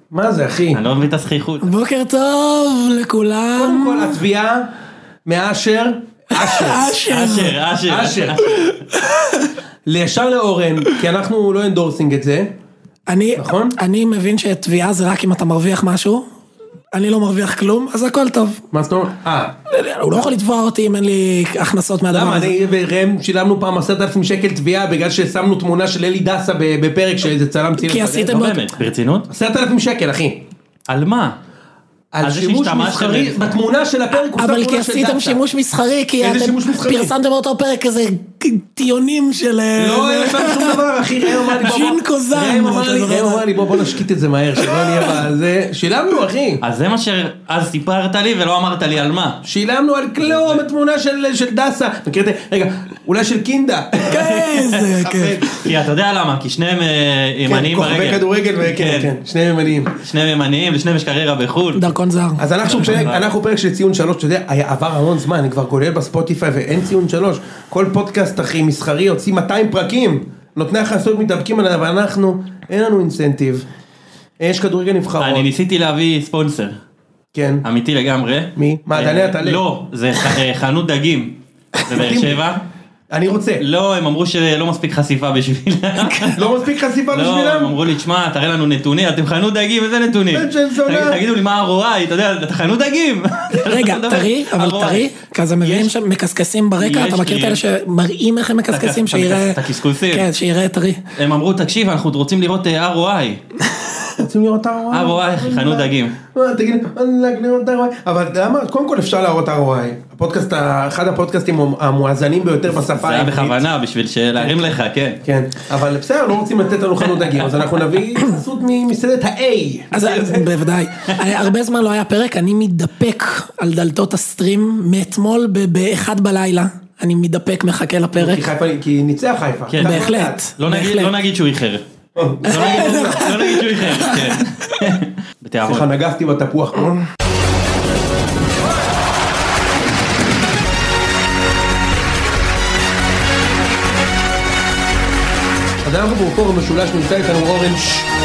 מה זה, אחי? אני לא מבין את הזכיחות. בוקר טוב לכולם. קודם כל, התביעה מאשר, אשר. לישר לאורן, כי אנחנו לא אנדורסינג את זה. נכון? אני מבין שתביעה זה רק אם אתה מרוויח משהו. אני לא מרוויח כלום, אז הכל טוב. מה זאת אומרת? הוא לא יכול לתבוע אותי אם אין לי הכנסות מהדבר הזה. למה? אני ורם שילמנו פעם 10,000 שקל תביעה בגלל ששמנו תמונה של אלי דסה בפרק שאיזה צלם צילם. כי עשיתם... לא באמת, ברצינות? 10,000 שקל, אחי. על מה? על שימוש מסחרי, בתמונה של הפרק. אבל כי עשיתם שימוש מסחרי, כי אתם פרסמתם באותו פרק כזה טיונים של... לא, אין שם שום דבר, אחי. ג'ין קוזן. ראם אמר לי, בוא נשקיט את זה מהר, שלא נהיה בזה. שילמנו, אחי. אז זה מה שאז סיפרת לי ולא אמרת לי על מה. שילמנו על כלום, התמונה של דסה. רגע, אולי של קינדה. איזה, כן. כי אתה יודע למה, כי שניהם ימניים ברגל. כוכבי כדורגל, כן, שניהם ימניים. שניהם ימניים, לשניהם יש קריירה בחו"ל. דרכון זר. אז אנחנו פרק של ציון 3, אתה יודע, עבר המון זמן, אני כבר כולל בספוטיפיי ואין ציון 3, כל פודקאסט הכי מסחרי הוציא 200 פרקים, נותני הכנסות מתאבקים עליו, ואנחנו, אין לנו אינסנטיב, יש כדורגל נבחרות. אני ניסיתי להביא ספונסר. כן. אמיתי לגמרי. מי? מעדני התעלה? לא, זה חנות דגים. בבאר שבע. אני רוצה. לא, הם אמרו שלא מספיק חשיפה בשבילם. לא מספיק חשיפה בשבילם? לא, הם אמרו לי, תשמע, תראה לנו נתונים, אתם חנות דגים, איזה נתונים? תגידו לי מה הרואי, אתה יודע, אתה חנות דגים. רגע, טרי, אבל טרי, כזה מביאים שם מקסקסים ברקע, אתה מכיר כאלה שמראים איך הם מקסקסים, שיראה... את הקסקוסים. כן, שיראה טרי. הם אמרו, תקשיב, אנחנו רוצים לראות ROI. רוצים לראות ROI? חנות דגים. תגיד, לראות ROI. אבל למה? קודם כל אפשר להראות ROI. הפודקאסט, אחד הפודקאסטים המואזנים ביותר בשפה העברית. זה היה בכוונה, בשביל להרים לך, כן. כן, אבל בסדר, לא רוצים לתת לנו חנות דגים, אז אנחנו נביא חסות ממסעדת ה-A. אז בוודאי. הרבה זמן לא היה פרק, אני מתדפק על דלתות הסטרים מאתמול ב-1 בלילה. אני מתדפק, מחכה לפרק. כי ניצח חיפה. בהחלט. לא נגיד שהוא איחר. לא נגיד שהוא איחר, כן. סליחה, נגסתי בתפוח. אז אנחנו באופור המשולש נמצא איתנו אורן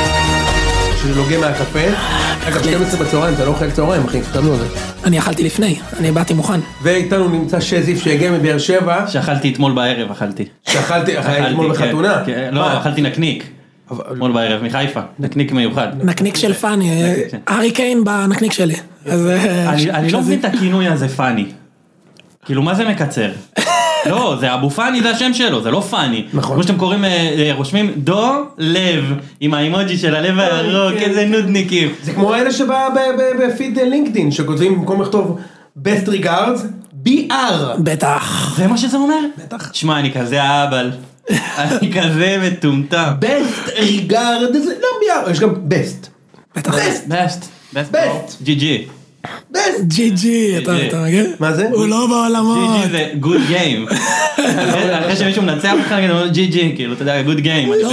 שלוגה מהקפה. אגב, 12 בצהריים, אתה לא אוכל צהריים, אחי, סתמנו על זה. אני אכלתי לפני, אני באתי מוכן. ואיתנו נמצא שזיף שהגיע מבאר שבע. שאכלתי אתמול בערב, אכלתי אתמול בחתונה? לא, אכלתי נקניק. אתמול בערב, מחיפה, נקניק מיוחד. נקניק של פאני, ארי קיין בנקניק שלי. אני לא מבין את הכינוי הזה פאני. כאילו, מה זה מקצר? לא, זה אבו פאני, זה השם שלו, זה לא פאני. נכון. כמו שאתם קוראים, רושמים דו לב, עם האימוג'י של הלב הירוק, איזה נודניקים. זה כמו אלה שבא בפיד לינקדין, שכותבים במקום לכתוב best regards, BR. בטח. זה מה שזה אומר? בטח. שמע, אני כזה האבל. אני כזה מטומטם. best regards, זה לא BR, יש גם best. בטח. best. GG. best. GG, אתה מגר? מה זה? הוא לא בעולמות. GG זה good game. אחרי שמישהו מנצח אותך, נגיד, GG, כאילו, אתה יודע, good game.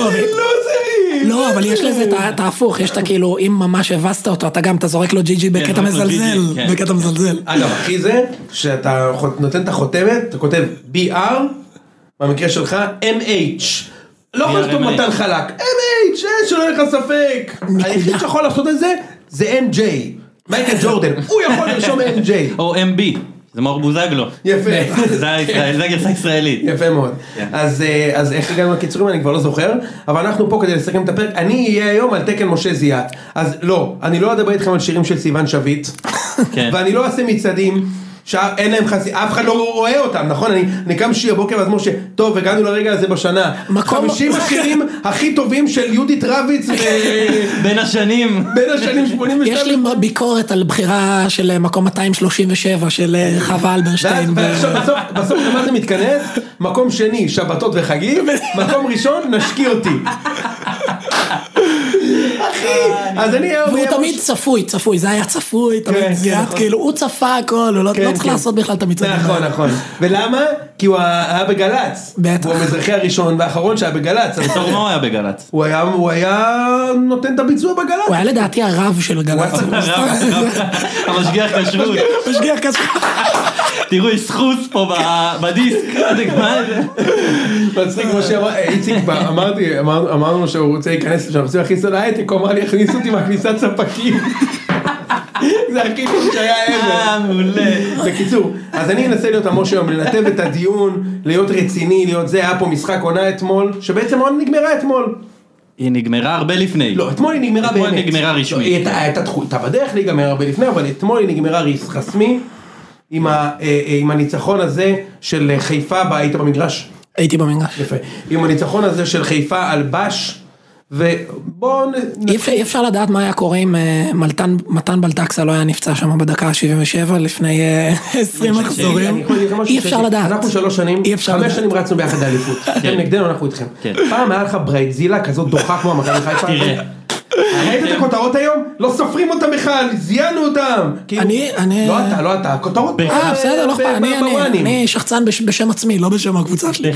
לא, אבל יש לזה את ההפוך, יש את כאילו, אם ממש הבסת אותו, אתה גם, אתה זורק לו GG בקטע מזלזל, בקטע מזלזל. אגב, אחי זה, שאתה נותן את החותמת, אתה כותב BR, במקרה שלך, MH. לא יכול לכתוב מתן חלק, MH, שלא יהיה לך ספק. היחיד שיכול לעשות את זה, זה MJ. מייקל ג'ורדן, הוא יכול לרשום MJ. או MB. זה מאור בוזגלו. יפה. זה הגרסה ישראלית. יפה מאוד. אז איך הגענו לקיצורים אני כבר לא זוכר, אבל אנחנו פה כדי לסכם את הפרק, אני אהיה היום על תקן משה זיאת, אז לא, אני לא אדבר איתכם על שירים של סיוון שביט, ואני לא אעשה מצעדים, שאין להם אף אחד לא רואה אותם, נכון? אני קם שיר בוקר ואז משה, טוב, הגענו לרגע הזה בשנה, 50 השירים הכי טובים של יהודית רביץ, בין השנים 82. יש לי ביקורת על בחירה של מקום 237 של חווה אלברשטיין. בסוף למה זה מתכנס? מקום שני, שבתות וחגים, מקום ראשון, נשקי אותי. אחי, אז אני... והוא תמיד צפוי, זה היה צפוי, תמיד זיאת, כאילו, הוא צפה הכל, הוא לא צריך לעשות בכלל את המצעדים. נכון. ולמה? כי הוא היה בגלץ. בטח. הוא המזרחי הראשון והאחרון שהיה בגלץ. בתור מה הוא היה בגלץ? הוא היה נותן את הביצוע בגלץ. הוא היה לדעתי הרב של גלץ. המשגיח כשרות. משגיח כשרות. תראו, יש סחוס פה בדיסק. מצחיק, כמו שאמר, איציק, אמרנו שהוא רוצה להיכנס, שאנחנו רוצים להכניס לו להייטק, הוא אמר לי, הכניס אותי מהכניסת ספקים. זה הכי טוב שהיה עבר. מעולה. בקיצור, אז אני אנסה להיות המשה היום, לנתב את הדיון, להיות רציני, להיות זה, היה פה משחק עונה אתמול, שבעצם העונה נגמרה אתמול. היא נגמרה הרבה לפני. לא, אתמול היא נגמרה באמת. אתמול נגמרה רשמית. היא הייתה בדרך להיגמר הרבה לפני, אבל אתמול היא נגמרה רשמי, עם הניצחון הזה של חיפה, היית במגרש? הייתי במגרש. יפה. עם הניצחון הזה של חיפה על בש, ובואו... אי אפשר לדעת מה היה קורה אם מתן בלטקסה לא היה נפצע שם בדקה ה-77 לפני 20 מחזורים. אי אפשר לדעת. אנחנו 3 שנים, 5 שנים רצנו ביחד לאליפות. נגדנו אנחנו איתכם. פעם היה לך ברייטזילה כזאת דוחה כמו מכבי חיפה. תראה. ראית את הכותרות היום? לא סופרים אותם בכלל, זיינו אותם. לא אתה, הכותרות. בסדר, לא אכפת, אני שחצן בשם עצמי, לא בשם הקבוצה שלי.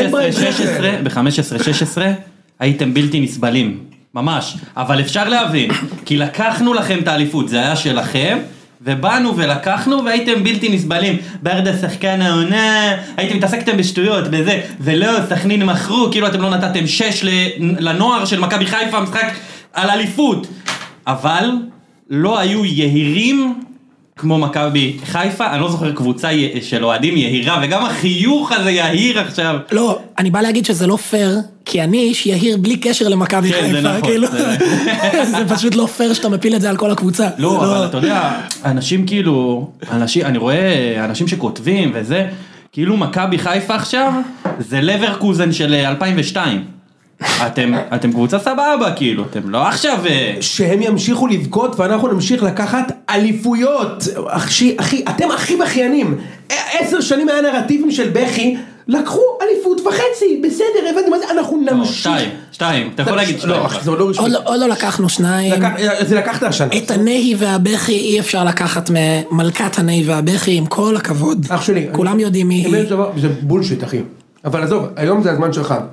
ב-15-16 הייתם בלתי נסבלים, ממש, אבל אפשר להבין, כי לקחנו לכם את האליפות, זה היה שלכם, ובאנו ולקחנו והייתם בלתי נסבלים, ברדה שחקן העונה, הייתם מתעסקתם בשטויות, בזה, ולא, סכנין מכרו, כאילו אתם לא נתתם 6 לנוער של מכבי חיפה, משחק על אליפות, אבל לא היו יהירים כמו מכבי חיפה, אני לא זוכר קבוצה של אוהדים יהירה, וגם החיוך הזה יהיר עכשיו. לא, אני בא להגיד שזה לא פייר, כי אני איש יהיר בלי קשר למכבי חיפה, כאילו, זה פשוט לא פייר שאתה מפיל את זה על כל הקבוצה. לא, אבל אתה יודע, אנשים כאילו, אני רואה אנשים שכותבים וזה, כאילו מכבי חיפה עכשיו, זה לברקוזן של 2002. אתם קבוצה סבבה, כאילו, אתם לא עכשיו... שהם ימשיכו לבכות ואנחנו נמשיך לקחת אליפויות. אחי, אתם הכי בכיינים. 10 שנים מהנרטיבים של בכי, לקחו אליפות וחצי, בסדר, הבנתי מה זה, אנחנו נמשיך. 2, אתה יכול להגיד 2. עוד לא לקחנו 2. זה לקחת השנה. את הנהי והבכי אי אפשר לקחת ממלכת הנהי והבכי, עם כל הכבוד. אח שלי. כולם יודעים מי היא. זה בולשיט, אחי. אבל עזוב, היום זה הזמן שלך.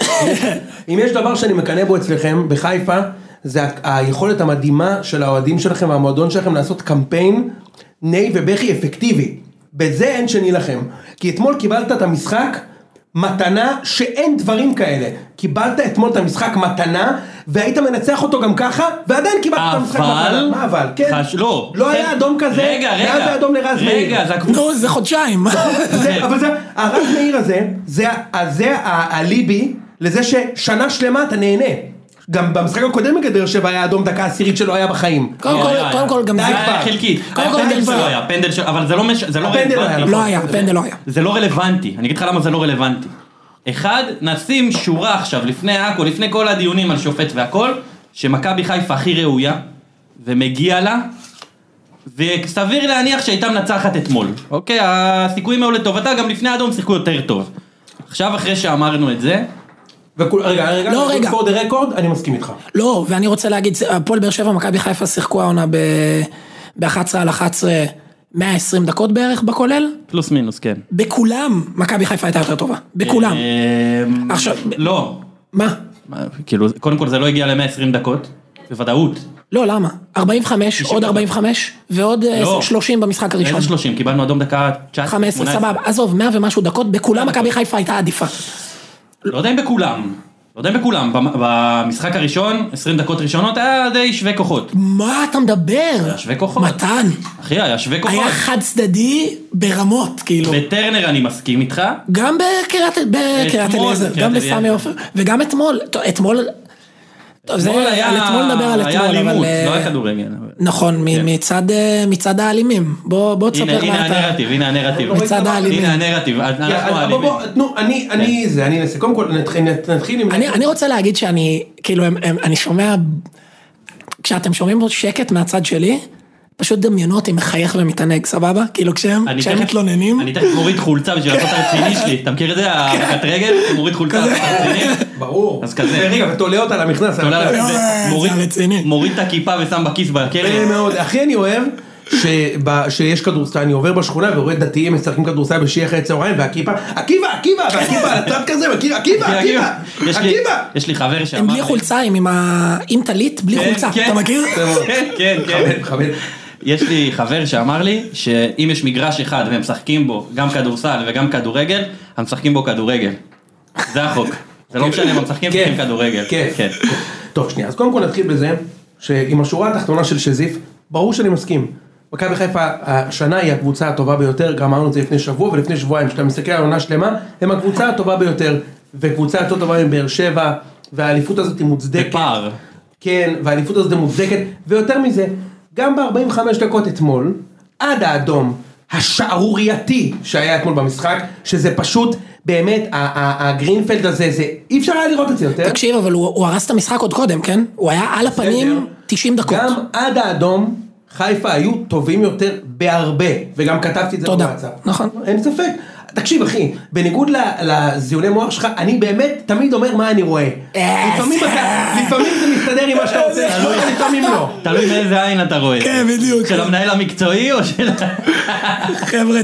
אם יש דבר שאני מקנה בו אצלכם בחיפה, זה היכולת המדהימה של האוהדים שלכם והמועדון שלכם לעשות קמפיין נהי ובכי אפקטיבי. בזה אין שני לכם. כי אתמול קיבלת את המשחק מתנה שאין דברים כאלה. קיבלת אתמול את המשחק מתנה והיית מנצח אותו גם ככה ועדיין קיבלת את המשחק מתנה. מה אבל? כן. לא היה אדום כזה. רגע. זה אדום לרז מאיר. נו, זה חודשיים. אבל זה, הרז מאיר הזה, זה הליבי לזה ששנה שלמה אתה נהנה. גם במשחק הקודם בגדר שבע היה אדום דקה עשירית שלא היה בחיים. קודם כל גם זה היה חלקית. הפנדל שלו היה, אבל זה לא רלוונטי. לא היה, הפנדל לא היה. זה לא רלוונטי, אני אגיד לך למה זה לא רלוונטי. אחד, נשים שורה עכשיו לפני הכל, לפני כל הדיונים על שופט והכל, שמכבי חיפה הכי ראויה, ומגיע לה, וסביר להניח שהייתה מנצחת אתמול. אוקיי, הסיכויים האלה לטובתה, גם לפני האדום שיחקו יותר טוב. עכשיו אחרי שאמרנו את זה, רגע, for the record, אני מסכים איתך. לא, ואני רוצה להגיד, הפועל באר שבע, מכבי חיפה שיחקו העונה ב-11 על 11, 120 דקות בערך בכולל? פלוס מינוס, כן. בכולם, מכבי חיפה הייתה יותר טובה. בכולם. עכשיו... לא. מה? כאילו, קודם כל זה לא הגיע ל-120 דקות, בוודאות. לא, למה? 45, עוד 45, ועוד 30 במשחק הראשון. איזה 30? קיבלנו אדום דקה 19, 15, סבבה. עזוב, 100 ומשהו דקות, בכולם מכבי חיפה הייתה עדיפה. לא יודע אם בכולם, במשחק הראשון, 20 דקות ראשונות היה די שווה כוחות. מה אתה מדבר? היה שווה כוחות. מתן. אחי, היה שווה כוחות. היה חד צדדי ברמות, כאילו. בטרנר אני מסכים איתך. גם בקריית אליעזר, גם בסמי עופר, וגם אתמול, אתמול נדבר על אתמול, היה אלימות, לא היה כדורגל. נכון, מצד האלימים. בוא תספר מה אתה... הנה הנרטיב. מצד האלימים. הנה הנרטיב, אנחנו האלימים. אני נסה, קודם כל נתחיל עם... אני רוצה להגיד שאני, כאילו, אני שומע, כשאתם שומעים שקט מהצד שלי, פשוט דמיונות עם מחייך ומתענג, סבבה? כאילו כשהם מתלוננים. אני תכף מוריד חולצה בשביל לעשות הרציני שלי. אתה מכיר את זה? הפקת רגל? מוריד חולצה הרציני? ברור. אז כזה. רגע, ותולה אותה למכנס. מוריד את הכיפה ושם בכיס בקרן. מאוד. הכי אני אוהב שיש כדורסל, אני עובר בשכונה ורואה דתיים משחקים כדורסל בשיעי אחרי צהריים, והכיפה, עקיבא, על הצד כזה, עקיבא. יש לי חבר שאמר... הם בלי חולצה, עם טלית, בלי חולצה, אתה מכיר? כן. חבד. יש לי חבר שאמר לי שאם יש מגרש אחד והם משחקים בו גם כדורסל וגם כדורגל, הם משחקים בו כדורגל. זה החוק. זה לא משנה, הם משחקים בו כדורגל. כן. טוב, שנייה, אז קודם כל נתחיל בזה, שעם השורה התחתונה של שזיף, ברור שאני מסכים. מכבי חיפה השנה היא הקבוצה הטובה ביותר, גם אמרנו את זה לפני שבוע ולפני שבועיים, שאתה מסתכל על עונה שלמה, הם הקבוצה הטובה ביותר, וקבוצה יותר טובה עם באר שבע, והאליפות הזאת היא מוצדקת. בפער. כן, והאליפות הזאת היא מוצדקת, ויותר מזה, גם ב-45 דקות אתמול, עד האדום השערורייתי שהיה אתמול במשחק, שזה פשוט באמת, הגרינפלד הזה, אי אפשר היה לראות את זה יותר. תקשיב, אבל הוא הרס את המשחק עוד קודם, כן? הוא היה על הפנים 90 דקות. גם עד האדום, חיפה היו טובים יותר בהרבה, וגם כתבתי את זה בוואטסאפ. נכון. אין ספק. תקשיב אחי, בניגוד לזיוני מוח שלך, אני באמת תמיד אומר מה אני רואה. לפעמים זה מסתדר עם מה שאתה רוצה, לפעמים לא. תלוי מאיזה עין אתה רואה. כן, בדיוק. של המנהל המקצועי או של... חבר'ה,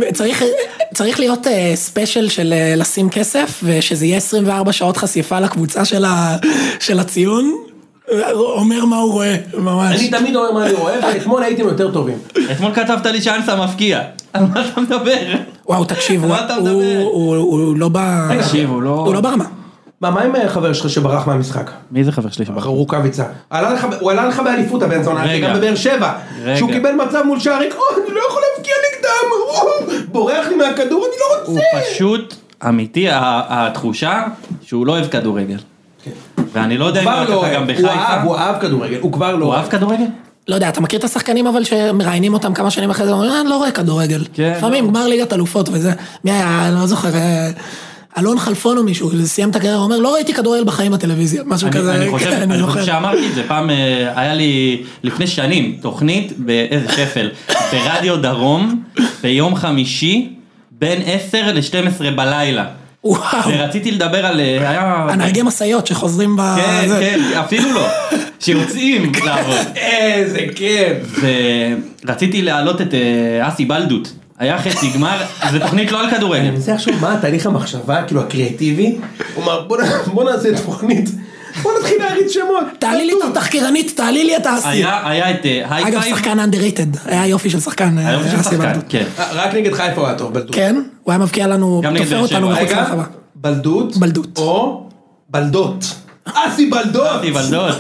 צריך להיות ספיישל של לשים כסף, ושזה יהיה 24 שעות חשיפה לקבוצה של הציון. אומר מה הוא רואה, ממש. אני תמיד אומר מה אני רואה, ואתמול הייתם יותר טובים. אתמול כתבת לי שאנסה מפקיע. על מה אתה מדבר? וואו, תקשיב, הוא לא בא... תקשיב, הוא לא ברמה. מה עם חבר שלך שברח מהמשחק? מי זה חבר שלי שברח? רוקאביצה. הוא עלה לך באליפות הבן זונה, גם בבאר שבע. שהוא קיבל מצב מול שעריק, אני לא יכול להפקיע נגדם, בורח לי מהכדור, אני לא רוצה. הוא פשוט אמיתי, התחושה שהוא לא אוהב כדורגל. ואני לא יודע אם הוא גם בחיפה. הוא אהב כדורגל, הוא כבר לא. הוא אהב כדורגל? לא יודע, אתה מכיר את השחקנים אבל שמראיינים אותם כמה שנים אחרי זה, אומרים, אני לא רואה כדורגל. לפעמים גמר ליגת אלופות וזה, מי היה, אני לא זוכר, אלון חלפון או מישהו, סיים את הקריירה, אומר, לא ראיתי כדורגל בחיים בטלוויזיה, משהו כזה. אני חושב שאמרתי את זה, פעם היה לי לפני שנים תוכנית באיזה שפל, ברדיו דרום, ביום חמישי, בין 10 ל-12 בלילה. ורציתי לדבר על... הנהגי מסעיות שחוזרים ב... כן, כן, אפילו לא. שיוצאים לעבוד. איזה כיף. ורציתי להעלות את אסי בלדות. היה חצי גמר, זה תוכנית לא על כדורגל. אני מנסה עכשיו מה תהליך המחשבה, כאילו הקריאטיבי, הוא אומר בוא נעשה תוכנית, בוא נתחיל להריץ שמות. תעלי לי את התחקירנית, תעלי לי את אסי. היה את הייפייב. אגב, שחקן underrated, היה יופי של שחקן. היה יופי של שחקן, כן. רק נגד חיפה הוא היה טוב, בלדות. כן, הוא היה מבקיע לנו, תופר אותנו מחוץ לרחבה. בלדות. או בלדות. אסי בלדות. אסי בלדות.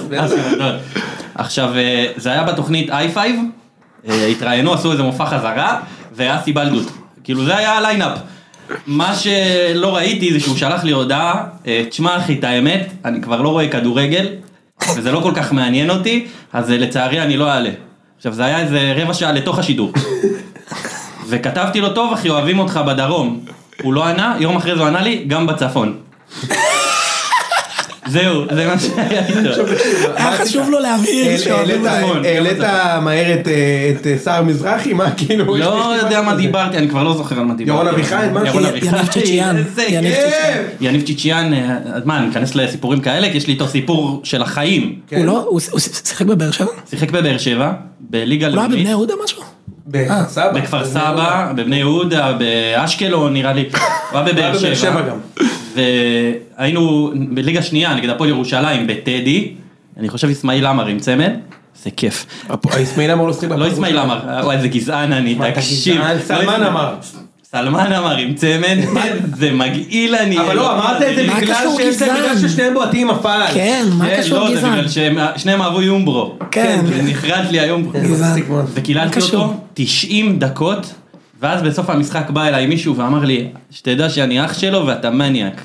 עכשיו, זה היה בתוכנית הייפייב, התראיינו, עשו איזה מופע חזרה, ואסי בלדות. כאילו זה היה הליינאפ. מה שלא ראיתי זה שהוא שלח לי הודעה, תשמע אחי, את האמת, אני כבר לא רואה כדורגל, וזה לא כל כך מעניין אותי, אז לצערי אני לא אעלה. עכשיו זה היה איזה רבע שעה לתוך השידור. וכתבתי לו, טוב אחי, אוהבים אותך בדרום. הוא לא ענה, יום אחרי זה הוא ענה לי, גם בצפון. זהו, זה מה שהיה איתו. היה חשוב לו להבהיר שאוהבים בצפון. העלית מהר את שר מזרחי, מה כאילו? לא יודע מה דיברתי, אני כבר לא זוכר על מה דיברתי. ירון אביחי, יניב צ'יצ'יאן. יניב צ'יצ'יאן, מה, אני אכנס לסיפורים כאלה, כי יש לי איתו סיפור של החיים. הוא שיחק בבאר שבע? שיחק בבאר שבע, בליגה לאומית. הוא לא היה בבני יהודה משהו? בכפר סבא, בבני יהודה, באשקלון נראה לי. הוא היה בבאר שבע גם. והיינו בליגה שנייה נגד הפועל ירושלים בטדי, אני חושב אסמאעיל עמר עם צמד, זה כיף. אסמאעיל עמר לא שחק לא אסמאעיל עמר, וואי איזה גזען אני, תקשיב. סלמן עמר. סלמן עמר עם צמד, זה מגעיל אני. אבל לא, אמרת את זה בגלל ששניהם בועטים הפעל. כן, מה קשור גזען? לא, זה בגלל ששניהם אהבו יומברו. כן. ונחרד לי היום. וקיללתי אותו 90 דקות, ואז בסוף המשחק בא אליי מישהו ואמר לי, שתדע שאני אח שלו ואתה מניאק.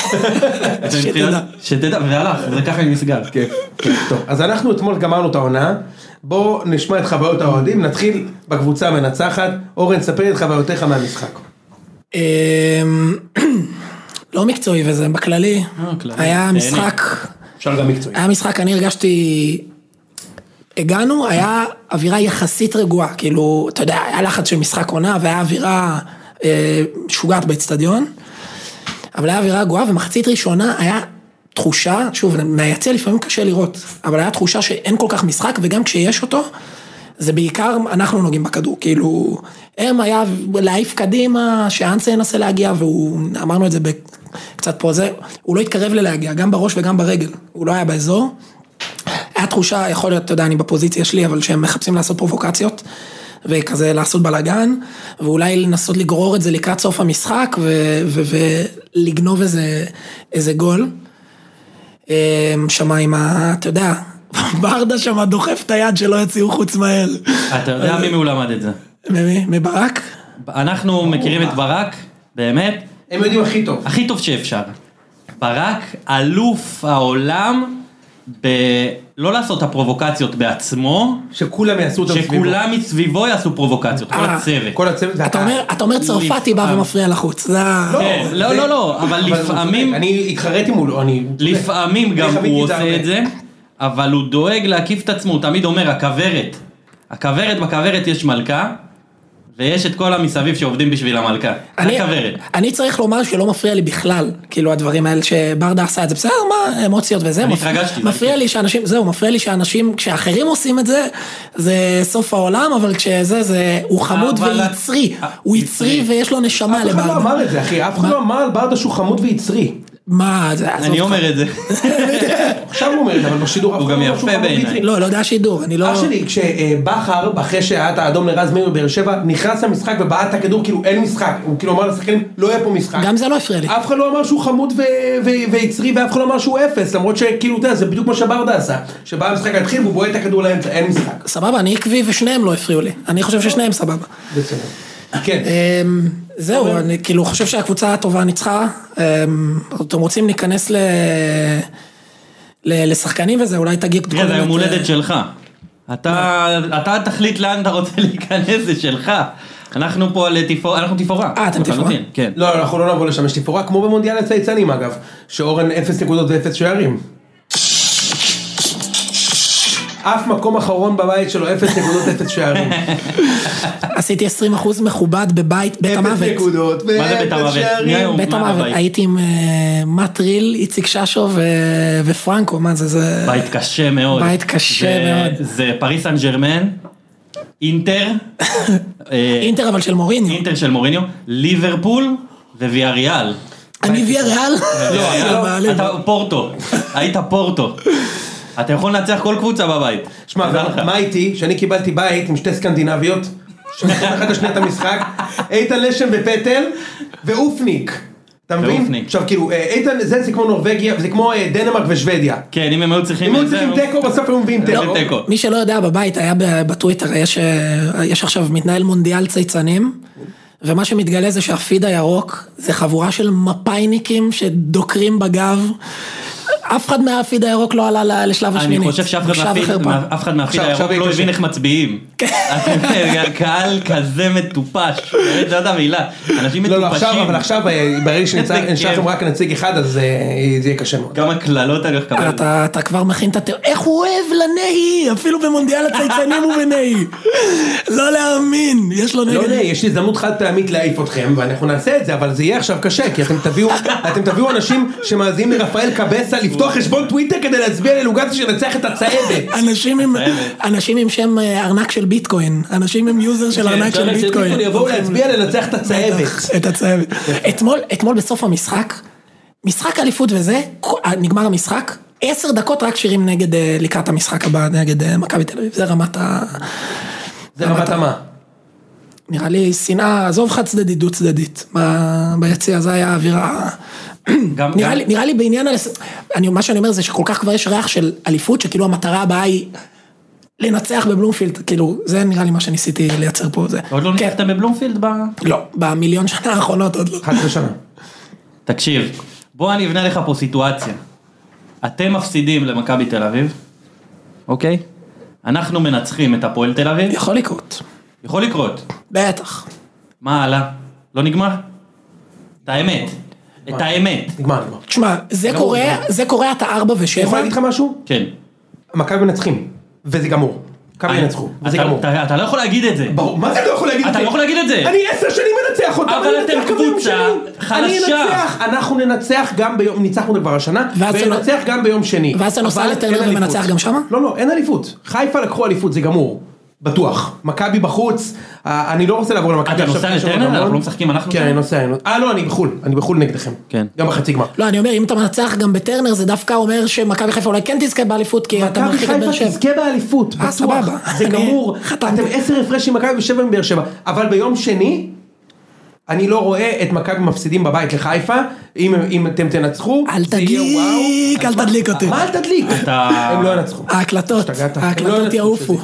שתדע, והלך, זה ככה נסגר. טוב, אז אנחנו אתמול גמרנו את העונה, בואו נשמע את חוויות האוהדים, נתחיל בקבוצה המנצחת. אורן, ספר לי את חוויותיך מהמשחק. לא מקצועי וזה, בכללי, היה משחק, אפשר גם מקצועי. היה משחק, אני הרגשתי, הגענו, היה אווירה יחסית רגועה, כאילו, אתה יודע, היה לחץ של משחק עונה, והיה אווירה שוגעת באצטדיון, אבל היה אווירה רגועה, ומחצית ראשונה היה תחושה, שוב, מהיציע לפעמים קשה לראות, אבל היה תחושה שאין כל כך משחק, וגם כשיש אותו, זה בעיקר, אנחנו נוגעים בכדור, כאילו, הם היה להעיף קדימה, שאנסה ינסה להגיע, והוא, אמרנו את זה קצת פה, זה, הוא לא התקרב ללהגיע, גם בראש וגם ברגל, הוא לא היה באזור, היה היה תחושה, יכול להיות, אתה יודע, אני בפוזיציה שלי, אבל שהם מחפשים לעשות פרובוקציות, וכזה לעשות בלגן, ואולי לנסות לגרור את זה לקראת סוף המשחק, ולגנוב איזה גול. שמה עם אתה יודע, ברדה שמה דוחף את היד שלא יציעו חוץ מהר. אתה יודע מי הוא למד את זה? מברק? אנחנו מכירים את ברק, באמת. הם יודעים הכי טוב. הכי טוב שאפשר. ברק, אלוף העולם, לא לעשות את הפרובוקציות בעצמו, שכולם יעשו אותם סביבו. שכולם מסביבו יעשו פרובוקציות, כל הצוות. כל הצוות. אתה אומר צרפתי בא ומפריע לחוץ. לא, אבל לפעמים... אני התחרתי מולו, לפעמים גם הוא עושה את זה, אבל הוא דואג להקיף את עצמו, הוא תמיד אומר, בכוורת יש מלכה, ויש את כל המסביב שעובדים בשביל המלכה. אני צריך לומר שלא מפריע לי בכלל, כאילו הדברים האלה שברדה עשה את זה, בסדר, מה, אמוציות וזה, אני התרגשתי. מפריע לי שאנשים, מפריע לי שאנשים, כשאחרים עושים את זה, זה סוף העולם, אבל כשזה, הוא חמוד ויצרי, הוא יצרי ויש לו נשמה לברדה. אף אחד לא אמר את זה, אחי, אף אחד לא אמר על ברדה שהוא חמוד ויצרי. מה, אני אומר את זה. עכשיו הוא אומר את זה, אבל בשידור הוא גם יפה בעיניי. לא יודע שידור, אני לא... אח שלי, כשבחר, אחרי שהיה את האדום לרז מאיר בבאר שבע, נכנס למשחק ובעט את הכדור, כאילו אין משחק, הוא כאילו אמר לשחקנים, לא יהיה פה משחק. גם זה לא הפריע לי. אף אחד לא אמר שהוא חמוד ויצרי, ואף אחד לא אמר שהוא אפס, למרות שכאילו, זה בדיוק מה שברדה עשה, שבא המשחק להתחיל והוא בועט את הכדור לאמצע, אין משחק. סבבה, אני עקבי ושניהם לא הפריעו לי. אני חושב ששניהם סבבה. בסדר. כן. זהו, אני כאילו חושב שהקבוצה הטובה ניצחה, אתם רוצים להיכנס לשחקנים וזה, אולי תגיד... תראה, זה היום הולדת שלך. אתה תחליט לאן אתה רוצה להיכנס, זה שלך. אנחנו פה לתפאורה, אנחנו תפאורה. אתם תפאורה? כן. לא, אנחנו לא נבוא לשם, יש תפאורה, כמו במונדיאל הצייצנים אגב, שאורן 0 נקודות ו0 שערים. אף מקום אחרון בבית שלו, 0 נקודות, 0 שערים. עשיתי 20% מכובד בבית, בית המוות. 0 נקודות ו0 שערים. בית המוות, הייתי עם מטריל, איציק ששו ופרנקו, מה זה? בית קשה מאוד. בית קשה מאוד. זה פריס סן ז'רמן, אינטר. אינטר אבל של מוריניו. אינטר של מוריניו, ליברפול וויאריאל. אני ויאריאל? לא, אתה פורטו. היית פורטו. אתה יכול לנצח כל קבוצה בבית. שמע, מה איתי? שאני קיבלתי בית עם שתי סקנדינביות, שמחים אחד השני את המשחק, איתן לשם ופטל, ואופניק. אתה מבין? עכשיו כאילו, איתן, זה כמו נורווגיה, זה כמו דנמרק ושוודיה. כן, אם הם היו צריכים... אם היו צריכים טקו, בסוף הם מביאים טקו. מי שלא יודע, בבית היה בטוויטר, יש עכשיו מתנהל מונדיאל צייצנים, ומה שמתגלה זה שהפיד הירוק, זה חבורה של מפאיניקים שדוקרים בגב, אף אחד מהפיד הירוק לא עלה לשלב השמינית. אני חושב שאף אחד מהפיד הירוק לא הבין איך מצביעים. קהל כזה מטופש, באמת זאת המילה, אנשים מטופשים. לא, אבל עכשיו ברגע שנשארתם רק נציג אחד, אז זה יהיה קשה מאוד. גם הכללות אני הולך לקבל. אתה כבר מכין את התיאור, איך הוא אוהב לנהי, אפילו במונדיאל הצייצנים הוא בנהי. לא להאמין, יש לו נגד. לא, יש לי הזדמנות חד פעמית להעיף אתכם, ואנחנו נעשה את זה, אבל זה יהיה עכשיו קשה, כי אתם תביאו אנשים שמאזינים לרפאל קבסה לפתוח חשבון טוויטר כדי להצביע ללוגציה שנצח את הצהבת. אנשים עם שם ארנק של ביטקוין, אנשים עם יוזר של ארנק של ביטקוין. יבואו להצביע לנצח את הצהבת. את הצהבת. אתמול בסוף המשחק, משחק אליפות וזה, נגמר המשחק, 10 דקות רק שירים נגד, לקראת המשחק הבא, נגד מכבי תל אביב. זה רמת מה? נראה לי שנאה, עזוב חד צדדית, דו צדדית. ביציע זה היה אווירה... נראה לי בעניין, מה שאני אומר זה שכל כך כבר יש ריח של אליפות, שכאילו המטרה הבאה היא לנצח בבלומפילד, כאילו זה נראה לי מה שניסיתי לייצר פה. עוד לא ניצחתם בבלומפילד? לא, במיליון שנה האחרונות עוד לא. 11 שנה. תקשיב, בוא אני אבנה לך פה סיטואציה. אתם מפסידים למכבי תל אביב, אוקיי? אנחנו מנצחים את הפועל תל אביב. יכול לקרות. יכול לקרות. בטח. מה הלאה? לא נגמר? את האמת. את האמת. נגמר. תשמע, זה קורה אתה 4 ו7. אני יכול להגיד לך משהו? כן. מכבי מנצחים, וזה גמור. מכבי ינצחו, וזה גמור. אתה לא יכול להגיד את זה. מה זה לא יכול להגיד את זה? אתה לא יכול להגיד את זה. אני 10 שנים מנצח אותם. אבל אתם קבוצה חלשה. אנחנו ננצח גם ביום, ניצחנו כבר השנה, וננצח גם ביום שני. ואז אתה נוסע לטרנר ומנצח גם שמה? לא, אין אליפות. חיפה לקחו אליפות, זה גמור. בטוח. מכבי בחוץ, אני לא רוצה לעבור למכבי. אתה נוסע לטרנר? אנחנו לא משחקים, אנחנו... כן, אני נוסע. לא, אני בחול נגדכם. כן. גם בחצי גמר. לא, אני אומר, אם אתה מנצח גם בטרנר, זה דווקא אומר שמכבי חיפה אולי כן תזכה באליפות, כי אתה מרחיק את באר שבע. מכבי חיפה תזכה באליפות, בטוח. סבבה. זה גמור. אתם 10 הפרש עם מכבי ו7 עם באר שבע. אבל ביום שני, אני לא רואה את מכבי מפסידים בבית לחיפה, אם אתם תנצחו, אל תדליק, אל תדליק אותי. מה אל תדליק? הם לא ינצחו. ההקלטות יעופו.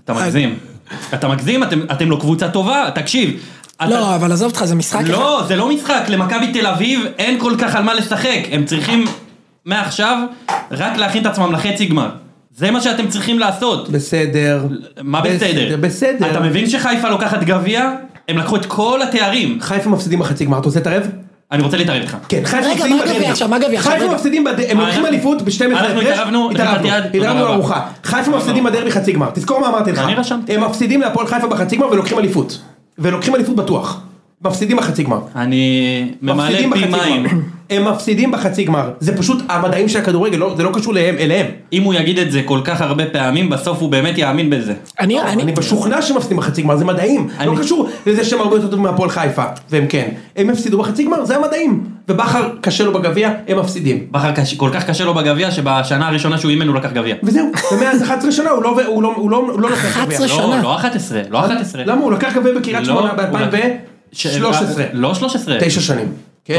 אתה מגזים, אתם לא קבוצה טובה, תקשיב. לא, אבל עזוב אותך, זה משחק. לא, זה לא משחק, למכבי תל אביב אין כל כך על מה לשחק, הם צריכים מעכשיו רק להכין את עצמם לחצי גמר. זה מה שאתם צריכים לעשות. בסדר. מה בסדר? בסדר. אתה מבין שחיפה לוקחת גביע? הם לקחו את כל התארים. חיפה מפסידים בחצי גמר, אתה רוצה להתערב? אני רוצה להתערב איתך. כן, חיפה רגע, מפסידים מה גביע עכשיו? מה גביע? חיפה מפסידים, הם לוקחים אליפות ב-12 אנחנו התערבנו לארוחה. חיפה מפסידים בדרבי חצי גמר, תזכור מה אמרתי לך. אני רשמתי. הם מפסידים להפועל חיפה בחצי גמר ולוקחים אליפות. ולוקחים אליפות בטוח. מפסידים בחצי גמר. אני ממלא פי מים. הם מפסידים בחצי גמר. זה פשוט המדעים של הכדורגל, זה לא קשור אליהם. אם הוא יגיד את זה כל כך הרבה פעמים, בסוף הוא באמת יאמין בזה. אני בשוכנע שמפסידים בחצי גמר, זה מדעים. לא קשור לזה שהם הרבה יותר טובים מהפועל חיפה. והם כן. הם הפסידו בחצי גמר, זה המדעים. ובחר קשה לו בגביע, הם מפסידים. בחר כל כך קשה לו בגביע, שבשנה הראשונה שהוא אימן הוא לקח גביע. וזהו. ומאז 11 שנה הוא לא לקח גביע. 11 שנה. לא 11. למה? הוא לקח גביע בקריית שמונה ב-2013. לא 13. 9 שנים.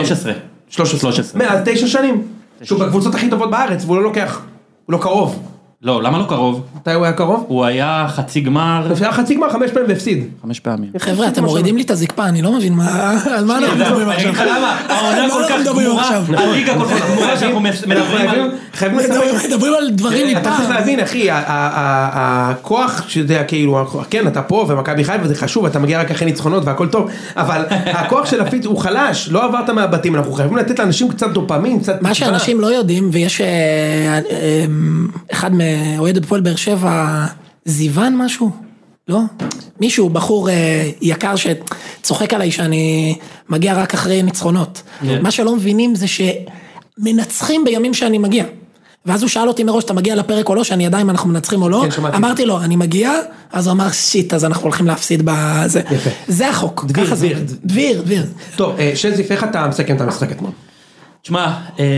13. מאז 9 שנים. שהוא בקבוצות הכי טובות בארץ, והוא לא לוקח. הוא לא קרוב. לא, למה לא קרוב? מתי הוא היה קרוב? הוא היה חצי גמר. היה חצי גמר 5 פעמים והפסיד. 5 פעמים. חבר'ה, אתם מורידים לי את הזקפה, אני לא מבין על מה אנחנו מדברים עכשיו. למה? העונה כל כך גמורה, הליגה כל כך גמורה שאנחנו מדברים על דברים אתה צריך מפעם. להבין, אחי, הכוח שזה כאילו, כן, אתה פה ומכבי חיפה וזה חשוב, אתה מגיע רק אחרי ניצחונות והכל טוב, אבל הכוח של הפיץ הוא חלש, לא עברת מהבתים, אנחנו חייבים לתת לאנשים קצת דופמין, קצת... מה שאנשים לא יודעים, ויש אחד מאוהד הפועל באר שבע, זיוון משהו? לא? מישהו, בחור יקר שצוחק עליי שאני מגיע רק אחרי ניצחונות. מה שלא מבינים זה שמנצחים בימים שאני מגיע. ואז הוא שאל אותי מראש, אתה מגיע לפרק או לא, שאני ידע אם אנחנו מנצחים או לא. אמרתי לו, אני מגיע, אז הוא אמר, שיט, אז אנחנו הולכים להפסיד בזה. זה החוק. דביר. טוב, שזיף, איך אתה מסכם את המשחק אתמול? תשמע,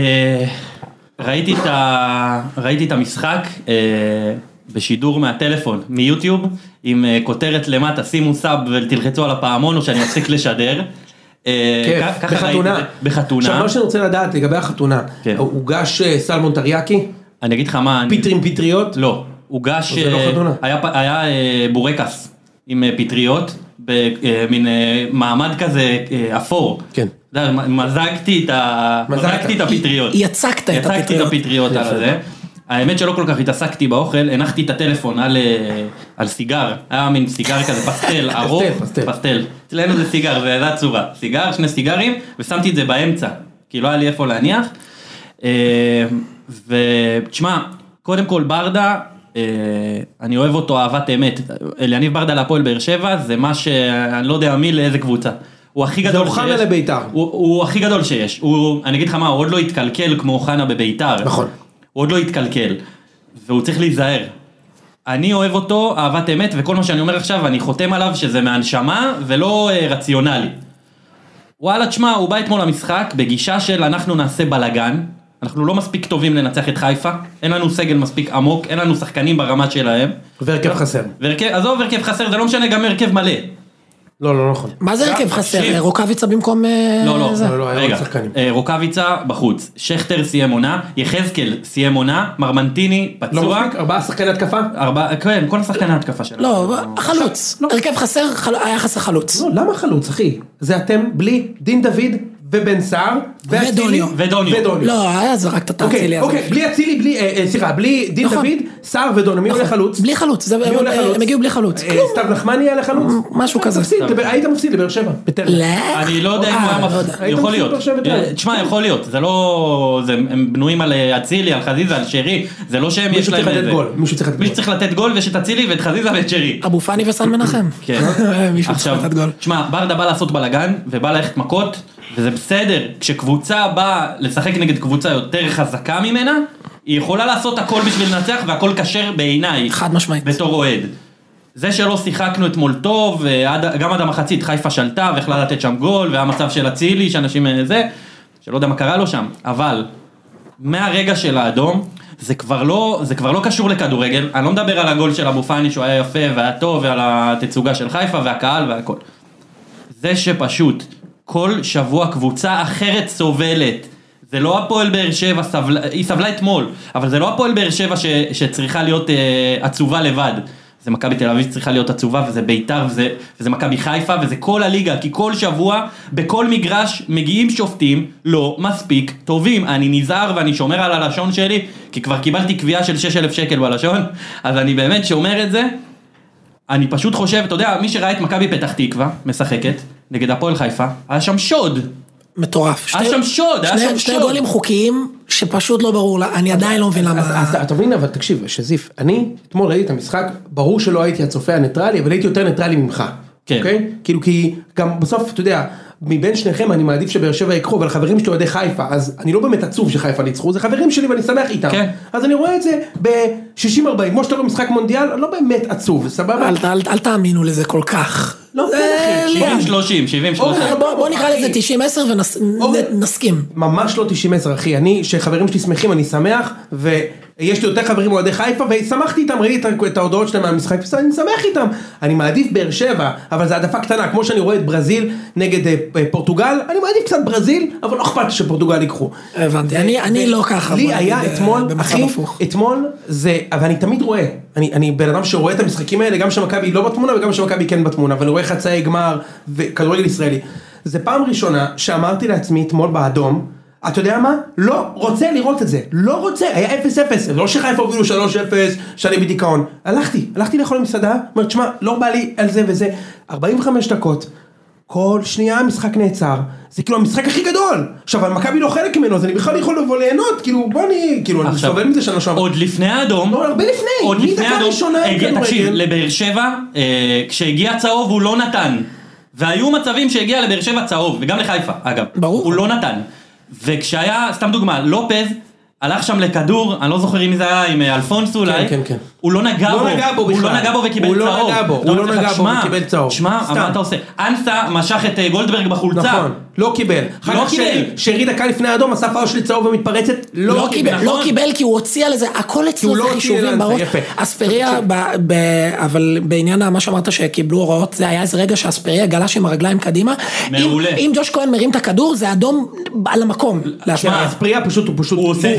ראיתי את המשחק בשידור מהטלפון, מיוטיוב, עם כותרת למטה, שימו סאב ותלחצו על הפעמון או שאני אפסיק לשדר. בחתונה. עכשיו מה שאני רוצה לדעת לגבי החתונה, הוגש סלמון טריאקי? אני אגיד לך מה... פיטרים פטריות? לא, הוגש... היה בורקס עם פטריות, במין מעמד כזה אפור. כן. מזגתי את הפטריות. יצקת את הפטריות על זה. האמת שלא כל כך התעסקתי באוכל, הנחתי את הטלפון על סיגר, היה מין סיגר כזה פסטל, ארוך, פסטל. אצלנו זה סיגר, זה הצורה. סיגר, 2 סיגרים, ושמתי את זה באמצע, כי לא היה לי איפה להניח. ותשמע, קודם כל ברדה, אני אוהב אותו אהבת אמת. אליניב ברדה להפועל באר שבע, זה מה שאני לא יודע מי לאיזה קבוצה. הוא הכי גדול שיש. זה אוחנה לביתר. הוא הכי גדול שיש. אני אגיד לך מה, הוא עוד לא התקלקל כמו אוחנה בביתר. נכון. הוא עוד לא התקלקל, והוא צריך להיזהר. אני אוהב אותו, אהבת אמת, וכל מה שאני אומר עכשיו, אני חותם עליו שזה מהנשמה, ולא רציונלי. וואלה, תשמע, הוא בא אתמול למשחק, בגישה של אנחנו נעשה בלגן, אנחנו לא מספיק טובים לנצח את חיפה, אין לנו סגל מספיק עמוק, אין לנו שחקנים ברמה שלהם. והרכב חסר. עזוב, הרכב חסר, זה לא משנה, גם הרכב מלא. לא נכון. מה זה הרכב חסר? רוקאביצה במקום... לא, רגע, רוקאביצה בחוץ, שכטר סיים עונה, יחזקאל סיים עונה, מרמנטיני פצוע. לא מספיק, 4 שחקני התקפה? כן, כל השחקני התקפה שלנו. לא, החלוץ, הרכב חסר, היה חסר חלוץ. לא, למה חלוץ, אחי? זה אתם בלי דין דוד ובן סער ודוניו. לא, היה זה רק את האצילי הזה. אוקיי, בלי אצילי, בלי דין דוד, סער ודוניו, מי עולה חלוץ? בלי חלוץ, הם הגיעו בלי חלוץ. סתיו נחמני היה לחלוץ? משהו כזה. היית מפסיד לבאר שבע, בטרנר. אני לא יודע אם הוא היה מפסיד, יכול להיות. תשמע, יכול להיות, זה לא, הם בנויים על אצילי, על חזיזה, על שרי, זה לא שהם יש להם איזה. מישהו צריך לתת גול, ויש את אצילי ואת חזיזה ואת שרי. אבו פאני וסן מנחם. כן. עכשיו, תשמע, ברדה בא לעשות בלגן, ובא ללכת מכות, וזה בסדר, כשקבוצה באה לשחק נגד קבוצה יותר חזקה ממנה, היא יכולה לעשות הכל בשביל לנצח, והכל כשר בעיניי. חד משמעית. בתור אוהד. זה שלא שיחקנו אתמול טוב, גם עד המחצית חיפה שלטה והחלה לתת שם גול, והמצב של הצילי, שאנשים זה, שלא יודע מה קרה לו שם, אבל מהרגע של האדום, זה כבר לא קשור לכדורגל, אני לא מדבר על הגול של אבו פאני שהוא היה יפה והיה טוב, ועל התצוגה של חיפה והקהל והכל. זה שפשוט כל שבוע קבוצה אחרת סובלת, זה לא הפועל באר שבע, היא סבלה אתמול, אבל זה לא הפועל באר שבע שצריכה להיות עצובה לבד. זה מכבי תל אביב שצריכה להיות עצובה, וזה ביתר, וזה מכבי חיפה, וזה כל הליגה, כי כל שבוע, בכל מגרש, מגיעים שופטים לא מספיק טובים. אני נזהר ואני שומר על הלשון שלי, כי כבר קיבלתי קביעה של 6,000 שקל בלשון, אז אני באמת שומר את זה. אני פשוט חושב, אתה יודע, מי שראה את מכבי פתח תקווה, משחקת, נגד הפועל חיפה, היה שם שוד. מטורף. היה שם שוד, שני גולים חוקיים שפשוט לא ברור, אני עדיין לא מבין למה. אז אתה מבין, אבל תקשיב, שזיף, אני אתמול ראיתי את המשחק, ברור שלא הייתי הצופה הניטרלי, אבל הייתי יותר ניטרלי ממך. כן. כאילו, כי גם בסוף, אתה יודע, מבין שניכם אני מעדיף שבאר שבע יקחו, אבל חברים שלי אוהדי חיפה, אז אני לא באמת עצוב שחיפה ניצחו, זה חברים שלי ואני שמח איתם. אז אני רואה את זה ב-60-40, כמו שאתה רואה משחק מונדיאל, לא באמת עצוב, סבבה? אל תאמינו לזה כל כך. לא, כן, אחי. 70-30. בוא נקרא לזה 90-10 ונסכים. ממש לא 90-10, אחי. אני, שחברים שלי שמחים, אני שמח, ויש לי יותר חברים אוהדי חיפה, ושמחתי איתם, ראיתי את ההודעות שלהם מהמשחק, אני שמח איתם. אני מעדיף באר שבע, אבל זו העדפה קטנה, כמו שאני רואה את ברזיל נגד פורטוגל, אני מעדיף קצת ברזיל, אבל לא אכפת שפורטוגל ייקחו. הבנתי, אני לא ככה. לי היה אתמול, אחי, אתמול זה, אבל אני תמיד רואה, אני בן אדם שרואה את המשחקים האלה, גם שמכבי לא בתמונה וגם שמכבי כן בתמונה, ואני רואה חצאי גמר וכדורגל ישראלי. זה פעם ראשונה שאמרתי לעצמי אתמול באדום, אתה יודע מה? לא רוצה לראות את זה, לא רוצה, היה 0-0, לא שחיפה הובילו 3-0, שאני בדיכאון. הלכתי לאכול למסעדה, אומרת, שמה, לא בא לי על זה וזה, 45 דקות, כל שנייה המשחק נעצר, זה כאילו המשחק הכי גדול, עכשיו, על מכבי לא חלק ממנו, אז אני בכלל יכול לבוא ליהנות, כאילו, אני סובל מזה שנה שם. עוד לפני האדום, לא, הרבה לפני, עוד לפני האדום, תקשיב, כדורגל. לבאר שבע, כשהגיע צהוב הוא לא נתן, והיו מצבים שהגיע לבאר שבע צהוב, וגם לחיפה, אגב, ברור. הוא לא נתן, וכשהיה, סתם דוגמה, לופז, הלך שם לכדור, אני לא זוכר אם זה היה עם אלפונס אולי, כן. הוא לא נגע בו, הוא לא נגע בו וקיבל צהוב. הוא לא נגע בו וקיבל צהוב. שמע, מה אתה עושה? אנסה משך את גולדברג בחולצה. נכון, לא קיבל. לא קיבל. שרי דקה לפני האדום, עשה פאול שלי צהוב ומתפרצת, לא קיבל. לא קיבל כי הוא הוציא על זה, הכל אצלו זה חישובים בראש. אספריה, אבל בעניין מה שאמרת שקיבלו הוראות, זה היה איזה רגע שאספריה גלש עם הרגליים קדימה. מעולה. אם ג'וש כהן מרים את הכדור, זה אדום על המקום. אספריה פשוט, הוא עושה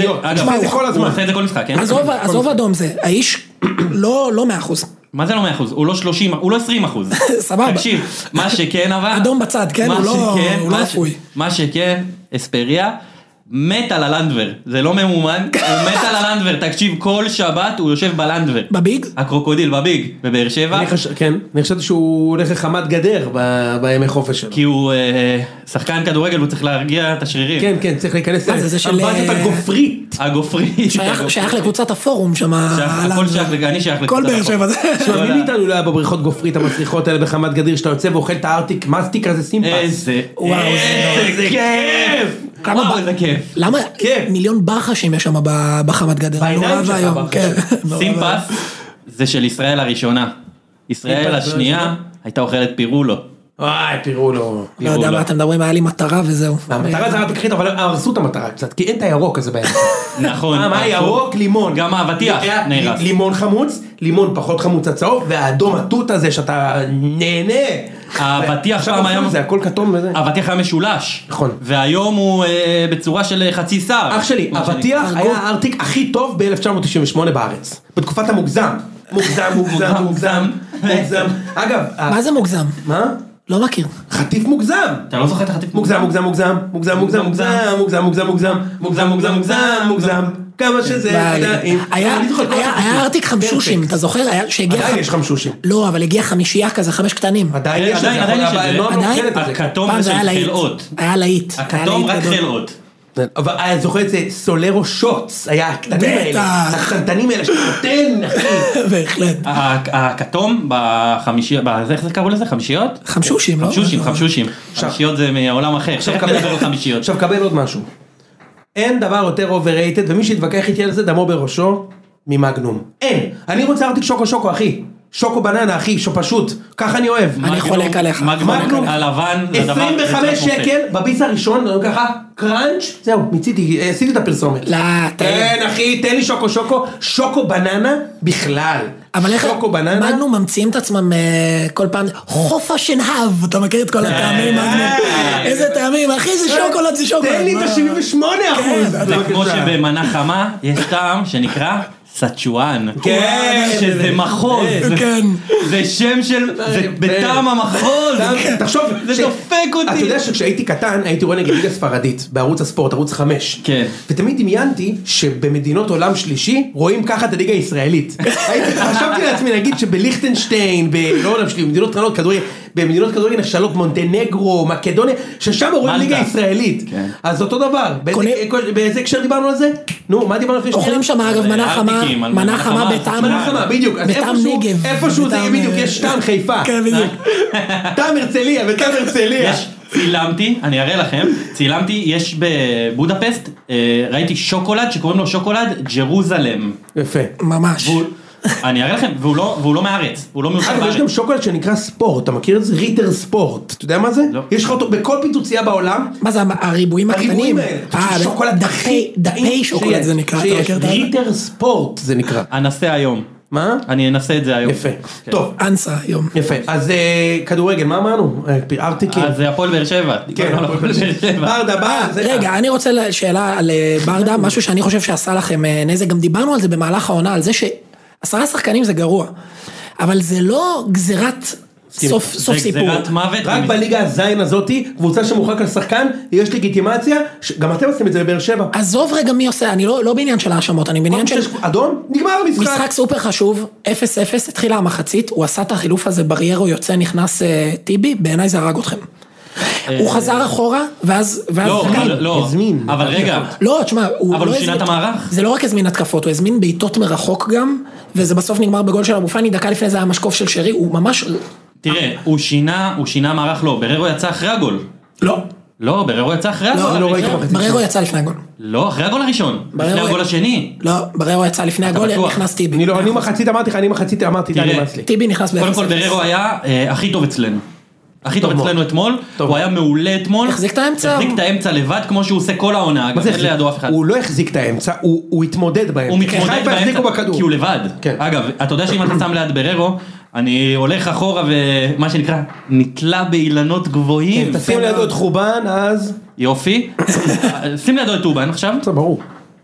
את זה כל משחק, כן? עזוב אדום זה, האיש לא 100%. מה זה לא 100%? הוא לא 30%, הוא לא 20%. סבבה. תקשיב, מה שכן אבל... אדום בצד, כן? הוא לא רפוי. מה שכן, אספריה מת על הלנדבר, זה לא ממומן, הוא מת על הלנדבר, תקשיב, כל שבת הוא יושב בלנדבר. בביג? הקרוקודיל, בביג, בבאר שבע. כן, אני חשבתי שהוא הולך לחמת גדר בימי חופש שלו. כי הוא שחקן כדורגל, הוא צריך להרגיע את השרירים. כן, צריך להיכנס אמבטיות הגופרית. הגופרית. שייך לקבוצת הפורום שם. הכל שייך, אני שייך לקבוצת הפורום. כל באר שבע זה. מי מאיתנו לא היה בבריכות גופרית המצליחות האלה בחמת גדר, שאתה יוצא ואוכל את הארטיק, מסטיק הזה סימפס. איזה כיף. וואו, איזה כיף. למה מיליון ברחשים יש שם בחמת גדר? בעיניים שלך סימפס זה של ישראל הראשונה. ישראל השנייה הייתה אוכלת פירולו. וואי, פירולו. לא יודע מה אתם מדברים, היה לי מטרה וזהו. המטרה זה ארטיק חית, אבל הרסו את המטרה קצת, כי אין את הירוק הזה בעצם. נכון. מה ירוק, לימון. גם האבטיח נהרס. לימון חמוץ, לימון פחות חמוץ הצהוב, והאדום התות הזה שאתה נהנה. האבטיח פעם היה... זה הכל כתום וזה. האבטיח היה משולש. נכון. והיום הוא בצורה של חצי שר. אח שלי, האבטיח היה הארטיק הכי טוב ב-1998 בארץ. בתקופת המוגזם. מוגזם. אגב... מה זה מוגזם? מה? לא מכיר. חטיף מוגזם. אתה לא זוכר את החטיף? מוגזם. כמה שזה... היה ארטיק חמשושים, אתה זוכר? עדיין יש חמשושים. לא, אבל הגיע חמישייה כזה, 5 קטנים. עדיין יש את זה. הכתום זה של חלאות. היה להיט. הכתום רק חלאות. אבל אני זוכר את זה, סולרו שוטס, היה הקטנים האלה, הקטנטנים האלה שאתה נותן, אחי. בהחלט. הכתום בחמישיות, איך זה קראו לזה? חמישיות? חמשושים, לא? חמשושים. חמישיות זה מעולם אחר, עכשיו נדבר על חמישיות. עכשיו קבל עוד משהו. אין דבר יותר overrated, ומי שיתווכח איתי על זה דמו בראשו, ממגנום. אין. אני רוצה ארטיק שוקו, אחי. שוקו בננה, אחי, פשוט, ככה אני אוהב. אני חולק עליך. מגנום הלבן, 25 שקל, בביס הראשון, ככה, קראנץ', זהו, עשיתי את הפרסומת. לא, כן, אחי, תן לי שוקו בננה בכלל. אבל איך, שוקו בננה? מגנום ממציאים את עצמם כל פעם, חופה שנהב, אתה מכיר את כל הטעמים, מגנום? איזה טעמים, אחי, זה שוקולד, זה שוקולד. תן לי את ה-78%. זה כמו שבמנה חמה, יש טעם שנקרא סצ'ואן. כן. שזה מחוז. כן. זה שם של, זה בטעם המחוז. תחשוב, זה דופק אותי. אתה יודע שכשהייתי קטן, הייתי רואה נגד ליגה ספרדית, בערוץ הספורט, ערוץ 5. כן. ותמיד דמיינתי שבמדינות עולם שלישי, רואים ככה את הליגה הישראלית. חשבתי לעצמי, נגיד שבליכטנשטיין, לא עולם שלי, במדינות קטנות כדורגל, במדינות כדורגל נחשלות מונטנגרו, מקדוניה, ששם רואים ליגה ישראלית. אז אותו דבר. באיזה הקשר דיברנו על זה? נו, מה דיברנו לפני? אוכלים שם אגב מנה חמה בטעם בדיוק. נגב. איפשהו זה בדיוק, יש טעם חיפה. כן, בדיוק. טעם הרצליה וטעם הרצליה. צילמתי, אני אראה לכם, צילמתי, יש בבודפסט, ראיתי שוקולד שקוראים לו שוקולד ג'רוזלם. יפה. ממש. אני אראה לכם, והוא לא מארץ, הוא לא מיוחד אגב, בארץ. יש גם שוקולד שנקרא ספורט, אתה מכיר את זה? ריטר ספורט, אתה יודע מה זה? לא. יש לך אותו בכל פיצוצייה בעולם. מה זה, הריבועים הקטנים? שוקולד הכי דפי שוקולד זה נקרא, אתה מכיר את זה? ריטר ספורט זה נקרא. אנסה היום. מה? אני אנסה את זה היום. יפה. טוב. אנסה היום. יפה. אז כדורגל, מה אמרנו? ארטיקים. אז זה הפועל באר שבע. כן, ברדה, בא. רגע, אני רוצה שאלה על ברדה, משהו שאני חושב שעשה לכם נזק, גם דיברנו על זה במהלך העונה, על זה ש10 שחקנים זה גרוע, אבל זה לא גזירת סוף סיפור. זה גזירת מוות. רק בליגה הזין הזאתי, קבוצה שמורחק על שחקן, יש לגיטימציה, גם אתם עושים את זה בבאר שבע. עזוב רגע מי עושה, אני לא בעניין של האשמות, אני בעניין של... אדום, נגמר המשחק. משחק סופר חשוב, 0-0, התחילה המחצית, הוא עשה את החילוף הזה, בריירו יוצא, נכנס טיבי, בעיניי זה הרג אתכם. הוא חזר אחורה, ואז... לא, הזמין. אבל רגע. לא, תשמע, אבל הוא שינה את המערך. זה לא רק הזמין התקפות, הוא הזמין בעיטות מרחוק גם, וזה בסוף נגמר בגול של אבו פאני, דקה לפני זה היה משקוף של שרי, הוא ממש... תראה, הוא שינה מערך, לא, בררו יצא אחרי הגול. לא, בררו יצא אחרי הגול. בררו יצא לפני הגול. לא, אחרי הגול הראשון. לפני הגול השני. לא, בררו יצא לפני הגול, נכנס טיבי. אני מחצית אמרתי, טיבי נכנס קודם כל בררו היה הכי טוב אצלנו. הכי טוב אצלנו אתמול, הוא היה מעולה אתמול. החזיק את האמצע. החזיק את האמצע לבד, כמו שהוא עושה כל העונה. מה זה החזיק? הוא לא החזיק את האמצע, הוא התמודד בהם. הוא מתמודד באמצע, כי הוא לבד. אגב, אתה יודע שאם אתה שם ליד בררו, אני הולך אחורה ומה שנקרא, נתלה באילנות גבוהים. תשים לידו את חובן, אז... יופי. שים לידו את אובן עכשיו. זה ברור.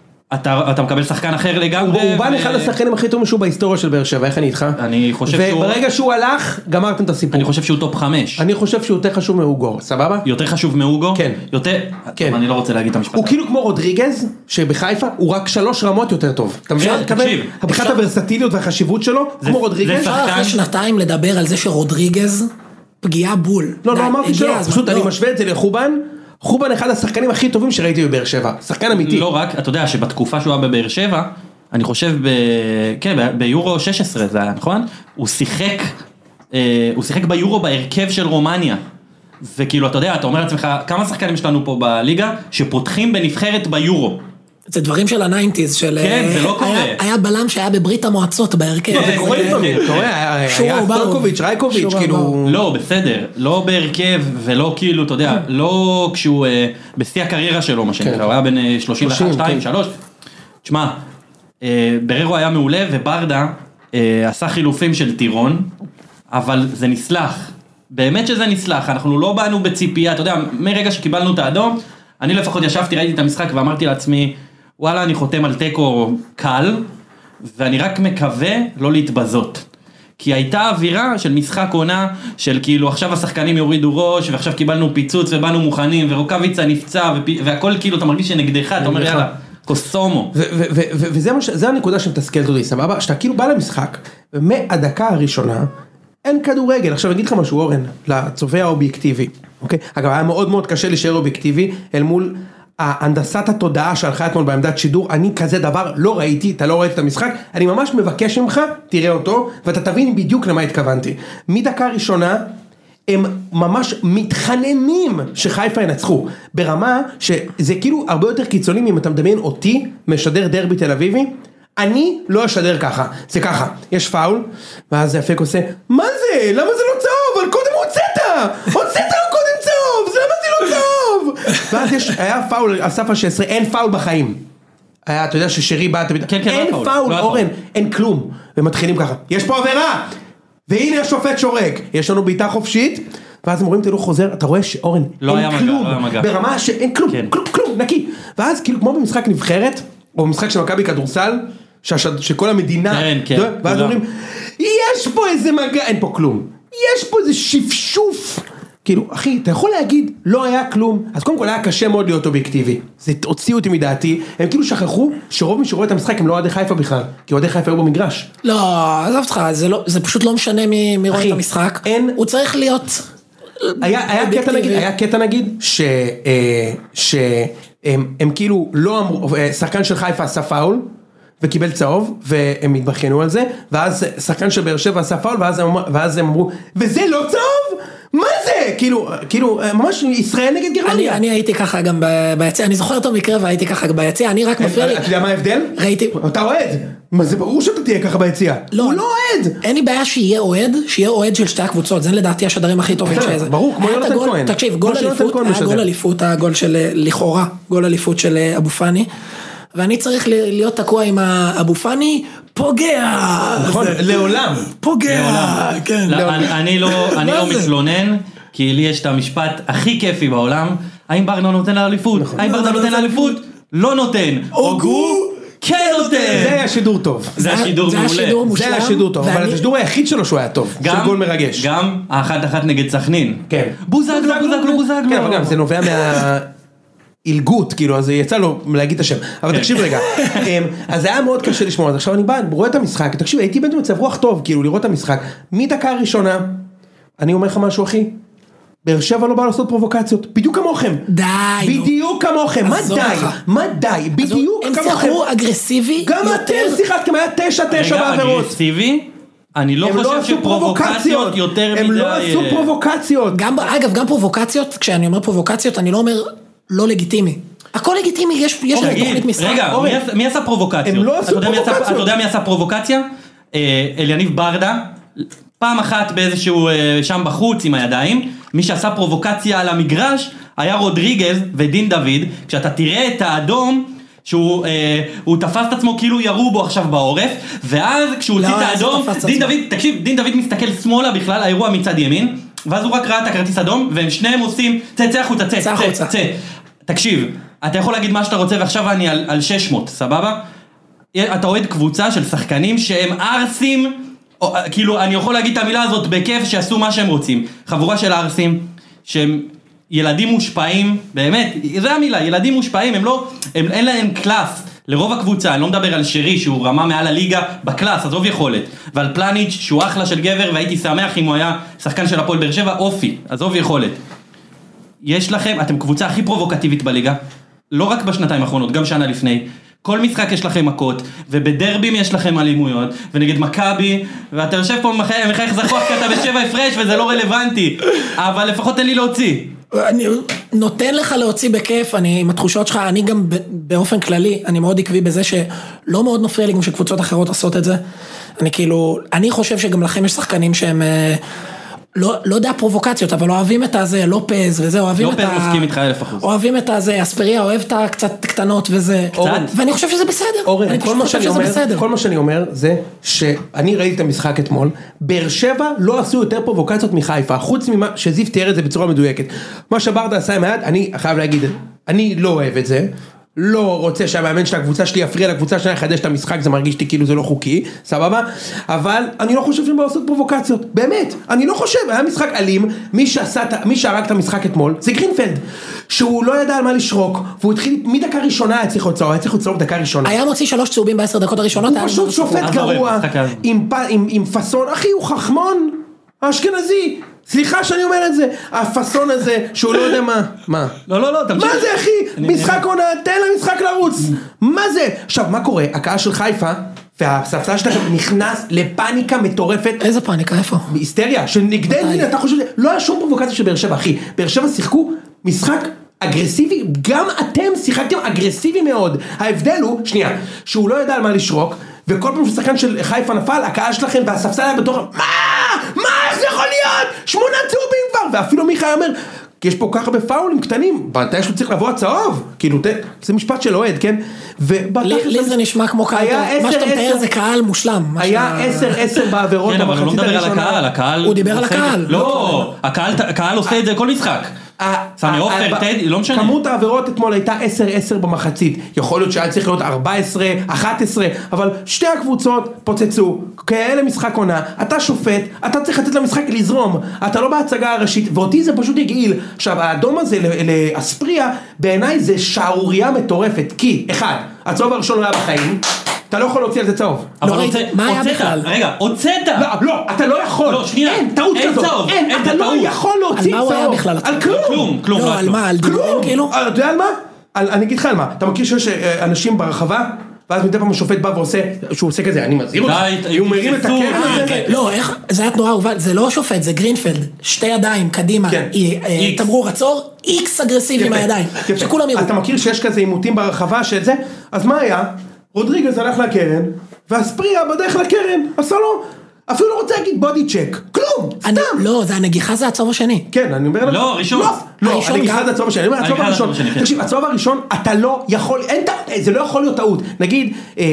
אתה מקבל שחקן אחר לגמרי. הוא בא אחד השחקנים הכי טובים שהוא בהיסטוריה של באר שבע, איך אני איתך? אני חושב שהוא... וברגע שהוא הלך, גמרתם את הסיפור. אני חושב שהוא טופ 5. אני חושב שהוא יותר חשוב מאוגו, סבבה? יותר חשוב מאוגו? כן. יותר... כן. אני לא רוצה להגיד את המשפט. הוא כאילו כמו רודריגז, שבחיפה הוא רק 3 רמות יותר טוב. אתה מבין? תקשיב. מבחינת הוורסטיליות והחשיבות שלו, כמו רודריגז. אחרי שנתיים לדבר על זה שרודריגז פגיעה בול. לא אמרתי שלא, פשוט אני משווה את זה לחובן. חובן אחד השחקנים הכי טובים שראיתי בבאר שבע, שחקן אמיתי. לא רק, אתה יודע שבתקופה שהוא היה בבאר שבע, אני חושב ביורו 16 זה היה, נכון? הוא שיחק ביורו בהרכב של רומניה. וכאילו, אתה יודע, אתה אומר לעצמך, כמה שחקנים יש לנו פה בליגה שפותחים בנבחרת ביורו? זה דברים של הניינטיז, של... כן, זה לא קורה. היה בלם שהיה בברית המועצות בהרכב. זה קורה לפעמים, היה סטוקוביץ', רייקוביץ', כאילו... לא, בסדר, לא בהרכב ולא כאילו, אתה יודע, לא כשהוא בשיא הקריירה שלו, מה שנקרא, הוא היה בין 32, 3. תשמע, בררו היה מעולה וברדה עשה חילופים של טירון, אבל זה נסלח. באמת שזה נסלח, אנחנו לא באנו בציפייה, אתה יודע, מרגע שקיבלנו את האדום, אני לפחות ישבתי, ראיתי את המשחק ואמרתי לעצמי, וואלה, אני חותם על טקו קל, ואני רק מקווה לא להתבזות. כי הייתה אווירה של משחק עונה, של כאילו עכשיו השחקנים יורידו ראש, ועכשיו קיבלנו פיצוץ ובאנו מוכנים, ורוקביצה נפצע, והכל כאילו אתה מרגיש שנגדך, אתה אומר יאללה, קוסומו. וזה הנקודה שמתסכלת אותי, סבבה? שאתה כאילו בא למשחק, ומהדקה הראשונה, אין כדורגל. עכשיו אני אגיד לך משהו, אורן, לצופה האובייקטיבי, אוקיי? אגב, היה מאוד מאוד קשה להישאר אובייקטיבי, אל מול ההנדסת התודעה שהלכה אתמול בעמדת שידור, אני כזה דבר לא ראיתי, אתה לא ראית את המשחק, אני ממש מבקש ממך, תראה אותו, ואתה תבין בדיוק למה התכוונתי. מדקה ראשונה, הם ממש מתחננים שחיפה ינצחו, ברמה שזה כאילו הרבה יותר קיצוני, אם אתה מדמיין אותי, משדר דרבי תל אביבי, אני לא אשדר ככה, זה ככה, יש פאול, ואז אפק עושה, מה זה? למה זה לא צהוב? אבל קודם הוצאת קודם צהוב, זה למה זה לא צהוב? ואז היה פאול על סף ה-16, אין פאול בחיים. אתה יודע ששרי בא, אין פאול, אורן, אין כלום, ומתחילים ככה, יש פה עבירה, והנה השופט שורק, יש לנו בעיטה חופשית, ואז הם רואים תלו חוזר, אתה רואה שאורן, אין כלום, ברמה שאין כלום, כלום, נקי, ואז כאילו כמו במשחק נבחרת, או במשחק של מכבי כדורסל, שכל המדינה, ואז אומרים, יש פה איזה מגע, אין פה כלום, יש פה איזה שפשוף, כאילו, אחי, אתה יכול להגיד, לא היה כלום, אז קודם כל היה קשה מאוד להיות אובייקטיבי, זה הוציא אותי מדעתי, הם כאילו שכחו שרוב מי שרואה את המשחק הם לא אוהדי חיפה בכלל, כי אוהדי חיפה היו במגרש. לא, עזוב אותך, זה פשוט לא משנה מי רואה את המשחק, הוא צריך להיות היה קטע נגיד, שהם כאילו לא אמרו, שחקן של חיפה עשה פאול, וקיבל צהוב, והם התבחנו על זה, ואז שחקן של באר שבע עשה פאול, ואז הם אמרו, וזה לא צהוב? מה זה? כאילו, ממש ישראל נגד גרמניה. אני הייתי ככה גם ביציע, אני זוכר אותו מקרה והייתי ככה ביציע, אני רק מפריע לי. אתה יודע מה ההבדל? ראיתי. אתה אוהד. מה זה ברור שאתה תהיה ככה ביציע. הוא לא אוהד. אין לי בעיה שיהיה אוהד של שתי הקבוצות, זה לדעתי השדרים הכי טובים שזה. ברור, כמו יונתן כהן. תקשיב, גול אליפות, הגול של, לכאורה, גול אליפות של אבו פאני. ואני צריך להיות תקוע עם אבו פאני, פוגע. נכון, לעולם. פוגע, כן. אני לא מתלונן, כי לי יש את המשפט הכי כיפי בעולם, האם ברדה נותן לאליפות? האם ברדה נותן לאליפות? לא נותן. אוגו, כן נותן. זה היה שידור טוב. זה היה שידור מעולה. זה היה שידור טוב, אבל השידור היחיד שלו שהוא היה טוב. של גול מרגש. גם האחת נגד סכנין. כן. בוזגלו. כן, אבל גם זה נובע אילגות, כאילו, אז יצא לו להגיד את השם, אבל תקשיב רגע, אז זה היה מאוד קשה לשמוע, אז עכשיו אני בא, רואה את המשחק, תקשיב, הייתי בן מצב רוח טוב, כאילו, לראות את המשחק, מדקה הראשונה, אני אומר לך משהו אחי, באר שבע לא בא לעשות פרובוקציות, בדיוק כמוכם, די, בדיוק כמוכם, מה די, בדיוק כמוכם, הם שיחקו אגרסיבי, גם אתם שיחקתם, היה 9-9 בעבירות, אגרסיבי, אני לא חושב שפרובוקציות יותר מדי, הם לא עשו פרובוקציות, אגב, גם פרובוקציות, כשאני אומר פרובוקציות, אני לא אומר לא לגיטימי. הכל לגיטימי, יש להם תוכנית משחק. רגע, מי עשה פרובוקציות? הם לא עשו פרובוקציות. אתה יודע מי עשה פרובוקציה? אליניב ברדה, פעם אחת באיזשהו שם בחוץ עם הידיים, מי שעשה פרובוקציה על המגרש היה רודריגז ודין דוד, כשאתה תראה את האדום, שהוא תפס את עצמו כאילו ירו בו עכשיו בעורף, ואז כשהוא הוציא את האדום, דין דוד מסתכל שמאלה בכלל, האירוע מצד ימין, ואז הוא רק ראה את הכרטיס אדום, והם שניהם עושים, צא החוצה. תקשיב, אתה יכול להגיד מה שאתה רוצה, ועכשיו אני על 600, סבבה? אתה אוהד קבוצה של שחקנים שהם ארסים, כאילו אני יכול להגיד את המילה הזאת בכיף, שעשו מה שהם רוצים. חבורה של ארסים, שהם ילדים מושפעים, באמת, זה המילה, ילדים מושפעים, אין להם קלאס. לרוב הקבוצה, אני לא מדבר על שרי שהוא רמה מעל הליגה בקלאס, עזוב יכולת, ועל פלניץ' שהוא אחלה של גבר, והייתי שמח אם הוא היה שחקן של הפועל באר שבע, אופי, עזוב יכולת. יש לכם, אתם קבוצה הכי פרובוקטיבית בליגה, לא רק בשנתיים האחרונות, גם שנה לפני, כל משחק יש לכם מכות, ובדרבים יש לכם אלימויות, ונגד מכבי, ואתה יושב פה מחייך זכוח כי אתה בשבע הפרש, וזה לא רלוונטי, אבל לפחות תן לי להוציא. אני נותן לך להוציא בכיף, אני עם התחושות שלך, אני גם באופן כללי, אני מאוד עקבי בזה שלא מאוד נופריע לי גם שקבוצות אחרות עושות את זה, אני חושב שגם לכם יש שחקנים שהם לא יודע פרובוקציות, אבל אוהבים את הזה, לופז וזה, אוהבים את מסכים איתך 1000%. אוהבים את הזה, אספריה אוהב את הקצת קטנות וזה, ואני חושב שזה בסדר. אני חושב שזה בסדר. כל מה שאני אומר זה שאני ראיתי את המשחק אתמול, באר שבע לא עשו יותר פרובוקציות מחיפה, חוץ ממה שזיו תיאר את זה בצורה מדויקת. מה שברדה עשה עם היד, אני חייב להגיד, אני לא אוהב את זה. לא רוצה שהמאמן של הקבוצה שלי יפריע לקבוצה שלי לחדש את המשחק, זה מרגיש לי כאילו זה לא חוקי, סבבה? אבל אני לא חושב שהם באו לעשות פרובוקציות, באמת, אני לא חושב, היה משחק אלים, מי שהרג את המשחק אתמול, זה גרינפלד, שהוא לא ידע על מה לשרוק, והוא התחיל מדקה ראשונה, היה צריך לצלוב דקה ראשונה. היה מוציא 3 צהובים ב10 דקות הראשונות, הוא פשוט שופט גרוע, עם פסון, אחי הוא חכמון, האשכנזי, סליחה שאני אומר את זה, הפסון הזה, שהוא לא יודע מה. לא, תמשיך. מה זה אחי? משחק עונה, תן למשחק לרוץ. מה זה? עכשיו, מה קורה? הקהל של חיפה, והספסל שלכם נכנס לפאניקה מטורפת. איזה פאניקה? איפה? בהיסטריה, שנגדל, אתה חושב, לא היה שום פרובוקציה של באר שבע, אחי. באר שבע שיחקו משחק אגרסיבי, גם אתם שיחקתם אגרסיבי מאוד. ההבדל הוא, שנייה, שהוא לא ידע על מה לשרוק, וכל פעם ששחקן של חיפה נפל, הקהל שלכם והספסל היה בתוך, מה זה יכול להיות? 8 צהובים כבר, ואפילו מיכאל אומר, כי יש פה ככה בפאולים קטנים, מתי שהוא צריך לבוא הצהוב, כאילו, זה משפט של אוהד, כן? לי זה נשמע כמו קהל, מה שאתה מתאר זה קהל מושלם. היה 10-10 בעבירות כן, אבל הוא לא מדבר על הקהל, הוא דיבר על הקהל. לא, הקהל עושה את זה כל משחק. סמי אופר, טדי, לא משנה. כמות העבירות אתמול הייתה 10-10 במחצית, יכול להיות שהיה צריך להיות 14-11, אבל שתי הקבוצות פוצצו, כאלה משחק עונה, אתה שופט, אתה צריך לתת למשחק לזרום, אתה לא בהצגה הראשית, ואותי זה פשוט יגעיל. עכשיו, האדום הזה לאספריה, בעיניי זה שערוריה מטורפת, כי, אחד, הצהוב הראשון לא היה בחיים, אתה לא יכול להוציא על זה צהוב. אבל הוצאת, רגע, הוצאת. לא, אתה לא יכול. לא, שנייה. אין, טעות כזאת. אין, אתה לא יכול להוציא צהוב. על מה הוא היה בכלל? על כלום. לא, על מה? על דיבורים כאילו? אתה יודע על מה? אני אגיד לך על מה. אתה מכיר שיש אנשים ברחבה, ואז מדי פעם השופט בא ועושה, שהוא עושה כזה, אני מזהיר אותך. הוא מרים את הקרן הזה. לא, איך? זה היה תנועה הובל, זה לא שופט, זה גרינפלד. 2 ידיים, קדימה. תמרור עצור, איקס אגרסיבי עם הידיים. שכולם יראו. אתה מכיר שיש כזה עימותים ברחבה של זה? אז מה היה? רודריגז הלך לקרן, והספריה בדרך לקרן, עשה לו, אפילו לא רוצה להגיד בודי צ'ק, כלום, סתם. לא, זה הנגיחה זה הצהוב השני. כן, אני אומר לך. לא, ראשון. לא, הנגיחה זה הצהוב השני, אני אומר, הצהוב הראשון. תקשיב, הצהוב הראשון, אתה לא יכול, זה לא יכול להיות טעות. נגיד,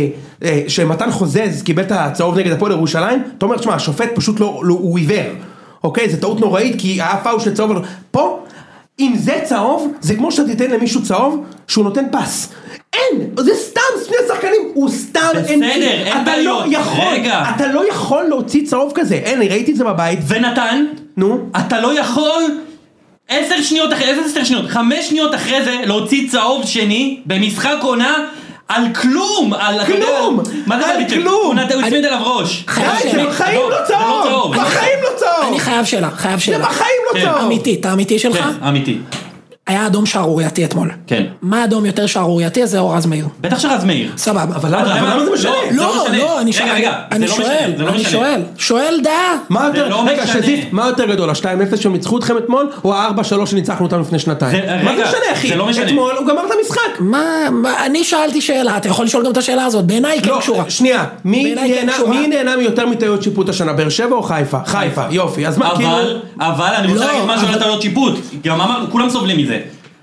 שמתן חוזז קיבל את הצהוב נגד הפועל ירושלים, אתה אומר, תשמע, השופט פשוט לא, הוא עיוור. אוקיי, זה טעות נוראית, כי היה פאול של צהוב. פה, אם זה צהוב, זה כמו שאתה תיתן למישהו צהוב, שהוא נותן פס. אין, זה סתם שני שחקנים, הוא סתם בסדר, אתה לא יכול, אתה לא יכול להוציא צהוב כזה, אין, אני ראיתי את זה בבית. ונתן, אתה לא יכול 10 שניות אחרי, איזה 10 שניות? 5 שניות אחרי זה להוציא צהוב שני במשחק עונה על כלום, על כלום, מה זה על כלום? הוא הצמיד עליו ראש. בחיים לא צהוב, בחיים לא צהוב. אני חייב שאלה. זה בחיים לא צהוב. אמיתית, האמיתי שלך? כן, אמיתי. היה אדום שערורייתי אתמול. כן. מה אדום יותר שערורייתי? זה אור רז מאיר. בטח שרז מאיר. סבבה. אבל למה זה משנה? לא, אני שואל דעה. רגע, שזיף, מה יותר גדול? ה-2-0 שהם ניצחו אתכם אתמול, או ה-4-3 שניצחנו אותם לפני שנתיים? מה זה משנה, אחי? אתמול הוא גמר את המשחק. אני שאלתי שאלה, אתה יכול לשאול גם את השאלה הזאת, בעיניי כן קשורה. שנייה, מי נהנה מיותר מטעויות שיפוט השנה? באר שבע או חיפה? חיפה, יופי. אז מה, כאילו... אבל אני רוצה להגיד משהו על טעויות שיפוט. גם אמרנו, כולם סובלים מזה.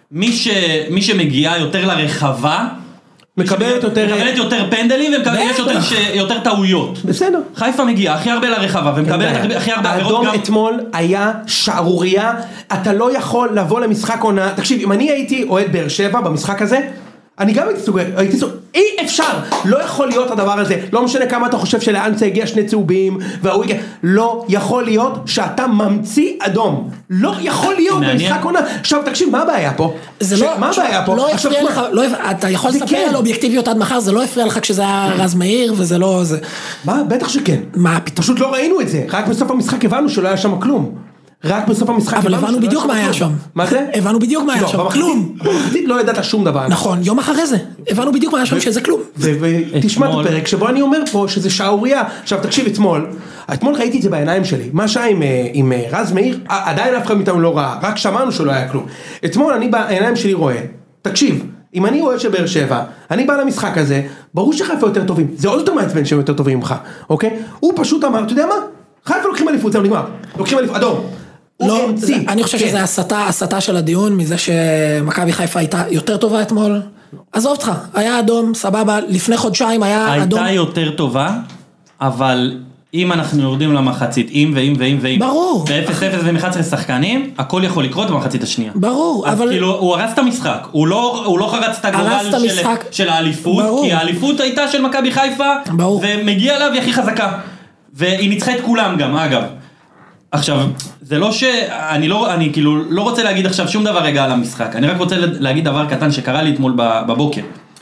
מי שמגיעה יותר לרחבה מקבלת יותר פנדלים ומקבלת יותר טעויות. בסדר. חיפה מגיעה הכי הרבה לרחבה ומקבלת הכי הרבה עבירות גם. האדום אתמול היה שערוריה, אתה לא יכול לבוא למשחק עונה. תקשיב, אם אני הייתי אוהד באר שבע במשחק הזה, אני גם הייתי סוגר, אי אפשר, לא יכול להיות הדבר הזה, לא משנה כמה אתה חושב שלאנצה הגיע 2 צהובים, והוא הגיע, לא יכול להיות שאתה ממציא אדום, לא יכול להיות במשחק עונה. עכשיו תקשיב, מה הבעיה פה? מה הבעיה פה? לא הפריע לך, אתה יכול לספר על אובייקטיביות עד מחר, זה לא הפריע לך כשזה היה רז מאיר, וזה לא זה. מה? בטח שכן. מה? פשוט לא ראינו את זה, רק בסוף המשחק הבנו שלא היה שם כלום. רק בסוף המשחק אבל הבנו בדיוק מה היה שם. מה זה? הבנו בדיוק מה היה שם, כלום. במחצית לא ידעת שום דבר. נכון, יום אחרי זה, הבנו בדיוק מה היה שם שזה כלום. ותשמע את הפרק שבו אני אומר פה שזה שערוריה. עכשיו תקשיב, אתמול ראיתי את זה בעיניים שלי, מה שהיה עם רז מאיר, עדיין אף אחד מאיתנו לא ראה, רק שמענו שלא היה כלום. אתמול אני בעיניים שלי רואה, תקשיב, אם אני רואה שבאר שבע, אני בא למשחק הזה, ברור שחיפה יותר טובים, זה עוד יותר מעצבן שהם יותר טובים ממך, אוקיי? הוא פשוט אמר, אתה יודע מה? חיפה לוקחים אליפות, זהו נגמר. לוקחים אליפות, אדום. לא, אני חושב שזה הסתה של הדיון, מזה שמכבי חיפה הייתה יותר טובה אתמול. עזוב אותך, היה אדום, סבבה, לפני חודשיים היה אדום. הייתה יותר טובה, אבל אם אנחנו יורדים למחצית, ואם, ברור. ו-0-0 ו-11 שחקנים, הכל יכול לקרות במחצית השנייה. ברור, אבל... כאילו, הוא הרס את המשחק, הוא לא חרץ את הגורל של האליפות, כי האליפות הייתה של מכבי חיפה, ומגיע אליו היא הכי חזקה. והיא ניצחה את כולם גם, אגב. עכשיו, זה לא אני כאילו לא רוצה להגיד עכשיו שום דבר רגע על המשחק, אני רק רוצה להגיד דבר קטן שקרה לי אתמול בבוקר.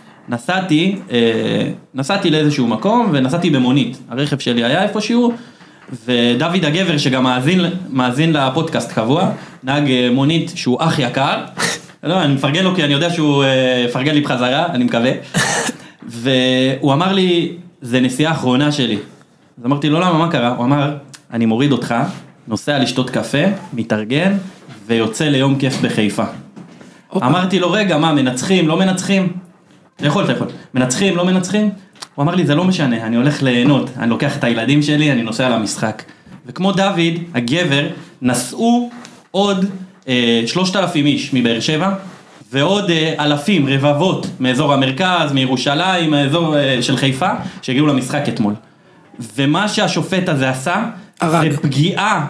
נסעתי לאיזשהו מקום ונסעתי במונית, הרכב שלי היה איפשהו, ודוד הגבר שגם מאזין לפודקאסט קבוע, נהג מונית שהוא אח יקר, לא, אני מפרגן לו כי אני יודע שהוא פרגן לי בחזרה, אני מקווה, והוא אמר לי, זה נסיעה האחרונה שלי. אז אמרתי לו, למה, מה קרה? הוא אמר, אני מוריד אותך, נוסע לשתות קפה, מתארגן, ויוצא ליום כיף בחיפה. אמרתי לו, רגע, מה, מנצחים, לא מנצחים? אתה יכול. מנצחים, לא מנצחים? הוא הוא אמר לי, זה לא משנה, אני הולך ליהנות, אני לוקח את הילדים שלי, אני נוסע למשחק. וכמו דוד, הגבר, נסעו עוד 3,000 איש מבאר שבע, ועוד אלפים, רבבות, מאזור המרכז, מירושלים, מהאזור של חיפה, שהגיעו למשחק אתמול. ומה שהשופט הזה עשה, זה פגיעה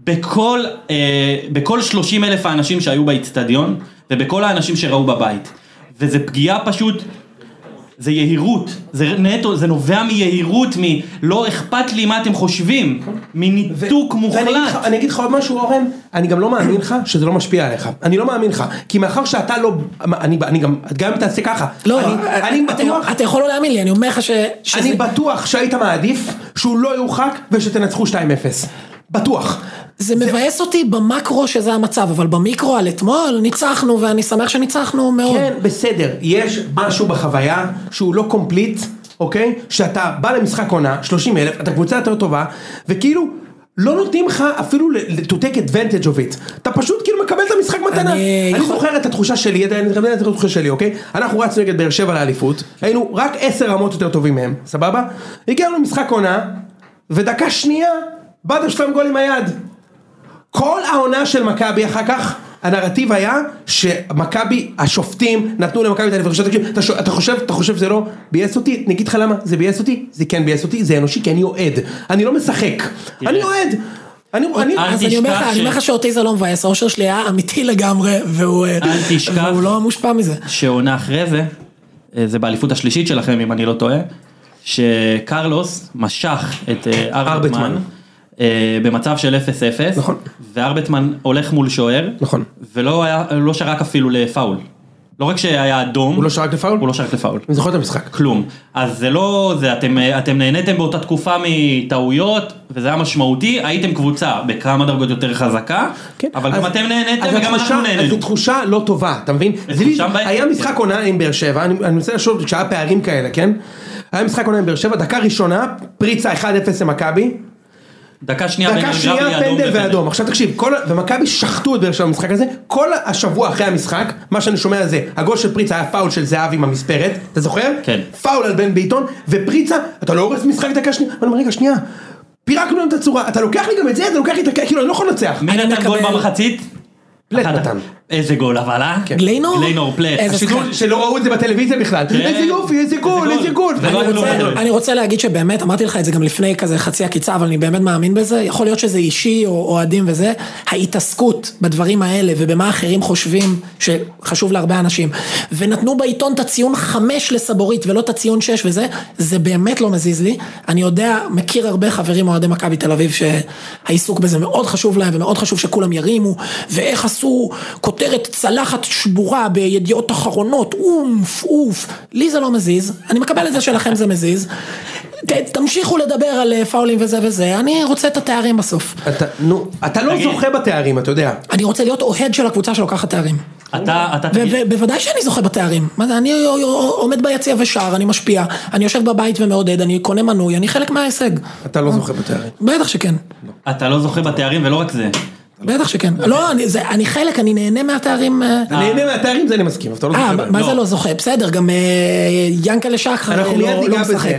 בכל 30,000 האנשים שהיו באצטדיון, ובכל האנשים שראו בבית. וזה פגיעה פשוט, זה יהירות, זה נטו, זה נובע מיהירות, לא אכפת לי מה אתם חושבים, מניתוק מוחלט. אני אגיד לך עוד משהו, אורן, אני גם לא מאמין לך שזה לא משפיע עליך, אני לא מאמין לך, כי מאחר שאתה לא, אני גם תעשה ככה, לא, אתה יכול לא להאמין לי, אני אומר לך אני בטוח שהיית מעדיף שהוא לא יורחק ושתנצחו 2-0, בטוח. זה מבאס אותי במקרו שזה המצב, אבל במיקרו על אתמול ניצחנו, ואני שמח שניצחנו מאוד. כן, בסדר, יש משהו בחוויה שהוא לא קומפליט, אוקיי? שאתה בא למשחק עונה, 30,000, אתה קבוצה יותר טובה, וכאילו לא נותנים לך אפילו to take advantage of it. אתה פשוט כאילו מקבל את המשחק מתנה. אני זוכר את התחושה שלי, אני את התחושה שלי, אוקיי? אנחנו רצנו נגד באר שבע לאליפות, היינו רק 10 רמות יותר טובים מהם, סבבה? הגענו למשחק עונה, ודקה שנייה, באת 2 גולים היד. כל העונה של מכבי אחר כך, הנרטיב היה שמכבי, השופטים נתנו למכבי את האליפות. אתה חושב זה לא בייס אותי? נגיד לך למה? זה בייס אותי? זה כן בייס אותי, זה אנושי, כי אני אוהד. אני לא משחק. אני אוהד. אז אני אומר לך שאותי זה לא מבייס, האושר שלי היה אמיתי לגמרי, והוא לא מושפע מזה. שעונה אחרי זה, זה באליפות השלישית שלכם, אם אני לא טועה, שקרלוס משך את ארבטמן, במצב של 0-0, נכון. וארבטמן הולך מול שוער, נכון. ולא שרק אפילו לפאול. לא רק שהיה אדום, הוא לא שרק לפאול? הוא לא שרק לפאול. אני זוכר את המשחק. כלום. אז זה לא, אתם נהניתם באותה תקופה מטעויות, וזה היה משמעותי, הייתם קבוצה בכמה דרגות יותר חזקה, אבל גם אתם נהניתם וגם אנחנו נהנינו. זו תחושה לא טובה, אתה מבין? היה משחק עונה עם באר שבע, אני מנסה לשאול, כשהיה פערים כאלה, כן? היה משחק עונה עם באר שבע, דקה ראשונה, פריצה 1-0 למכבי, דקה שנייה פנדל ואדום. עכשיו תקשיב, ומכבי שחטו את באר שבע במשחק הזה, כל השבוע אחרי המשחק, מה שאני שומע זה, הגול של פריצה היה פאול של זהב עם המספרת, אתה זוכר? כן. פאול על בן ביטון, ופריצה, אתה לא הורס משחק דקה שנייה, אני אומר רגע שנייה, פירקנו להם את הצורה, אתה לוקח לי גם את זה, אתה לוקח לי את הקה, כאילו אני לא יכול לנצח. מי נתן גול במחצית? פלט נתן. איזה גול, אבל גליינור פלט. שלא ראו את זה בטלוויזיה בכלל. איזה יופי, איזה גול, איזה גול. אני רוצה להגיד שבאמת, אמרתי לך את זה גם לפני כזה חצי הקיצה, אבל אני באמת מאמין בזה, יכול להיות שזה אישי או אוהדים וזה, ההתעסקות בדברים האלה ובמה אחרים חושבים שחשוב להרבה אנשים, ונתנו בעיתון את הציון 5 לסבורית ולא את הציון 6 וזה, זה באמת לא מזיז לי. אני יודע, מכיר הרבה חברים אוהדי מכבי תל אביב שהעיסוק בזה מאוד חשוב להם ומאוד חשוב שכולם ירימו, ואיך עשו כותרת צלחת שבורה בידיעות אחרונות, אוף, לי זה לא מזיז, אני מקבל את זה שלכם זה מזיז, תמשיכו לדבר על פאולים וזה וזה, אני רוצה את התארים בסוף. אתה לא זוכה בתארים, אתה יודע. אני רוצה להיות אוהד של הקבוצה שלוקחת תארים. ובוודאי שאני זוכה בתארים, אני עומד ביציע ושר, אני משפיע, אני יושב בבית ומעודד, אני קונה מנוי, אני חלק מההישג. אתה לא זוכה בתארים. בטח שכן. אתה לא זוכה בתארים ולא רק זה. בטח שכן. לא, אני חלק, אני נהנה מהתארים. נהנה מהתארים, זה אני מסכים. מה זה לא זוכה? בסדר, גם ינקלה שחר אנחנו מיד ניגע בזה.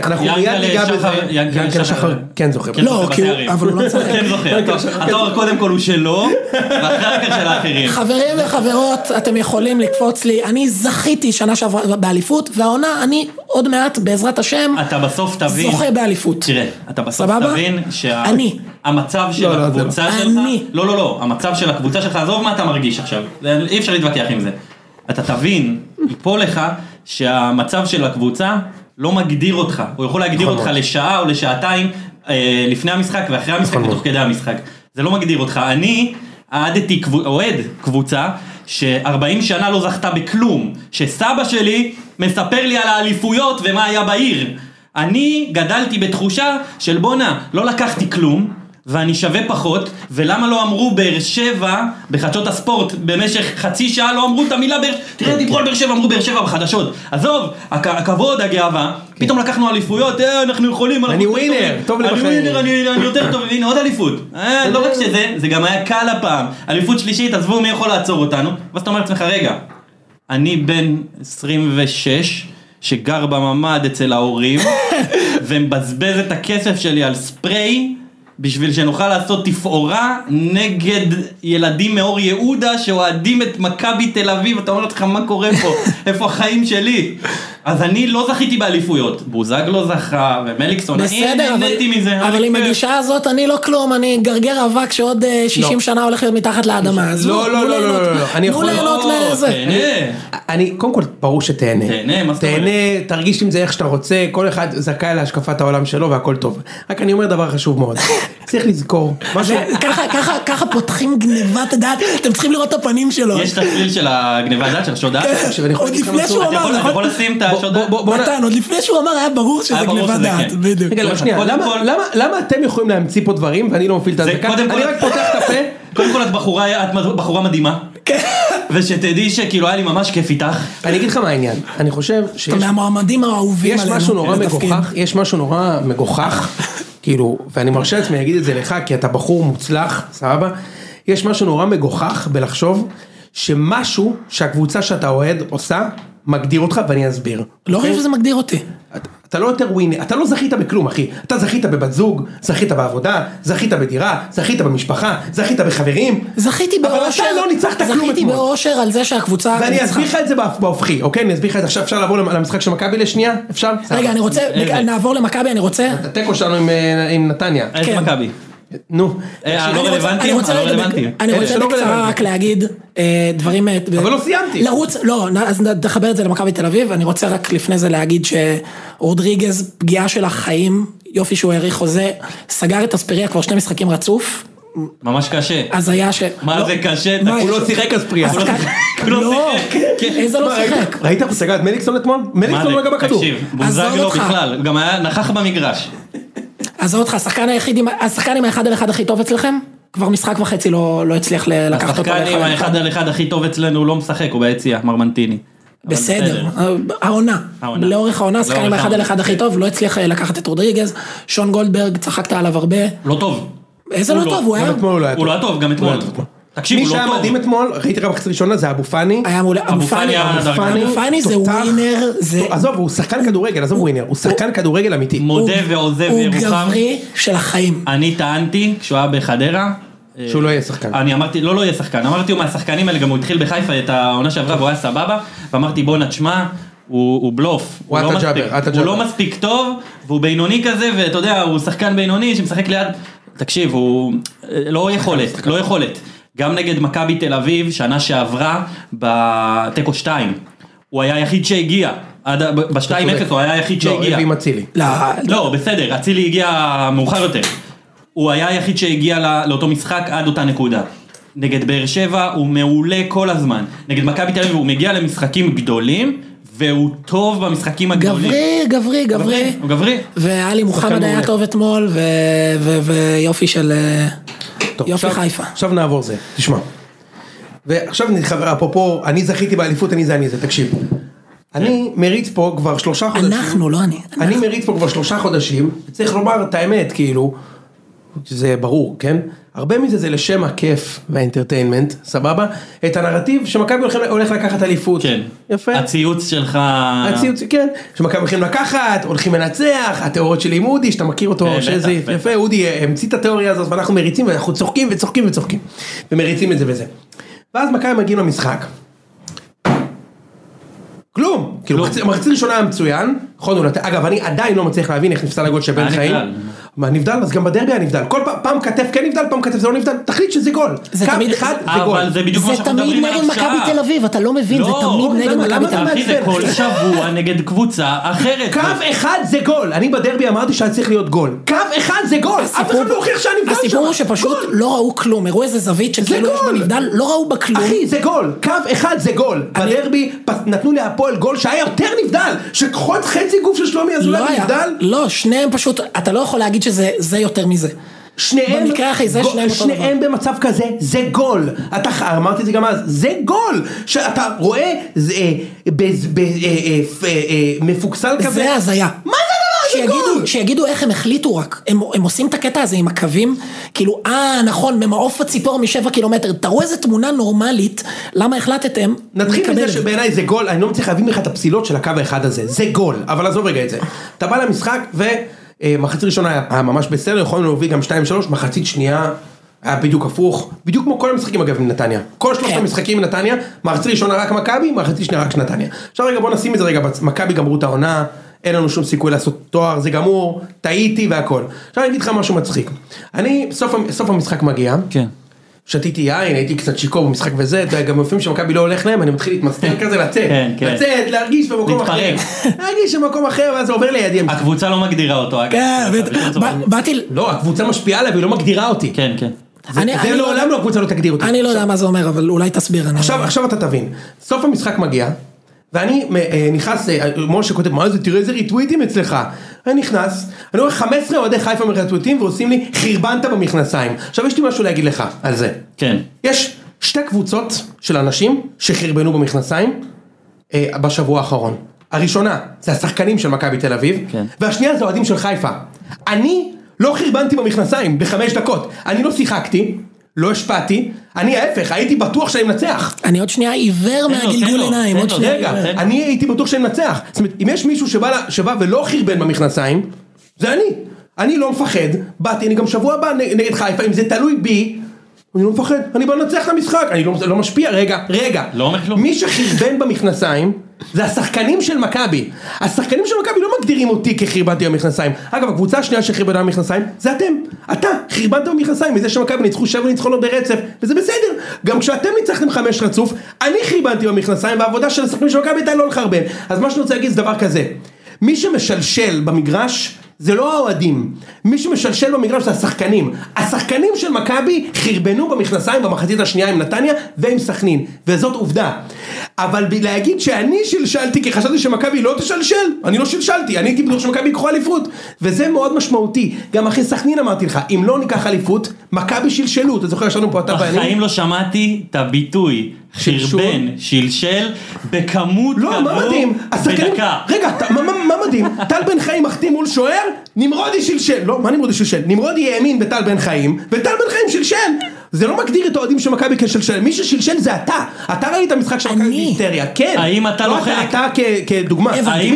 ינקלה שחר כן זוכה. לא, אבל הוא לא משחק. כן זוכה. התואר קודם כל הוא שלו, ואחר כך של האחרים. חברים וחברות, אתם יכולים לקפוץ לי. אני זכיתי שנה שעברה באליפות, והעונה, אני עוד מעט, בעזרת השם, אתה בסוף תבין. זוכה באליפות. תראה, אתה בסוף תבין שהמצב של הקבוצה שלך, לא, המצב של הקבוצה שלך, עזוב מה אתה מרגיש עכשיו, אי אפשר להתווכח עם זה. אתה תבין, ייפול לך שהמצב של הקבוצה לא מגדיר אותך, הוא יכול להגדיר אותך לשעה או לשעתיים לפני המשחק ואחרי המשחק ותוך כדי המשחק. זה לא מגדיר אותך. אני אוהד קבוצה ש40 שנה לא זכתה בכלום, שסבא שלי מספר לי על האליפויות ומה היה בעיר. אני גדלתי בתחושה של בונה, לא לקחתי כלום, ואני שווה פחות, ולמה לא אמרו באר שבע בחדשות הספורט במשך חצי שעה לא אמרו את המילה תראה דיברו על באר שבע, אמרו באר שבע בחדשות. עזוב, הכבוד, הגאווה, פתאום לקחנו אליפויות, אנחנו יכולים, אני ווינר, טוב לי בחיים. אני יותר טוב, הנה עוד אליפות. לא רק שזה, זה גם היה קל הפעם. אליפות שלישית, עזבו מי יכול לעצור אותנו, ואז אתה אומר לעצמך, רגע, אני בן 26 שגר בממד אצל ההורים, ומבזבז את הכסף שלי על ספרי, בשביל שנוכל לעשות תפאורה נגד ילדים מאור יהודה שאוהדים את מכבי תל אביב, אתה אומר לך מה קורה פה, איפה החיים שלי? אז אני לא זכיתי באליפויות, בוזג לא זכה, ומליקסון, אני נהניתי מזה. אבל עם הגישה הזאת אני לא כלום, אני גרגר אבק שעוד 60 שנה הולך להיות מתחת לאדמה. לא, אני יכול ליהנות לזה. אני, קודם כל, ברור שתהנה. תהנה, תרגיש עם זה איך שאתה רוצה, כל אחד זכאי להשקפת העולם שלו והכל טוב. רק אני אומר דבר חשוב מאוד. צריך לזכור. ככה פותחים גניבת הדעת, אתם צריכים לראות את הפנים שלו. יש את הצליל של הגניבת הדעת של השודעת? עוד לפני שהוא אמר, אתה יכול לשים את השודעת? מתן, עוד לפני שהוא אמר היה ברור שזה גניבת דעת. רגע, שנייה, למה אתם יכולים להמציא פה דברים ואני לא מפעיל את הזקה? אני רק פותח את הפה. קודם כל את בחורה מדהימה. ושתדעי שכאילו היה לי ממש כיף איתך. אני אגיד לך מה העניין, אני חושב אתה מהמועמדים האהובים עלינו. יש משהו נורא מגוחך, כאילו, ואני מרשה לעצמי להגיד את זה לך, כי אתה בחור מוצלח, סבבה? יש משהו נורא מגוחך בלחשוב, שמשהו שהקבוצה שאתה אוהד עושה, מגדיר אותך, ואני אסביר. לא חושב שזה מגדיר אותי. אתה לא יותר ווינר, אתה לא זכית בכלום, אחי. אתה זכית בבת זוג, זכית בעבודה, זכית בדירה, זכית במשפחה, זכית בחברים. זכיתי באושר. אבל אתה לא ניצחת כלום אתמול. זכיתי באושר על זה שהקבוצה... ואני אסביר לך את זה בהופכי, אוקיי? אני אסביר לך את זה. עכשיו אפשר לעבור למשחק של מכבי לשנייה? אפשר? רגע, אני רוצה, נעבור למכבי, אני רוצה... התיקו שלנו עם נתניה. איזה מכבי? נו. לא רלוונטיים? אני רוצה בקצרה רק להגיד דברים... אבל לא סיימתי. לרוץ, לא, אז תחבר את זה למכבי תל אביב, אני רוצה רק לפני זה להגיד שאורדריגז, פגיעה של החיים, יופי שהוא העריך חוזה, סגר את אספריה כבר 2 משחקים רצוף. ממש קשה. אז היה ש... מה זה קשה? הוא לא שיחק אספריה. לא, איזה לא שיחק? ראית הוא סגר את מליקסון אתמול? מליקסון לא נגע בכדור. תקשיב, בוזג לא בכלל, הוא גם היה נכח במגרש. אז אותך, השחקן עם האחד על אחד הכי טוב אצלכם? כבר משחק וחצי לא הצליח לקחת אותו. השחקן עם האחד על אחד הכי טוב אצלנו, הוא לא משחק, הוא ביציע, מרמנטיני. בסדר, העונה. לאורך העונה, השחקן עם האחד על אחד הכי טוב, לא הצליח לקחת את רודריגז. שון גולדברג, צחקת עליו הרבה. לא טוב. איזה לא טוב? הוא לא היה טוב, גם אתמול. תקשיב, מי הוא לא שהיה טוב. מדהים אתמול, ראיתי רק בחצי ראשונה, זה אבו פאני. אבו פאני זה ווינר. עזוב, הוא שחקן כדורגל, עזוב ווינר, הוא שחקן כדורגל אמיתי. מודה ועוזב ירוחם. הוא גברי של החיים. אני טענתי, כשהוא היה בחדרה, שהוא לא יהיה שחקן. אני אמרתי, לא יהיה שחקן, אמרתי הוא מהשחקנים האלה, גם הוא התחיל בחיפה את העונה שעברה והוא היה סבבה, ואמרתי בוא נתשמע, הוא בלוף, הוא לא מספיק טוב, והוא בינוני כזה, ואתה יודע, הוא שחקן בינוני שמשחק ליד, תקשיב, הוא לא יכולת, גם נגד מכבי תל אביב, שנה שעברה, בטקו 2, הוא היה היחיד שהגיע, ב-2-0 הוא היה היחיד שהגיע. לא, עם אצילי. לא, בסדר, אצילי הגיע מאוחר יותר. הוא היה היחיד שהגיע לאותו משחק עד אותה נקודה. נגד באר שבע הוא מעולה כל הזמן. נגד מכבי תל אביב הוא מגיע למשחקים גדולים, והוא טוב במשחקים הגדולים. גברי. הוא גברי. ואלי מוחמד היה טוב אתמול, ויופי של... יופי חיפה. עכשיו נעבור זה, תשמע. ועכשיו נתחבר, אפרופו, אני זכיתי באליפות, אני זה, תקשיב. אני מריץ פה כבר 3 חודשים. אנחנו, לא אני. אני מריץ פה כבר 3 חודשים, וצריך לומר את האמת, כאילו, שזה ברור, כן? הרבה מזה זה לשם הכיף והאינטרטיינמנט, סבבה? את הנרטיב שמכבי הולך לקחת אליפות. כן. יפה. הציוץ שלך... הציוץ, כן. שמכבי הולכים לקחת, הולכים לנצח, התיאוריות שלי עם אודי, שאתה מכיר אותו, שזה יפה, אודי המציא את התיאוריה הזאת, ואנחנו מריצים, ואנחנו צוחקים וצוחקים וצוחקים. ומריצים את זה וזה. ואז מכבי מגיעים למשחק. כלום, כאילו מחצית ראשונה היה מצוין, אגב אני עדיין לא מצליח להבין איך נפסל הגול של בן חיים, מה נבדל? אז גם בדרבי היה נבדל, כל פעם כתף כן נבדל, פעם כתף זה לא נבדל, תחליט שזה גול, קו אחד זה גול, זה בדיוק מה שאנחנו מדברים על עכשיו, זה תמיד נגד מכבי תל אביב, אתה לא מבין, זה תמיד נגד מכבי תל אביב, זה כל שבוע נגד קבוצה אחרת, קו אחד זה גול, אני בדרבי אמרתי שהיה צריך להיות גול, קו אחד זה גול, אף אחד לא הוכיח שהיה נבדל שם, הסיפור הוא שפשוט לא ראו כלום, הראו איזה זווית שכאילו יש בנבדל, לא ראו בה כלום, אחי זה גול, קו אחד זה גול, בדרבי נתנו להפועל גול שהיה יותר נבדל, שכל חצי גוף של שלומי אזולאי נבדל? לא, שניהם פשוט, אתה לא יכול להגיד שזה יותר מזה. שניהם במצב כזה, זה גול. אתה אמרתי את זה גם אז, זה גול. שאתה רואה מפוקסל כזה. זה הזיה. מה זה הדבר? זה גול. שיגידו איך הם החליטו רק, הם עושים את הקטע הזה עם הקווים, כאילו, נכון, ממעוף הציפור מ7 קילומטר, תראו איזה תמונה נורמלית, למה החלטתם? נתחיל מזה שבעיניי זה גול, אני לא מצליח להבין לך את הפסילות של הקו האחד הזה, זה גול, אבל עזוב רגע את זה. אתה בא למשחק ומחצית ראשונה היה ממש בסדר, יכולנו להוביל גם 2-3, מחצית שנייה היה בדיוק הפוך, בדיוק כמו כל המשחקים אגב עם נתניה. כל שלושת המשחקים עם נתניה, מחצית ראשונה רק מכבי, מחצית שנייה רק נתניה. עכשיו רגע בוא נשים את זה רגע, מכבי גמרו את העונה, אין לנו שום סיכוי לעשות תואר, זה גמור, טעיתי והכל. עכשיו אני אגיד לך משהו מצחיק. אני, סוף המשחק מגיע, כן. שתיתי יין, הייתי קצת שיקור במשחק וזה, גם לפעמים שמכבי לא הולך להם, אני מתחיל להתמסתר כזה לצאת, להרגיש במקום אחר. להרגיש במקום אחר, ואז זה עובר לידי. הקבוצה לא מגדירה אותו. כן, באתי... לא, הקבוצה משפיעה עליי והיא לא מגדירה אותי. כן, כן. זה לעולם לא, הקבוצה לא תגדיר אותי. אני לא יודע מה זה אומר, אבל אולי תסביר. עכשיו אתה תבין. סוף המשחק מגיע, ואני נכנס, משה כותב, מה זה, תראה איזה ריטוויטים אצלך. אני נכנס, אני רואה 15 אוהדי חיפה מריטוויטים, ועושים לי, חרבנת במכנסיים. עכשיו יש לי משהו להגיד לך על זה. כן. יש שתי קבוצות של אנשים שחרבנו במכנסיים בשבוע האחרון. הראשונה, זה השחקנים של מכבי תל אביב, כן. והשנייה זה אוהדים של חיפה. אני לא חרבנתי במכנסיים ב5 דקות. אני לא שיחקתי, לא השפעתי, אני ההפך, הייתי בטוח שאני מנצח. אני עוד שנייה עיוור מהגלגול עיניים, עוד שנייה. רגע, אני הייתי בטוח שאני מנצח. זאת אומרת, אם יש מישהו שבא ולא חרבן במכנסיים, זה אני. אני לא מפחד, באתי, אני גם שבוע הבא נגד חיפה, אם זה תלוי בי, אני לא מפחד, אני בא לנצח את המשחק, אני לא משפיע, רגע. לא אומר כלום. מי שחרבן במכנסיים, זה השחקנים של מכבי. השחקנים של מכבי לא מגדירים אותי כחרבנתי במכנסיים. אגב, הקבוצה השנייה שחרבנה במכנסיים, זה אתם. אתה חרבנת במכנסיים, מזה שמכבי ניצחו 7 ניצחונות ברצף, וזה בסדר. גם כשאתם ניצחתם 5 רצוף, אני חרבנתי במכנסיים, והעבודה של השחקנים של מכבי הייתה לא לחרבן. אז מה שאני רוצה להגיד זה דבר כזה. מי שמשלשל במגרש, זה לא האוהדים. מי שמשלשל במגרש זה השחקנים. השחקנים של מכבי חרבנו במכנסיים במחצית השנייה עם נתניה ועם סכנין. וזאת עובדה. אבל להגיד שאני שלשלתי כי חשבתי שמכבי לא תשלשל, אני לא שלשלתי, אני הייתי בטוח שמכבי יקחו אליפות. וזה מאוד משמעותי. גם אחרי סכנין אמרתי לך, אם לא ניקח אליפות, מכבי שלשלו. אתה זוכר ישבנו פה אתה ואני? בחיים לא שמעתי את הביטוי חרבן, שלשל, בכמות כזו בדקה. רגע, מה מדהים? טל בן חיים מחתים מול שוער, נמרודי שלשל. לא, מה נמרודי שלשל? נמרודי האמין בטל בן חיים, וטל בן חיים שלשל. זה לא מגדיר את האוהדים של מכבי כשלשל. מי ששלשל זה אתה. אתה ראית המשחק של מכבי בהיסטריה. כן. האם אתה לא חלק... אתה כדוגמה.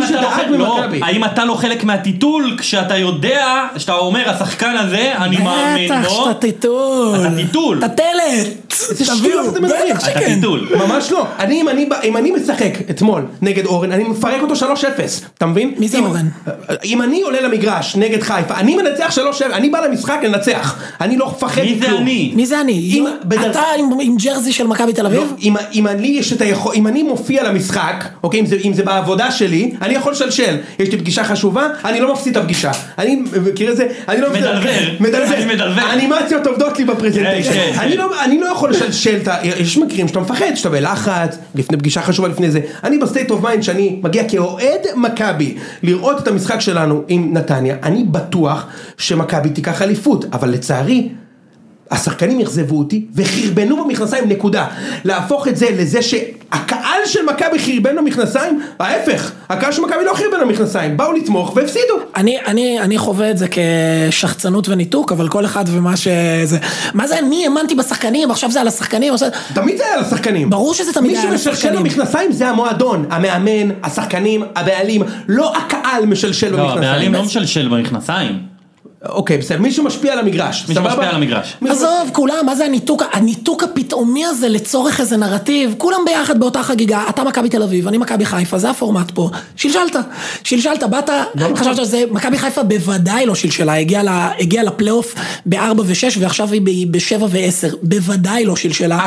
האם אתה לא חלק מהטיטול כשאתה יודע, שאתה אומר, השחקן הזה, אני מאמין בו. בטח שאתה טיטול. אתה טיטול. אתה תלת. זה שטויות אתם מדברים. אתה טיטול. ממש לא. אם אני משחק אתמול נגד אורן, אני מפרק אותו 3-0. אתה מבין? מי זה אורן? אם אני עולה למגרש נגד חיפה, אני מנצח 3-0. אני בא למשחק לנצח. אני לא מפחד כלום. מי זה אני? אתה עם ג'רזי של מכבי תל אביב? אם אני מופיע למשחק, אוקיי, אם זה בעבודה שלי, אני יכול לשלשל. יש לי פגישה חשובה, אני לא מפסיד את הפגישה. אני מכיר את זה, אני לא מדלבר. האנימציות עובדות לי בפרזנטיישן. אני לא יכול לשלשל, יש מקרים שאתה מפחד, שאתה בלחץ, לפני פגישה חשובה לפני זה. אני בסטייט אוף מיינד שאני מגיע כאוהד מכבי לראות את המשחק שלנו עם נתניה, אני בטוח שמכבי תיקח אליפות, אבל לצערי השחקנים יחזבו אותי וחרבנו במכנסיים, נקודה. להפוך את זה לזה שהקהל של מכבי חרבן במכנסיים, ההפך, הקהל של מכבי לא חרבן במכנסיים, באו לתמוך והפסידו. אני חווה את זה כשחצנות וניתוק, אבל כל אחד ומה שזה, מה זה אני האמנתי בשחקנים, עכשיו זה על השחקנים, תמיד זה היה על השחקנים. ברור שזה תמיד היה על השחקנים. מי שמשלשל במכנסיים זה המועדון, המאמן, השחקנים, הבעלים, לא הקהל משלשל במכנסיים. לא, הבעלים לא משלשל במכנסיים. אוקיי, בסדר, מישהו משפיע על המגרש. מישהו משפיע על המגרש. עזוב, כולם, מה זה הניתוק הפתאומי הזה לצורך איזה נרטיב, כולם ביחד באותה חגיגה, אתה מכבי תל אביב, אני מכבי חיפה, זה הפורמט פה. שלשלת, באת, חשבת שזה, מכבי חיפה בוודאי לא שלשלה, הגיעה לפלייאוף ב4 ו6, ועכשיו היא ב7 ו10, בוודאי לא שלשלה.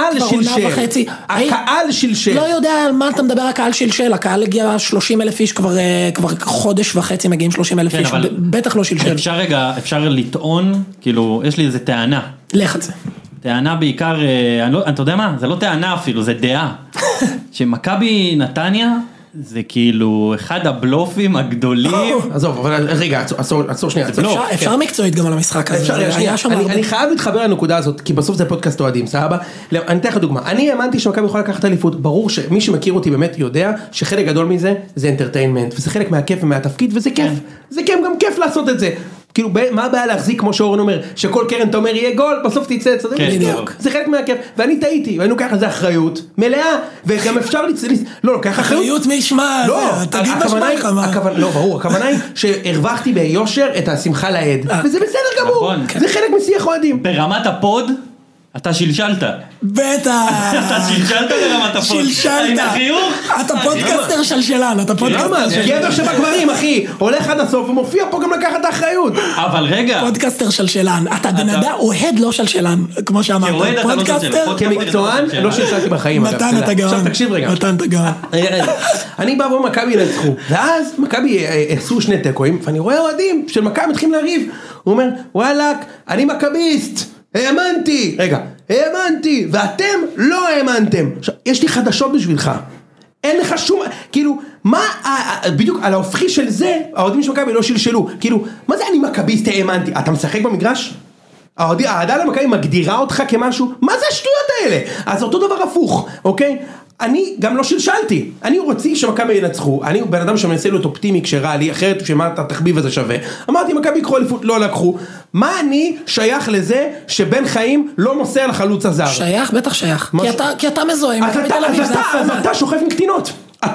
הקהל שלשל. לא יודע על מה אתה מדבר, הקהל שלשל, הקהל הגיע 30,000 איש, כבר חודש וחצי מגיעים 30,000 איש, בטח לא שלשל. אפשר לטעון, כאילו, יש לי איזה טענה. לך את זה. טענה בעיקר, אתה יודע מה? זה לא טענה אפילו, זה דעה. שמכבי נתניה זה כאילו אחד הבלופים הגדולים. עזוב, אבל רגע, עצור שנייה. אפשר מקצועית גם על המשחק הזה. אני חייב להתחבר לנקודה הזאת, כי בסוף זה פודקאסט אוהדים, סבבה? אני אתן לך דוגמה, אני האמנתי שמכבי יכולה לקחת אליפות, ברור שמי שמכיר אותי באמת יודע שחלק גדול מזה זה אנטרטיינמנט, וזה חלק מהכיף ומהתפקיד, וזה כיף, זה גם כיף לעשות את זה. כאילו, מה הבעיה להחזיק, כמו שאורן אומר, שכל קרן אתה אומר יהיה גול, בסוף תצא, זה חלק מהכיף, ואני טעיתי, והיינו ככה, זה אחריות מלאה, וגם אפשר לא, לוקח אחריות מי ישמע, תגיד מה שמע לך, מה? לא, ברור, הכוונה היא שהרווחתי ביושר את השמחה לעד, וזה בסדר גמור, זה חלק משיח אוהדים. ברמת הפוד, אתה שלשלת. בטח. אתה שלשלת ברמת הפוד. שלשלת. אתה פודקאסטר שלשלן, אתה פודקאסטר שלשלן. גבר שבגברים, אחי, הולך עד הסוף ומופיע פה גם לקחת את האחריות. אבל רגע. פודקאסטר שלשלן. אתה בן אדם, אוהד לא שלשלן, כמו שאמרת. פודקאסטר. כמקצוען, לא שלשלתי בחיים. מתן אתה גאון. עכשיו תקשיב רגע. מתן אתה גאון. אני בא ואומר, מכבי ינצחו. ואז מכבי עשו שני תיקואים, ואני רואה אוהדים של מכבי מתחילים לריב. הוא אומר, וואלק, אני מכביסט. האמנתי, ואתם לא האמנתם. עכשיו, יש לי חדשות בשבילך. אין לך שום, כאילו, מה, בדיוק על ההופכי של זה, האוהדים של מכבי לא שלשלו. כאילו, מה זה אני מכביסט האמנתי? אתה משחק במגרש? האהדה למכבי מגדירה אותך כמשהו? מה זה השטויות האלה? אז אותו דבר הפוך, אוקיי? אני גם לא שלשלתי, אני רוצים שמכבי ינצחו, אני בן אדם שמנסה להיות אופטימי כשרע לי, אחרת שמה את התחביב הזה שווה, אמרתי מכבי יקחו אליפות, לא לקחו, מה אני שייך לזה שבן חיים לא נוסע לחלוץ הזר? שייך, בטח שייך, כי אתה מזוהה, אז אתה שוכב עם קטינות,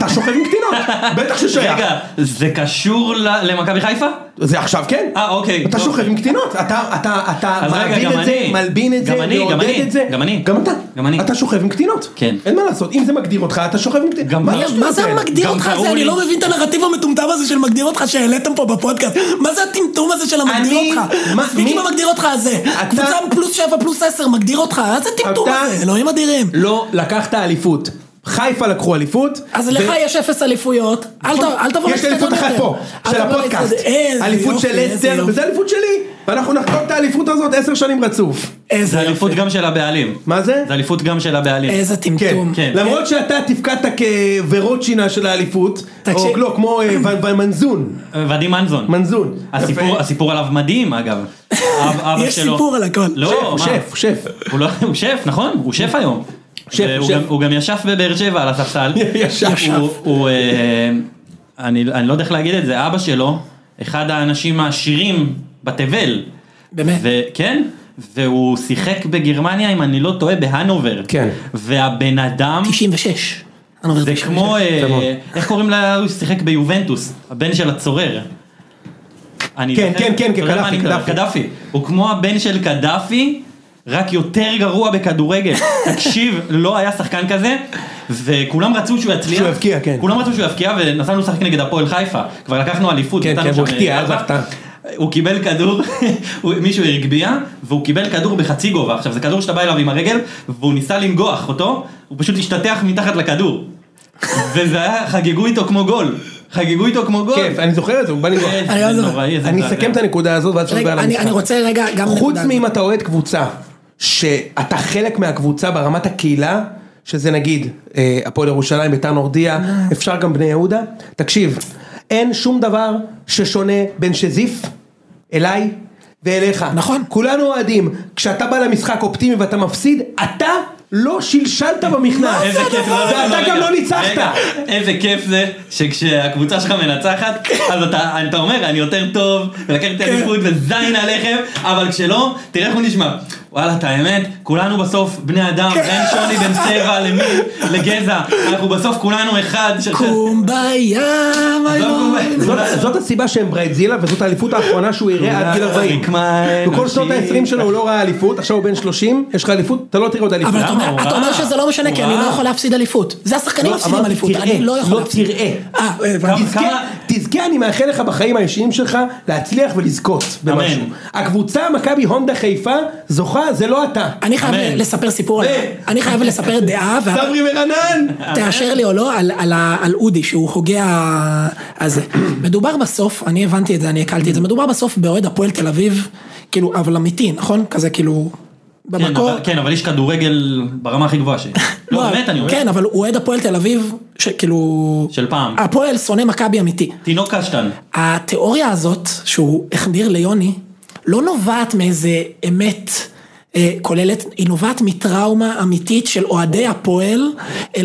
בטח ששייך. רגע, זה קשור למכבי חיפה? זה עכשיו כן. אוקיי. אתה שוכב עם קטינות, אתה מעביר את זה, מלבין את זה, מעודד את זה. גם אתה. אתה שוכב עם קטינות. כן. אין מה לעשות, אם זה מגדיר אותך, אתה שוכב עם קטינות. מה זה מגדיר אותך? אני לא מבין את הנרטיב המטומטם הזה של מגדיר אותך שהעליתם פה בפודקאסט. מה זה הטמטום הזה של המגדיר אותך? מספיק עם המגדיר אותך הזה. קבוצה פלוס 7 פלוס 10 מגדיר אותך. איזה טמטום הזה? אלוהים אדירים. לא לקחת אליפות. חיפה לקחו אליפות. אז לך יש 0 אליפויות. אל תבוא יש אליפות אחת פה, של הפודקאסט. אליפות של לסטר, וזה אליפות שלי. ואנחנו נחתום את האליפות הזאת 10 שנים רצוף. זה אליפות גם של הבעלים. מה זה? זה אליפות גם של הבעלים. איזה טמטום. למרות שאתה תפקדת כוורוטשינה של האליפות, או לא, כמו מנזון. ודים מנזון. הסיפור עליו מדהים אגב. יש סיפור על הכל. לא, שף. הוא שף, נכון? הוא שף היום. הוא גם ישב בבאר שבע על הספסל. אני לא יודע איך להגיד את זה, אבא שלו, אחד האנשים העשירים בתבל. באמת? כן, והוא שיחק בגרמניה, אם אני לא טועה, בהנובר. כן. והבן אדם... 96. זה כמו, איך קוראים לה, הוא שיחק ביובנטוס, הבן של הצורר. כן, קדאפי. הוא כמו הבן של קדאפי, רק יותר גרוע בכדורגל. תקשיב, לא היה שחקן כזה, וכולם רצו שהוא יצליח. שהוא יבקיע, כן. כולם רצו שהוא יבקיע, ונסענו לשחק נגד הפועל חיפה. כבר לקחנו אליפות. כן, הוא החטיע, הוא קיבל כדור, מישהו הרגביע, והוא קיבל כדור בחצי גובה. עכשיו, זה כדור שאתה בא אליו עם הרגל, והוא ניסה לנגוח אותו, הוא פשוט השתתח מתחת לכדור. וזה היה, חגגו איתו כמו גול. כיף, אני זוכר את זה, הוא בא לנגוח. אני אסכם את הנקודה הזאת, ואז שוב בעל המשחק. אני רוצה רגע גם נקודה. חוץ מאם אתה אוהד קבוצה, שאתה חלק מהקבוצה ברמת הקהילה, שזה נגיד, הפועל ירושלים, בית"ר נורדיה, אפשר גם בני יהודה, תקשיב, אין שום דבר ששונה בין שזיף אליי ואליך. נכון. כולנו אוהדים, כשאתה בא למשחק אופטימי ואתה מפסיד, אתה לא שלשלת במכנס. איזה כיף. ואתה גם לא ניצחת. איזה כיף זה שכשהקבוצה שלך מנצחת, אז אתה אומר, אני יותר טוב, ולקחת את האליפות וזין עליכם, אבל כשלא, תראה איך הוא נשמע. וואלה, את האמת, כולנו בסוף בני אדם, אין שוני בין צבע למין, לגזע, אנחנו בסוף כולנו אחד. קום בים היום. זאת הסיבה שהם ברייטזילה, וזאת האליפות האחרונה שהוא יראה עד גיל 40. בכל שנות ה-20 שלו הוא לא ראה אליפות, עכשיו הוא בן 30, יש לך אליפות, אתה לא תראה עוד אליפות. אבל אתה אומר שזה לא משנה, כי אני לא יכול להפסיד אליפות. זה השחקנים מפסידים אליפות, אני לא יכול להפסיד. תזכה, אני מאחל לך בחיים האישיים שלך להצליח ולזכות במשהו. הקבוצה מכבי הונדה חיפה זוכה, זה לא אתה. אני חייב לספר סיפור, אני חייב לספר דעה, סברי ורנן, תאשר לי או לא, על אודי שהוא הוגע. אז מדובר בסוף, אני הבנתי את זה, אני הקלתי את זה, מדובר בסוף באוהד הפועל תל אביב, כאילו, אבל אמיתי, נכון? כזה כאילו כן, אבל יש כדורגל ברמה הכי גבוהה שלי. לא, באמת, אני אומר. כן, אבל הוא אוהד הפועל תל אביב כאילו... של פעם. הפועל שונא מכבי אמיתי. תינוק קשטן. התיאוריה הזאת, שהוא החדיר ליוני, לא נובעת מאיזה אמת כוללת, היא נובעת מטראומה אמיתית של אוהדי הפועל אל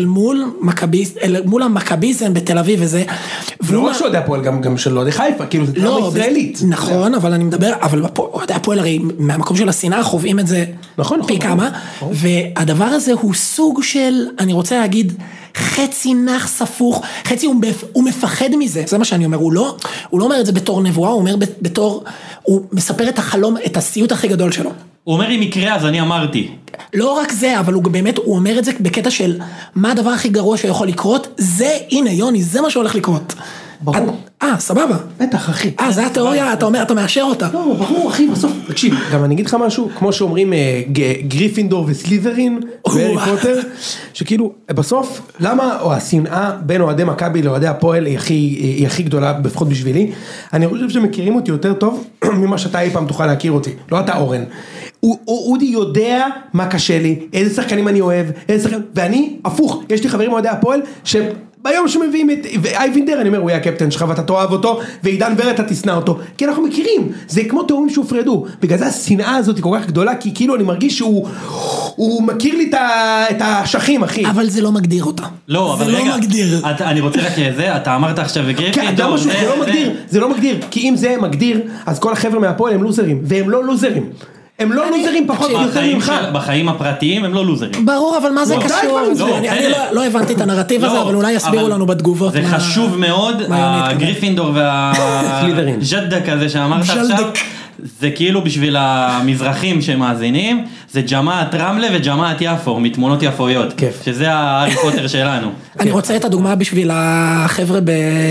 מול המכביזם בתל אביב וזה. לא רק שאוהדי הפועל, גם של אוהדי חיפה, כאילו זה טראומה ישראלית. נכון, אבל אני מדבר, אבל אוהדי הפועל הרי מהמקום של השנאה חווים את זה פי כמה, והדבר הזה הוא סוג של, אני רוצה להגיד, חצי נח ספוך, חצי הוא מפחד מזה, זה מה שאני אומר, הוא לא אומר את זה בתור נבואה, הוא אומר בתור, הוא מספר את החלום, את הסיוט הכי גדול שלו. הוא אומר אם יקרה אז אני אמרתי. לא רק זה, אבל הוא באמת, הוא אומר את זה בקטע של מה הדבר הכי גרוע שיכול לקרות, זה, הנה יוני, זה מה שהולך לקרות. ברור. סבבה. בטח, אחי. זה התיאוריה, אתה אומר, אתה מאשר אותה. לא, ברור, אחי, בסוף. תקשיב, גם אני אגיד לך משהו, כמו שאומרים גריפינדור וסליזרין, והארי פוטר, שכאילו, בסוף, למה השנאה בין אוהדי מכבי לאוהדי הפועל היא הכי גדולה, לפחות בשבילי? אני חושב שמכירים אותי יותר טוב ממה שאתה אי פעם תוכל להכיר אותי. לא אתה אורן. אודי יודע מה קשה לי, איזה שחקנים אני אוהב, ואני, הפוך, יש לי חברים אוהדי הפועל, ביום שמביאים את אייבינדר, אני אומר, הוא יהיה הקפטן שלך ואתה תאהב אותו, ועידן ורד אתה תשנא אותו, כי אנחנו מכירים, זה כמו תאומים שהופרדו, בגלל זה השנאה הזאת היא כל כך גדולה, כי כאילו אני מרגיש שהוא מכיר לי את השכים, אחי. אבל זה לא מגדיר אותה. לא, אבל רגע, אני רוצה רק זה, אתה אמרת עכשיו וגריפינדור, זה לא מגדיר, כי אם זה מגדיר, אז כל החבר'ה מהפועל הם לוזרים, והם לא לוזרים. הם לא לוזרים פחות יותר ממך. בחיים הפרטיים הם לא לוזרים. ברור, אבל מה זה קשור? אני לא הבנתי את הנרטיב הזה, אבל אולי יסבירו לנו בתגובות. זה חשוב מאוד, הגריפינדור והז'דק הזה שאמרת עכשיו, זה כאילו בשביל המזרחים שמאזינים, זה ג'מעת רמלה וג'מעת יפו, מתמונות יפויות, שזה הארי פוטר שלנו. אני רוצה את הדוגמה בשביל החבר'ה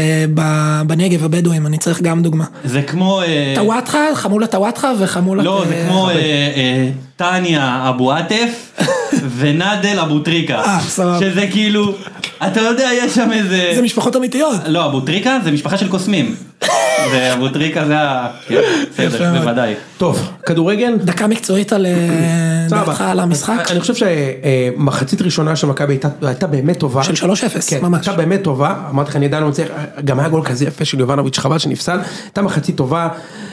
בנגב הבדואים, אני צריך גם דוגמה. זה כמו... טוואטחה, חמולת טוואטחה וחמולת... לא, זה כמו טניה אבו עטף ונדל אבו טריקה. שזה כאילו, אתה יודע, יש שם איזה... זה משפחות אמיתיות. לא, אבו טריקה זה משפחה של קוסמים. ואבו טריקה זה בסדר, בוודאי. טוב, כדורגל? דקה מקצועית על דעתך על המשחק? אני חושב שמחצית ראשונה של מכבי הייתה באמת טובה. של 3-0, ממש. הייתה באמת טובה, אמרתי לך, אני עדיין לא מצליח, גם היה גול כזה יפה של יובנוביץ' חבל שנפסל, הייתה מחצית טובה,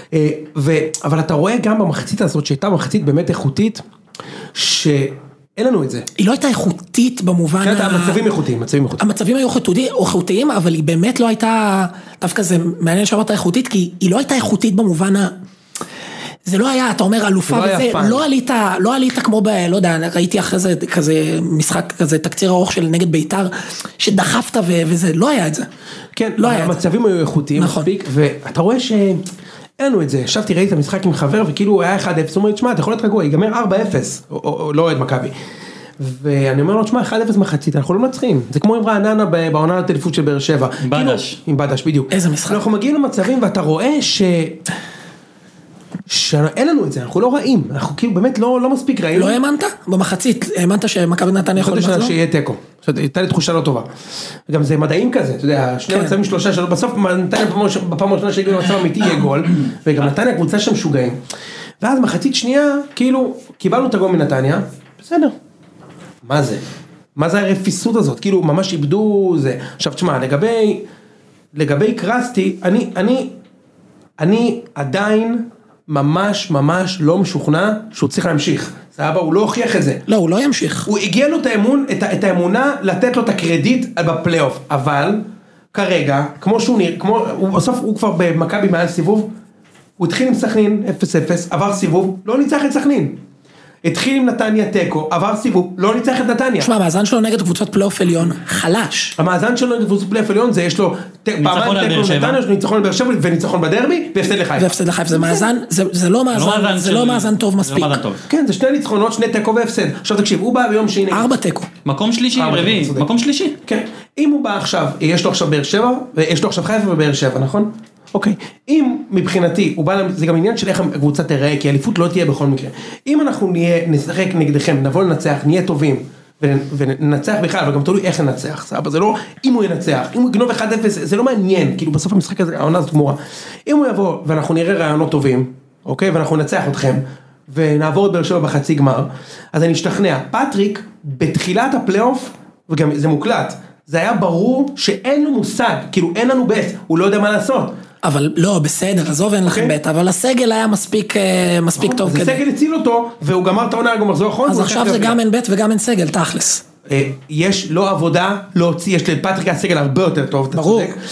אבל אתה רואה גם במחצית הזאת שהייתה מחצית באמת איכותית, אין לנו את זה. היא לא הייתה איכותית במובן... כן, המצבים איכותיים, המצבים היו איכותיים, אבל היא באמת לא הייתה, דווקא זה מעניין שאמרת איכותית, כי היא לא הייתה איכותית במובן זה לא היה, אתה אומר, אלופה וזה, לא עלית כמו לא יודע, ראיתי אחרי זה כזה משחק, כזה תקציר ארוך של נגד ביתר, שדחפת וזה, לא היה את זה. כן, המצבים היו איכותיים מספיק, ואתה רואה אין לנו את זה, ישבתי, ראיתי את המשחק עם חבר, וכאילו היה 1-0, הוא אומר, תשמע, אתה יכול להיות רגוע, ייגמר 4-0, או לא את מכבי. ואני אומר לו, תשמע, 1-0 מחצית, אנחנו לא מנצחים, זה כמו עם רעננה בעונה הטלפות של באר שבע. בדש. עם בדש, בדיוק. איזה משחק. אנחנו מגיעים למצבים, ואתה רואה שאין לנו את זה, אנחנו לא רעים, אנחנו כאילו באמת לא מספיק רעים. לא האמנת? במחצית, האמנת שמכבי נתניה יכול לחזור? שיהיה טקו, הייתה לי תחושה לא טובה. גם זה מדעים כזה, אתה יודע, שני מצבים 3 שלוש, בסוף נתניה בפעם הראשונה שהגיעו למצב אמיתי יהיה גול, וגם נתניה קבוצה שם משוגעים. ואז מחצית שנייה, כאילו, קיבלנו את הגול מנתניה, בסדר. מה זה? מה זה הרפיסות הזאת? כאילו, ממש איבדו זה. עכשיו, תשמע, לגבי קרסטי, אני עדיין ממש לא משוכנע שהוא צריך להמשיך. סבבה, הוא לא הוכיח את זה. לא, הוא לא ימשיך. הוא הגיע לו את האמונה לתת לו את הקרדיט בפלייאוף, אבל כרגע, כמו שהוא נראה, בסוף הוא כבר במכבי מעל סיבוב, הוא התחיל עם סכנין 0-0, עבר סיבוב, לא ניצח את סכנין. התחיל עם נתניה טקו, עבר סיבוב, לא ניצח את נתניה. תשמע, המאזן שלו נגד קבוצות פלייאוף עליון, חלש. המאזן שלו נגד קבוצות פלייאוף עליון, זה יש לו פעמיים טקו נתניה, ניצחון לבאר שבע וניצחון בדרבי, והפסד לחיפה. והפסד לחיפה, זה מאזן, זה לא מאזן טוב מספיק. כן, זה שני ניצחונות, שני טקו והפסד. עכשיו תקשיב, הוא בא ביום שני. 4 טקו. מקום שלישי, רביעי, מקום שלישי. כן. אם הוא בא עכשיו, יש לו עכשיו באר שבע, ויש לו עכשיו חיפה ובאר שבע, נכון? אוקיי, אם מבחינתי, הוא בא, זה גם עניין של איך הקבוצה תראה, כי האליפות לא תהיה בכל מקרה. אם אנחנו נשחק נגדכם, נבוא לנצח, נהיה טובים, וננצח בכלל, אבל גם תלוי איך ננצח, סבבה, זה לא אם הוא ינצח, אם הוא יגנוב 1-0, זה לא מעניין, כאילו בסוף המשחק הזה, העונה הזאת גמורה. אם הוא יבוא, ואנחנו נראה רעיונות טובים, אוקיי, ואנחנו ננצח אתכם, ונעבור את באר שבע בחצי גמר, אז אני אשתכנע, פטריק, בתחילת הפלייאוף, וגם זה מוקלט, זה היה ברור שאין לו מושג, כאילו אין לנו בית, הוא לא יודע מה לעשות. אבל לא, בסדר, עזוב אין לכם בית, אבל הסגל היה מספיק טוב כדי. אז הסגל הציל אותו, והוא גמר את העונה, הוא מחזור אחרון. אז עכשיו זה גם אין בית וגם אין סגל, תכלס. יש לו עבודה להוציא, יש לפטריק הסגל הרבה יותר טוב, אתה ברור. צודק.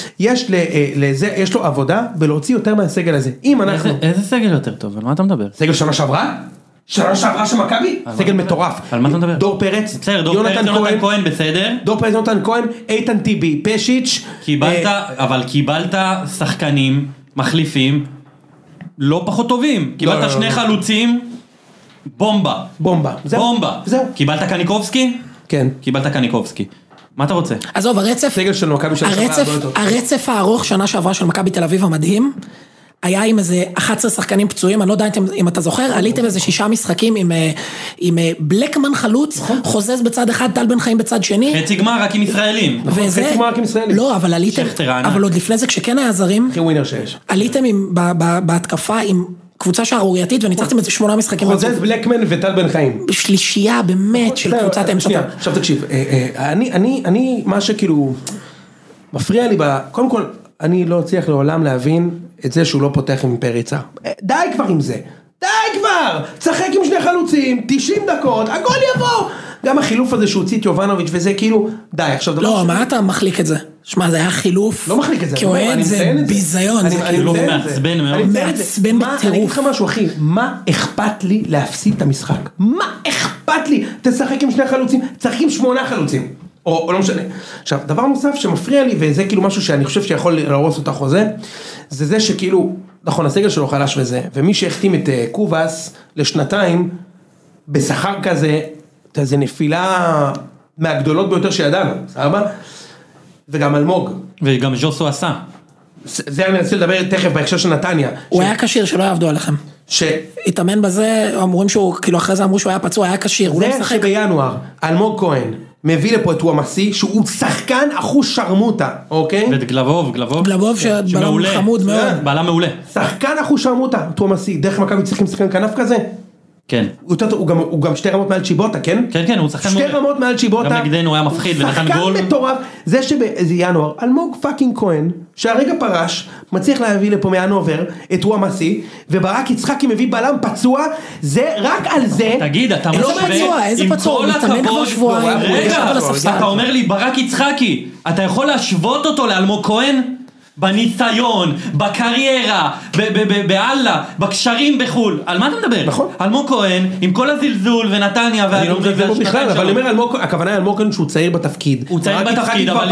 יש לו עבודה בלהוציא יותר מהסגל הזה. אם אנחנו... איזה סגל יותר טוב? על מה אתה מדבר? סגל שנה שעברה? שנה שעברה של מכבי? סגל מטורף. על מה אתה מדבר? דור פרץ, יונתן כהן בסדר. דור פרץ, יונתן כהן, איתן טיבי, פשיץ'. אבל קיבלת שחקנים, מחליפים, לא פחות טובים. קיבלת שני חלוצים, בומבה. בומבה. זהו. קיבלת קניקובסקי? כן. קיבלת קניקובסקי. מה אתה רוצה? עזוב, סגל של מכבי שנה שעברה. הרצף הארוך שנה שעברה של מכבי תל אביב המדהים, היה עם איזה 11 שחקנים פצועים, אני לא יודע אם אתה זוכר, עליתם איזה 6 משחקים עם בלקמן חלוץ, חוזז בצד אחד, טל בן חיים בצד שני. חצי גמר רק עם ישראלים. חצי גמר רק עם ישראלים. לא, אבל עליתם, אבל עוד לפני זה כשכן היה זרים, הכי ווינר שיש. עליתם בהתקפה עם קבוצה שערורייתית, וניצחתם איזה 8 משחקים. חוזז בלקמן וטל בן חיים. שלישייה באמת של קבוצת האמצע. עכשיו תקשיב, אני מה שכאילו מפריע לי, קודם כל, אני לא צריך לעולם להבין את זה שהוא לא פותח עם פריצה. די כבר עם זה. די כבר! צחק עם שני חלוצים, 90 דקות, הכל יבוא! גם החילוף הזה שהוא הוציא את יובנוביץ' וזה כאילו, די, עכשיו דבר... לא, מה אתה מחליק את זה? שמע, זה היה חילוף... לא מחליק את זה. כאוהד זה ביזיון, זה כאילו... מעצבן מאוד. מעצבן בטירוף. אני אגיד לך משהו, אחי, מה אכפת לי להפסיד את המשחק? מה אכפת לי? תשחק עם שני חלוצים, תשחק עם 8 חלוצים. או לא משנה. עכשיו, דבר נוסף שמפריע לי, וזה כאילו משהו שאני חושב שיכול להרוס אותה חוזה, זה שכאילו, נכון, הסגל שלו חלש וזה, ומי שהחתים את קובס לשנתיים, בשכר כזה, זה נפילה מהגדולות ביותר שידענו, סבבה? וגם אלמוג. וגם ז'וסו עשה. זה אני רוצה לדבר תכף בהקשר של נתניה. הוא היה קשיר שלא יעבדו עליכם. התאמן בזה, אמורים שהוא, כאילו אחרי זה אמרו שהוא היה פצוע, היה קשיר, זה שבינואר, אלמוג כהן, מביא לפה את וואמסי, שהוא שחקן אחוז שרמוטה, אוקיי? ואת גלבוב שבלם חמוד מאוד. בלם מעולה. שחקן אחוז שרמוטה, את וואמסי, דרך מכבי צריכים שחקן כנף כזה? כן. הוא גם 2 רמות מעל צ'יבוטה, כן? כן, הוא שחקן מעולה. 2 רמות מעל צ'יבוטה. גם נגדנו הוא היה מפחיד ונתן גול. שחקן מטורף. זה שבאיזה ינואר, אלמוג פאקינג כהן, שהרגע פרש, מצליח להביא לפה מהנובר את וואמסי, וברק יצחקי מביא בלם פצוע, זה רק על זה. תגיד, אתה משווה, איזה פצוע, הוא מתאמן כבר שבועיים. רגע, אתה אומר לי, ברק יצחקי, אתה יכול להשוות אותו לאלמוג כהן? בניסיון, בקריירה, באללה, בקשרים בחול. על מה אתה מדבר? נכון. אלמוג כהן, עם כל הזלזול ונתניה אני לא מזלזל בו בכלל, אבל אני אומר, הכוונה היא אלמוג כהן שהוא צעיר בתפקיד. הוא צעיר בתפקיד, אבל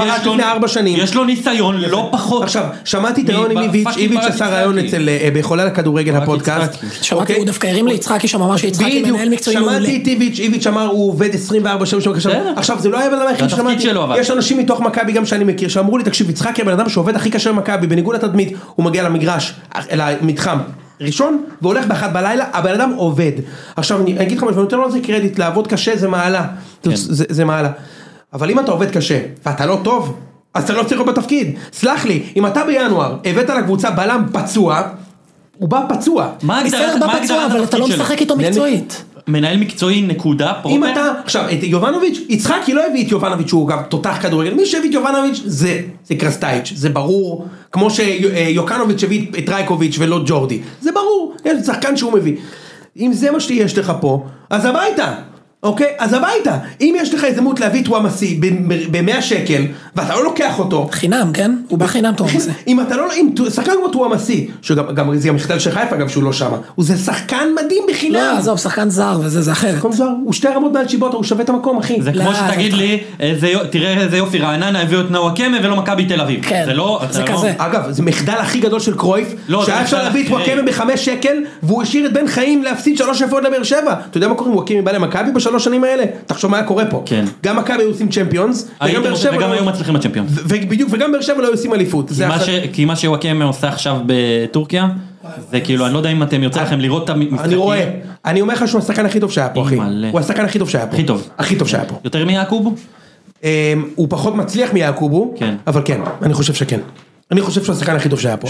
יש לו ניסיון לא פחות. עכשיו, שמעתי את הרעיון עם איביץ' עשה רעיון בחולה לכדורגל הפודקאסט. שמעתי, הוא דווקא הרים ליצחקי שם, אמר שיצחקי מנהל מקצועי מעולה. שמעתי את איביץ' אמר, הוא עובד 24 שעות שם. עכשיו, זה לא היה בן אדם היחיד ששמעתי. יש אנשים מתוך מכבי גם שאני מכיר, שאמרו לי, תקשיב, יצחקי הבן אדם שעובד הכי קשה במכבי, בניגוד לתדמית, הוא מגיע למגרש, למתחם ראשון, והולך באחת בלילה, הבן אדם עובד. עכשיו, אני אגיד לך משהו, אני נותן לו על זה קרדיט, לעבוד קשה זה מעלה. זה מעלה. אבל אם אתה עובד קשה, ואתה לא טוב, אז אתה לא צריך להיות בתפקיד. סלח לי, אם אתה בינואר, הבאת לקבוצה בלם פצוע, הוא בא פצוע. מה הגדרת התפקיד שלו? אבל אתה לא משחק איתו מקצועית. מנהל מקצועי נקודה, אם אתה, עכשיו, את יובנוביץ', יצחקי לא הביא את יובנוביץ' שהוא גם תותח כדורגל, מי שהביא את יובנוביץ' זה קרסטייץ', זה ברור, כמו שיוקנוביץ' הביא את רייקוביץ' ולא ג'ורדי, זה ברור, יש שחקן שהוא מביא. אם זה מה שיש לך פה, אז הביתה, אוקיי? אז הביתה, אם יש לך הזדמנות להביא את וואמסי ב100 שקל, ואתה לא לוקח אותו. חינם, כן? הוא בא חינם תואמסי. אם אתה לא, אם שחקן כמו וואמסי, שגם זה המחדל של חיפה, אגב, שהוא לא שמה, הוא זה שחקן מדהים בחינם. לא, עזוב, שחקן זר וזה, זה אחרת. שחקן זר, הוא 2 רמות מעל צ'יבוטה, הוא שווה את המקום, אחי. זה כמו שתגיד לי, תראה איזה יופי, רעננה הביאו את נוואקמה ולא מכבי תל אביב. כן, זה כזה. אגב, זה מחדל הכי גדול של קרויף, שהיה אפשר להביא את וואקמה ב5 שקל, והוא השאיר את בן חיים להפסיד 3 הפרעות לבאר שבע. אתה יודע מה קורה עם וואקמה בא למכבי ב3 שנים האלה? תחשוב מה היה קורה פה. כן. גם מכבי היו עושים צ'מפיונס, וגם היו מצליחים בצ'מפיונס. ובדיוק, וגם באר שבע לא היו עושים אליפות. כי מה שוואקמה עושה עכשיו בטורקיה, זה כאילו, אני לא יודע אם אתם יוצא לכם לראות את המשחקים. אני רואה, אני אומר לך שהוא השחקן הכי טוב שהיה פה, אחי. הוא השחקן הכי טוב שהיה פה. הכי טוב. הכי טוב שהיה פה. יותר מיעקובו? הוא פחות מצליח מיעקובו, אבל כן, אני חושב שכן. אני חושב שהוא השחקן הכי טוב שהיה פה.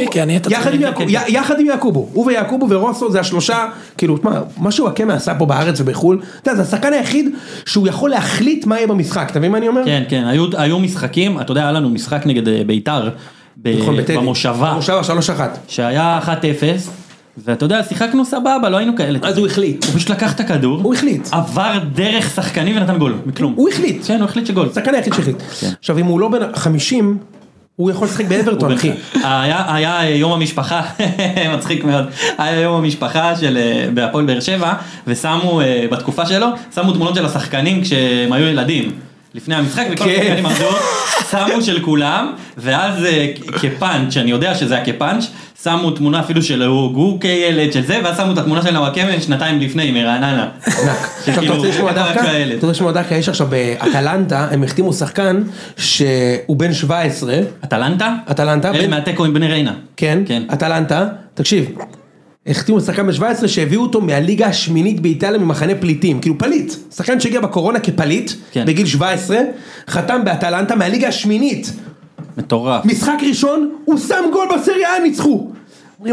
יחד עם יעקובו, הוא ויעקובו ורוסו זה השלושה, כאילו, מה שהוא הקמה עשה פה בארץ ובחול, זה השחקן היחיד שהוא יכול להחליט מה יהיה במשחק, אתה מבין מה אני אומר? כן, כן, היו משחקים, אתה יודע, היה לנו משחק נגד ביתר, במושבה, 3-1, שהיה 1-0, ואתה יודע, שיחקנו סבבה, לא היינו כאלה. אז הוא החליט. הוא פשוט לקח את הכדור. הוא החליט. עבר דרך שחקנים ונתן גול, מכלום. הוא החליט. כן, הוא החליט שגול. שחקן היחיד שהחליט. עכשיו, אם הוא לא בן 50, הוא יכול לשחק באברטון, אחי. היה יום המשפחה, מצחיק מאוד, היה יום המשפחה בהפועל באר שבע, ושמו, בתקופה שלו, שמו תמונות של השחקנים כשהם היו ילדים. לפני המשחק, וכל השחקנים עמדו, שמו של כולם, ואז כפאנץ', אני יודע שזה היה כפאנץ', שמו תמונה אפילו של הוא כילד של זה, ואז שמו את התמונה של נוואקמן שנתיים לפני, מרעננה. עכשיו, אתה רוצה לשמוע דווקא, יש עכשיו באטלנטה, הם החתימו שחקן שהוא בן 17. אטלנטה? אטלנטה. אלה מהטקו עם בני ריינה. כן, אטלנטה, תקשיב. החתימו שחקן ב-17 שהביאו אותו מהליגה השמינית באיטליה ממחנה פליטים, כאילו פליט, שחקן שהגיע בקורונה כפליט, בגיל 17, חתם באטלנטה מהליגה השמינית. מטורף. משחק ראשון, הוא שם גול בסריה, ניצחו. אומרים,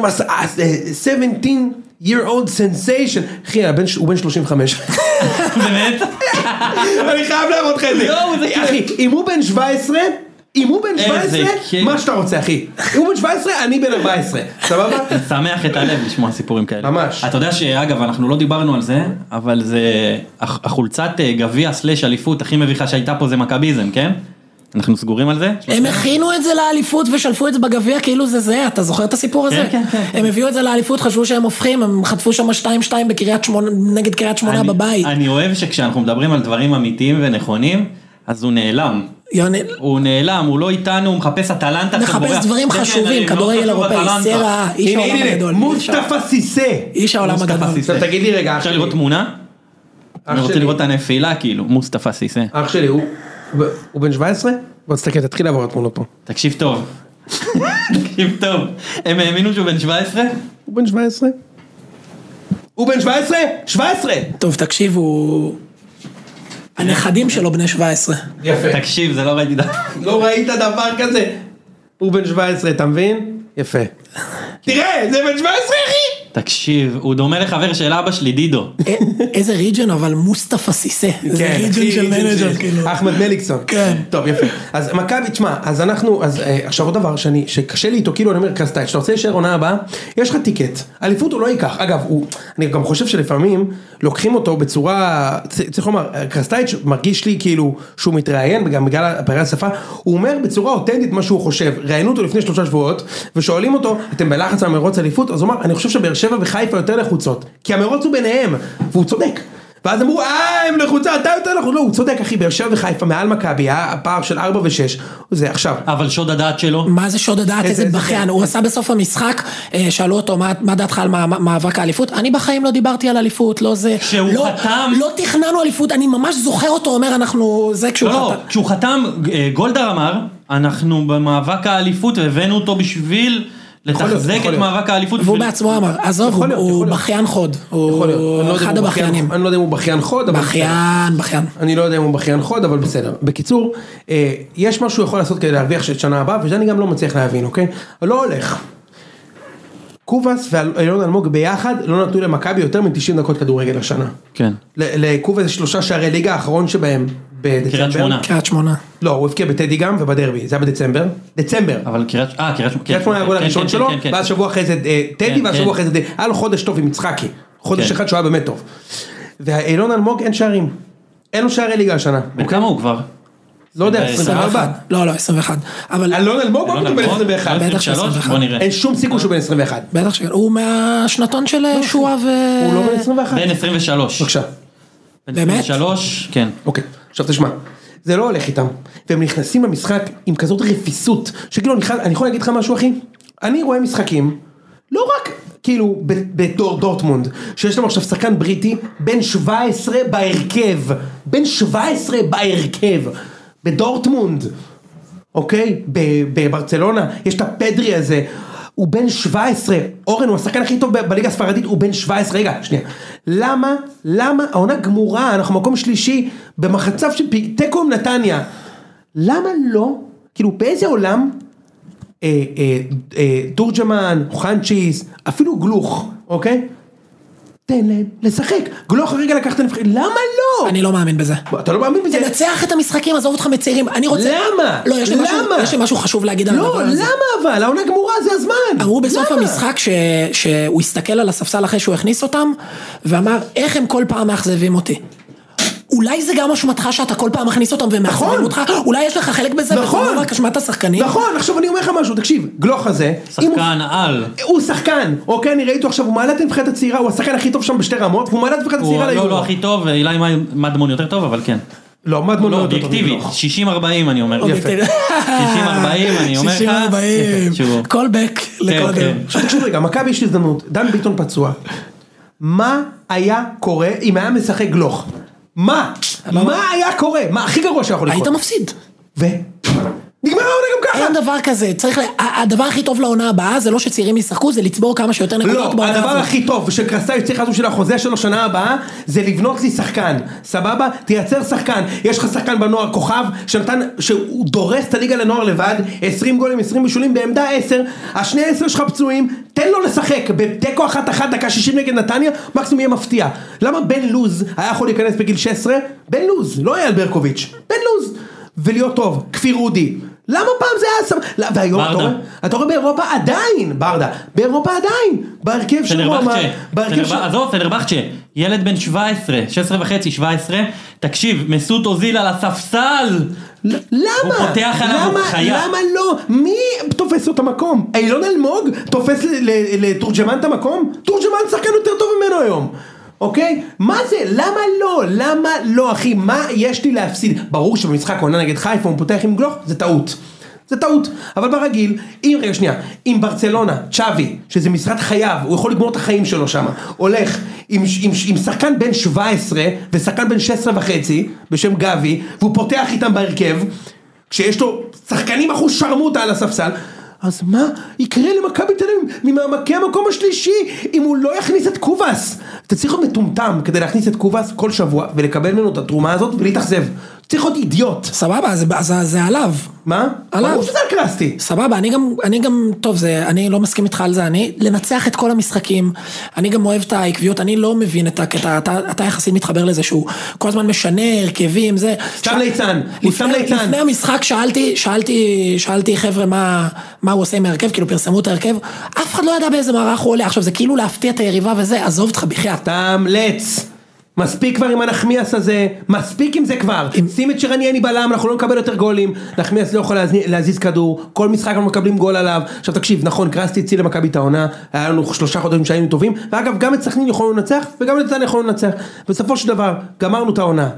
17-year-old sensation. אחי, הוא בן 35. באמת? אני חייב להראות לך את זה. אחי, אם הוא בן 17... אם הוא בן 17, מה שאתה רוצה, אחי. אם הוא בן 17, אני בן 14. סבבה? שמח את הלב לשמוע סיפורים כאלה. ממש. אתה יודע שאגב, אנחנו לא דיברנו על זה, אבל זה החולצת גביע סלש אליפות הכי מביכה שהייתה פה זה מכביזם, כן? אנחנו סגורים על זה? הם הכינו את זה לאליפות ושלפו את זה בגביע כאילו זה, אתה זוכר את הסיפור הזה? כן, כן. הם הביאו את זה לאליפות, חשבו שהם הופכים, הם חטפו שם 2-2 נגד קריית שמונה בבית. אני אוהב שכשאנחנו מדברים על דברים אמיתיים ונכונים, אז הוא נעלם. הוא נעלם, הוא לא איתנו, הוא מחפש אטלנטה. מחפש דברים חשובים, כדורגל אירופאי, סרה, איש העולם הגדול. מוסטפא סיסא. איש העולם הגדול. עכשיו תגיד לי רגע, אפשר לראות תמונה? אני רוצה לראות את הנפילה כאילו, מוסטפא סיסא. אח שלי, הוא בן 17? בוא תסתכל, תתחיל לעבור התמונות פה. תקשיב טוב. תקשיב טוב. הם האמינו שהוא בן 17? הוא בן 17? הוא בן 17? 17! טוב, תקשיבו. הנכדים שלו בני 17. יפה. תקשיב, זה לא ראיתי דבר. לא ראית דבר כזה. הוא בן 17, אתה מבין? יפה. תראה, זה בן 17, אחי! תקשיב, הוא דומה לחבר של אבא שלי, דידו. איזה ריג'ן, אבל מוסטפא סיסא. זה ריג'ן של מנג'ר, כאילו. אחמד מליקסון. כן. טוב, יפה. אז מכבי, תשמע, אז אנחנו, עכשיו עוד דבר שקשה לי איתו, כאילו אני אומר קרסטייץ', שאתה רוצה להישאר עונה הבאה, יש לך טיקט. אליפות הוא לא ייקח. אגב, אני גם חושב שלפעמים לוקחים אותו בצורה, צריך לומר, קרסטייץ' מרגיש לי כאילו שהוא מתראיין, גם בגלל פערי השפה, הוא אומר בצורה אותנטית מה שהוא חושב. ראיינו אותו לפני 3 שבועות, ושואלים אותו, אתם בלחץ על מרוץ אליפות? אז הוא אומר, אני חושב שבאר שבע וחיפה יותר לחוצות, כי המרוץ הוא ביניהם, והוא צודק. ואז אמרו, הם לחוצה, אתה יותר לחוצה. לא, הוא צודק, אחי, באר שבע וחיפה מעל מכבי, הפער של 4 ו6, זה עכשיו. אבל שוד הדעת שלו? מה זה שוד הדעת? איזה בכיין. הוא עשה בסוף המשחק, שאלו אותו, מה דעתך על מאבק האליפות? אני בחיים לא דיברתי על אליפות, לא זה. כשהוא חתם... לא תכננו אליפות, אני ממש זוכר אותו, אומר, אנחנו, זה כשהוא חתם. לא, כשהוא חתם, גולדר אמר, אנחנו במאבק האליפות, והבאנו אותו בשביל... לתחזק את מאבק האליפות. והוא בעצמו אמר, עזוב, הוא בכיין חוד, הוא אחד הבכיינים. אני לא יודע אם הוא בכיין חוד, בכיין. אני לא יודע אם הוא בכיין חוד, אבל בסדר. בקיצור, יש משהו יכול לעשות כדי להרוויח של שנה הבאה, וזה אני גם לא מצליח להבין, אוקיי? לא הולך. קובס ואילון אלמוג ביחד לא נתנו למכבי יותר מ-90 דקות כדורגל השנה. כן. לקובס 3 שערי ליגה האחרון שבהם בדצמבר. קריית שמונה. לא, הוא הבקיע בטדי גם ובדרבי, זה היה בדצמבר. דצמבר. אבל קריית שמונה היה הגול הראשון שלו, ואז שבוע אחרי זה טדי, ואז שבוע אחרי זה היה לו חודש טוב עם יצחקי. חודש אחד שהוא היה באמת טוב. ואילון אלמוג אין שערים. אין לו שערי ליגה השנה. בכמה הוא כבר? לא יודע, 24. לא, 21. אלון אלמוג הוא בן 21. בטח ש 21. אין שום סיכוי שהוא בן 21. בטח ש... הוא מהשנתון של שועה ו... הוא לא בן 21. בן 23. בבקשה. בן 23, כן. אוקיי, עכשיו תשמע. זה לא הולך איתם. והם נכנסים למשחק עם כזאת רפיסות, שכאילו אני יכול להגיד לך משהו אחי? אני רואה משחקים, לא רק כאילו בדורטמונד, שיש להם עכשיו שחקן בריטי, בן 17 בהרכב, בן 17 בהרכב, בדורטמונד, אוקיי? בברצלונה, יש את הפדרי הזה, הוא בן 17, אורן הוא השחקן הכי טוב בליגה הספרדית, הוא בן 17, רגע, שנייה, למה, העונה גמורה, אנחנו מקום שלישי, במצב של תיקו עם נתניה, למה לא, כאילו באיזה עולם, תורג'מן, חנצ'יס, אפילו גלוך, אוקיי? תן להם לשחק. גלוך הרגע לקח את הנבחרת, למה לא? אני לא מאמין בזה. אתה לא מאמין בזה? תנצח את המשחקים, עזוב אותך מצעירים, אני רוצה... למה? לא, יש לי משהו חשוב להגיד על הדבר הזה. לא, למה אבל? העונה גמורה, זה הזמן. אמרו בסוף המשחק שהוא הסתכל על הספסל אחרי שהוא הכניס אותם, ואמר, איך הם כל פעם מאכזבים אותי? אולי זה גם אשמתך שאתה כל פעם מכניס אותם ומאכזבים אותך, אולי יש לך חלק בזה, וזה לא רק אשמת השחקנים. נכון, עכשיו אני אומר לך משהו, תקשיב, גלוך הזה, שחקן על. הוא שחקן, אוקיי, אני ראיתי עכשיו, הוא מעלה את הנבחרת הצעירה, הוא השחקן הכי טוב שם בשתי רמות, והוא מעלה את הנבחרת הצעירה ליורו. לא הכי טוב, אולי מדמון יותר טוב, אבל כן. לא, מדמון לא יותר טוב. אובייקטיבי, 60-40 אני אומר. יפה. 60-40 אני אומר לך. 60-40, קולבק לקודם. עכשיו תקשיב רגע, מכבי יש הזדמנות, דן ביטון פצוע. מה היה קורה אם היה משחק גלוך? מה היה קורה? מה הכי גרוע שיכול לקרות? היית מפסיד. נגמר העונה גם ככה. אין דבר כזה, הדבר הכי טוב לעונה הבאה זה לא שצעירים ישחקו, זה לצבור כמה שיותר נקודות בעונה הזאת. לא, הדבר הכי טוב שקרסטייץ' צריך לעשות של החוזה שלו שנה הבאה, זה לבנות לי שחקן, סבבה? תייצר שחקן, יש לך שחקן בנוער כוכב, שהוא דורס את הליגה לנוער לבד, 20 גולים, 20 בישולים בעמדה 10, השני 10 שלך פצועים, תן לו לשחק, בדקו 1-1 דקה 60 נגד נתניה, מקסימום יהיה מפתיע. למה בן לוז היה יכול להיכנס בגיל 16? בן לוז, לא היה אלברקוביץ', בן לוז. ולהיות טוב, כפיר רודי. למה פעם זה היה והיום אתה רואה באירופה עדיין, ברדה, באירופה עדיין, בהרכב של רומא, עזוב, פנרבחצ'ה, ילד בן 17, 16 וחצי, 17, תקשיב, מסות אוזיל על הספסל. למה? הוא פותח עליו, הוא חיה. למה לא? מי תופס לו את המקום? אילון אלמוג תופס לתורג'מן את המקום? תורג'מן שחקן יותר טוב ממנו היום. אוקיי? מה זה? למה לא? למה לא, אחי? מה יש לי להפסיד? ברור שבמשחק עונה נגד חיפה הוא פותח עם גלוך, זה טעות. זה טעות. אבל ברגיל, רגע שנייה, עם ברצלונה, צ'אבי, שזה משרד חייו, הוא יכול לגמור את החיים שלו שם, הולך עם שחקן בן 17 ושחקן בן 16 וחצי, בשם גבי, והוא פותח איתם בהרכב, כשיש לו שחקנים אחוז שרמוטה על הספסל, אז מה יקרה למכבי תל אביב ממעמקי המקום השלישי אם הוא לא יכניס את קובס? אתה צריך להיות מטומטם כדי להכניס את קובס כל שבוע ולקבל ממנו את התרומה הזאת ולהתאכזב. צריך להיות אידיוט. סבבה, זה עליו. מה? עליו. ברור שזה הקרסטי. סבבה, אני גם, טוב, אני לא מסכים איתך על זה, אני לנצח את כל המשחקים, אני גם אוהב את העקביות, אני לא מבין את הקטע, אתה יחסית מתחבר לזה שהוא כל הזמן משנה, הרכבים, זה. סתם ליצן, הוא סתם ליצן. לפני המשחק שאלתי חבר'ה מה הוא עושה עם ההרכב, כאילו פרסמו את ההרכב, אף אחד לא ידע באיזה מערך הוא עולה, עכשיו זה כאילו להפתיע את היריבה וזה, עזוב אותך בחייאת. סתם לץ. מספיק כבר עם הנחמיאס הזה, מספיק עם זה כבר, שים את שרנייני בלם, אנחנו לא נקבל יותר גולים, נחמיאס לא יכול להזיז כדור, כל משחק אנחנו מקבלים גול עליו, עכשיו תקשיב, נכון, קרסטי הציל למכבי את העונה, היה לנו 3 חודשים שהיינו טובים, ואגב גם את סכנין יכולנו לנצח, וגם את נתניה יכולנו לנצח, בסופו של דבר, גמרנו את העונה,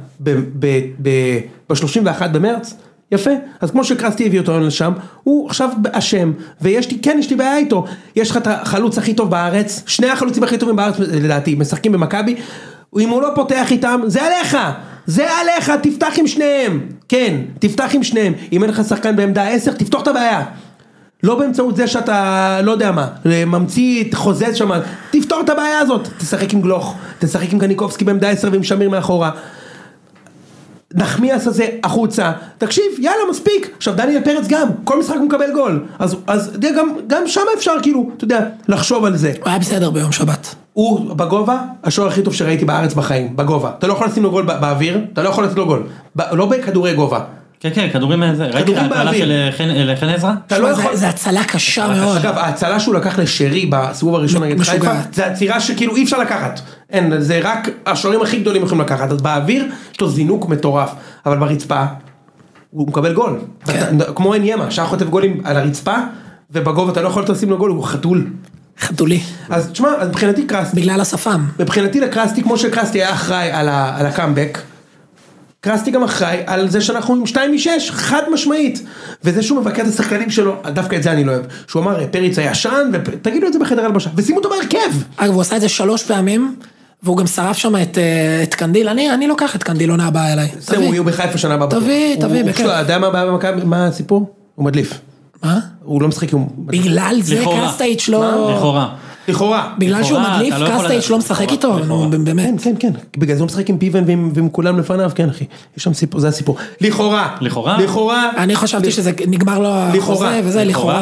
ב-31 במרץ, יפה, אז כמו שקרסטי הביא אותו לשם, הוא עכשיו אשם, ויש לי בעיה איתו, יש לך את החלוץ הכי טוב בארץ, 2 החלוצים הכי טובים בארץ, לדעתי, משחקים במכבי, אם הוא לא פותח איתם, זה עליך, תפתח עם שניהם, כן, תפתח עם שניהם, אם אין לך שחקן בעמדה 10, תפתוח את הבעיה, לא באמצעות זה שאתה, לא יודע מה, ממציא חוזז שם, תפתור את הבעיה הזאת, תשחק עם גלוך, תשחק עם קניקובסקי בעמדה 10 ועם שמיר מאחורה, נחמיאס הזה החוצה, תקשיב, יאללה מספיק, עכשיו דניאל פרץ גם, כל משחק הוא מקבל גול, אז גם שם אפשר כאילו, אתה יודע, לחשוב על זה. הוא היה בסדר ביום שבת. הוא בגובה, השוער הכי טוב שראיתי בארץ בחיים, בגובה, אתה לא יכול לשים לו גול באוויר, אתה לא יכול לתת לו גול, לא בכדורי גובה. כן, כדורים איזה, ראיתי את ההצלה של חן עזרא? זה הצלה קשה מאוד. אגב, ההצלה שהוא לקח לשרי בסיבוב הראשון נגד חיפה, זה הצירה שכאילו אי אפשר לקחת, אין, זה רק השוערים הכי גדולים יכולים לקחת, אז באוויר יש לו זינוק מטורף, אבל ברצפה הוא מקבל גול, כמו אין ימה, שעה חוטף גולים על הרצפה, ובגובה אתה לא יכול לשים לו גול, הוא חתולי. אז תשמע, מבחינתי קרסטי, בגלל השפם. מבחינתי לקרסטי, כמו שקרסטי היה אחראי על הקאמבק, קרסטי גם אחראי על זה שאנחנו עם 2-6, חד משמעית, וזה שהוא מבקר את השחקנים שלו, דווקא את זה אני לא אוהב, שהוא אמר פריץ היה ישן, ותגידו את זה בחדר הלבשה, ושימו אותו בהרכב. אגב, הוא עשה את זה 3 פעמים, והוא גם שרף שם את קנדיל, אני לוקח את קנדיל, עונה הבאה אליי. זהו, הוא בחיפה שנה הבאה. תביא, בכיף. אתה יודע מה הסיפור? הוא מדליף. מה? הוא לא משחק, בגלל זה קרסטייץ' לא... לכאורה. לכאורה. בגלל שהוא מדליף, קסטייץ' לא משחק איתו, באמת. כן, כן, בגלל זה הוא משחק עם פיבן ועם כולם לפניו, כן אחי, יש שם סיפור, זה הסיפור. לכאורה. אני חשבתי שזה נגמר לו החוזה, וזה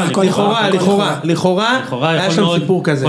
לכאורה, היה שם סיפור כזה.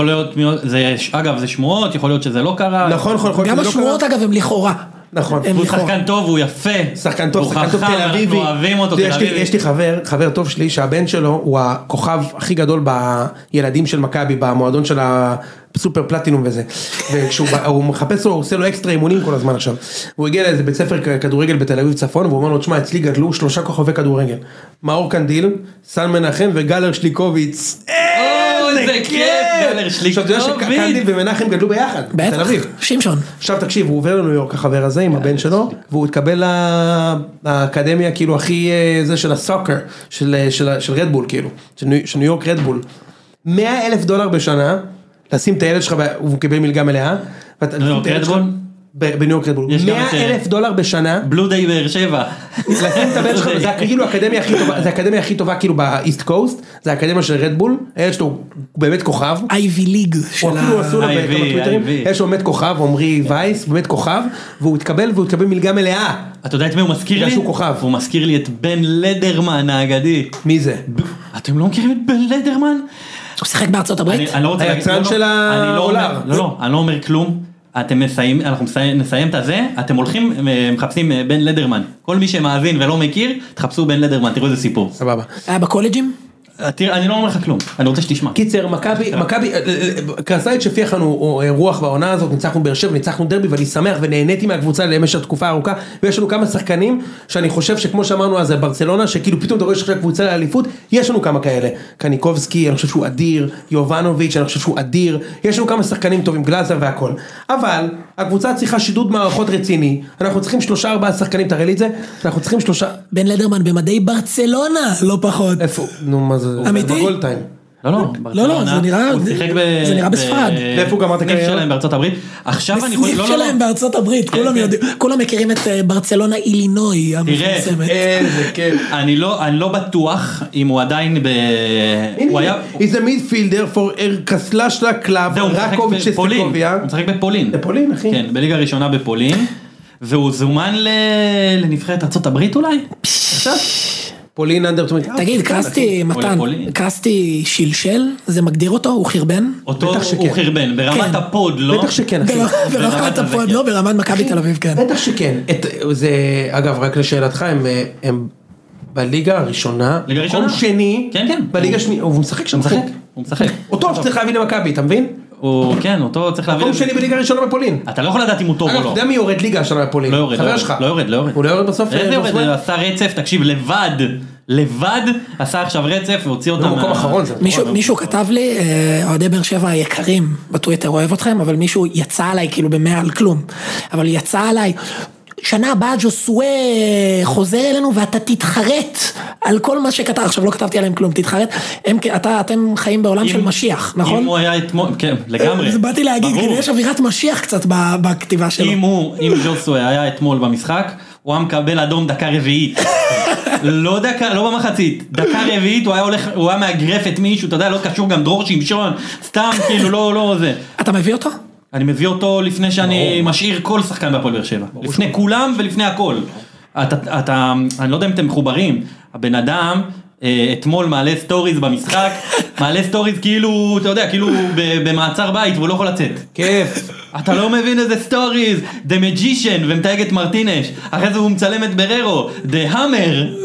אגב, זה שמועות, יכול להיות שזה לא קרה. נכון, גם השמועות אגב הם לכאורה. נכון. הוא שחקן טוב, הוא יפה. שחקן טוב תל אביבי. אנחנו אוהבים אותו תל אביבי. יש לי חבר טוב שלי שהבן שלו הוא הכוכב הכי גדול בילדים של מכבי, במועדון של הסופר פלטינום וזה. וכשהוא מחפש לו, הוא עושה לו אקסטרה אימונים כל הזמן עכשיו. הוא הגיע לאיזה בית ספר כדורגל בתל אביב צפון, והוא אומר לו, תשמע, אצלי גדלו 3 כוכבי כדורגל. מאור קנדיל, סן מנחם וגלר שליקוביץ. איזה כיף, גלר שליקוביץ. עכשיו, אתה יודע שקנדיל ומנחם גדלו ביחד, בתל אביב. שמשון. עכשיו תקשיב, הוא עובר לניו יורק החבר הזה עם הבן שלו, והוא התקבל לאקדמיה כאילו הכי זה של הסוקר, של רדבול כאילו, של ניו יורק רדבול. $100,000 בשנה, לשים את הילד שלך, והוא קיבל מלגה מלאה. ניו יורק רדבול? בניו יורק רדבול. $100,000 בשנה. בלו דיי באר שבע. לשים את הבן שלך, זה כאילו האקדמיה הכי טובה כאילו באיסט קוסט, זה האקדמיה של רדבול, הילד שלו הוא באמת כוכב. אייבי ליג של יש לו באמת כוכב, עומרי וייס, באמת כוכב, והוא התקבל מלגה מלאה. אתה יודע את מי הוא מזכיר לי? הוא מזכיר לי את בן לדרמן האגדי. מי זה? אתם לא מכירים את בן לדרמן? הוא שיחק בארצות הברית? היצרן של העולר. לא, אני לא אומר כלום. אתם אנחנו נסיים את הזה, אתם הולכים, מחפשים בן לדרמן. כל מי שמאזין ולא מכיר, תחפשו בן לדרמן, תראו איזה סיפור. סבבה. היה בקולג'ים? אני לא אומר לך כלום, אני רוצה שתשמע. קיצר, מכבי, קרסאית שפיח לנו רוח בעונה הזאת, ניצחנו באר שבע, ניצחנו דרבי, ואני שמח ונהניתי מהקבוצה למשך תקופה ארוכה, ויש לנו כמה שחקנים, שאני חושב שכמו שאמרנו אז ברצלונה, שכאילו פתאום אתה רואה שיש קבוצה לאליפות, יש לנו כמה כאלה, קניקובסקי, אני חושב שהוא אדיר, יובנוביץ', אני חושב שהוא אדיר, יש לנו כמה שחקנים טובים, גלאזר והכל, אבל הקבוצה צריכה שידוד מערכות רציני, אנחנו צריכים 3-4 שחקנים, תראה לי את זה, אנחנו צריכים 3... בן לדרמן במדי ברצלונה, לא פחות. איפה? נו, מה זה? אמיתי? לא, זה נראה בספרד. איפה הוא גמר את הקריירה? שלהם בארצות הברית. עכשיו אני בסניף שלהם בארצות הברית, כולם מכירים את ברצלונה אילינוי המפורסמת. איזה כיף. אני לא בטוח אם הוא עדיין He's a midfielder for קסלשלה קלאב, רקוביץ' סטקוביה. הוא משחק בפולין. בפולין, אחי. כן, בליגה הראשונה בפולין. והוא זומן לנבחרת ארצות הברית אולי? עכשיו? פולין אנדר תומית. תגיד, קרסטי שלשל, זה מגדיר אותו? הוא חרבן? אותו הוא חרבן, ברמת הפוד, לא? בטח שכן, אחי. ברמת הפוד, לא, ברמת מכבי תל אביב, כן. בטח שכן. זה, אגב, רק לשאלתך, הם בליגה הראשונה, ליגה ראשונה? מקום שני, כן. בליגה שנייה, הוא משחק שם. הוא משחק. אותו שצריך להביא למכבי, אתה מבין? כן, אותו צריך להביא. מקום שני בליגה ראשונה בפולין. אתה לא יכול לדעת אם הוא טוב או לא. אתה יודע מי יורד ליגה השנה בפולין? לא יורד. לא יורד. הוא לא יורד בסוף? איזה יורד? הוא עשה רצף, תקשיב, לבד עשה עכשיו רצף והוציא אותם. במקום אחרון זה. מישהו כתב לי, אוהדי באר שבע היקרים בטוויטר, אוהב אתכם, אבל מישהו יצא עליי כאילו במאה על כלום. אבל יצא עליי, שנה הבאה ג'וסווה חוזר אלינו ואתה תתחרט על כל מה שכתב, עכשיו לא כתבתי עליהם כלום, תתחרט, אתם חיים בעולם של משיח, נכון? אם הוא היה אתמול, כן, לגמרי. זה באתי להגיד, כי יש אווירת משיח קצת בכתיבה שלו. אם ג'וסווה היה אתמול במשחק, הוא היה מקבל אדום דקה רביעית. לא במחצית, דקה רביעית הוא היה מאגרף את מישהו, אתה יודע, לא קשור גם דרור שמשון, סתם כאילו לא זה. אתה מביא אותו? אני מביא אותו לפני שאני משאיר כל שחקן בהפועל באר שבע. לפני כולם ולפני הכל. אני לא יודע אם אתם מחוברים, הבן אדם אתמול מעלה סטוריז במשחק, מעלה סטוריז כאילו, אתה יודע, כאילו במעצר בית והוא לא יכול לצאת. כיף. אתה לא מבין איזה סטוריז, The Magician ומתייג את מרטינש, אחרי זה הוא מצלם את בררו, The Hammer.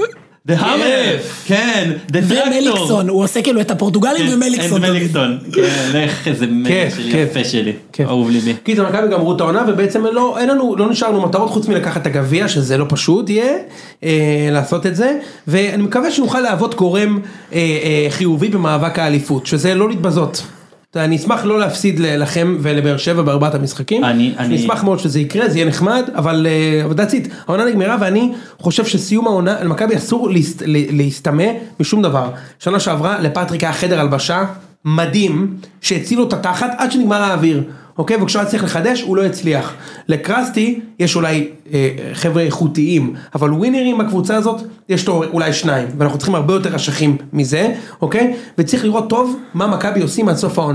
כן, ומליקסון, הוא עושה כאילו את הפורטוגלים ומליקסון. כן, לך איזה מלך שלי, יפה שלי, אהוב ליבי. כי זה מכבי גמרו את העונה, ובעצם לא נשארנו מטרות חוץ מלקחת את הגביע, שזה לא פשוט יהיה לעשות את זה, ואני מקווה שנוכל להוות גורם חיובי במאבק האליפות, שזה לא להתבזות. אני אשמח לא להפסיד לכם ולבאר שבע בארבעת המשחקים, אני אשמח מאוד שזה יקרה, זה יהיה נחמד, אבל דעצית, העונה נגמרה ואני חושב שסיום העונה, למכבי אסור להסתמא משום דבר. שנה שעברה לפטריק היה חדר הלבשה מדהים, שהציל לו את התחת עד שנגמר האוויר, אוקיי? וכשהוא היה צריך לחדש, הוא לא הצליח. לקרסטי יש אולי חבר'ה איכותיים, אבל ווינרים בקבוצה הזאת, יש לו אולי 2, ואנחנו צריכים הרבה יותר אשכים מזה, אוקיי? וצריך לראות טוב מה מכבי עושים עד סוף העונה,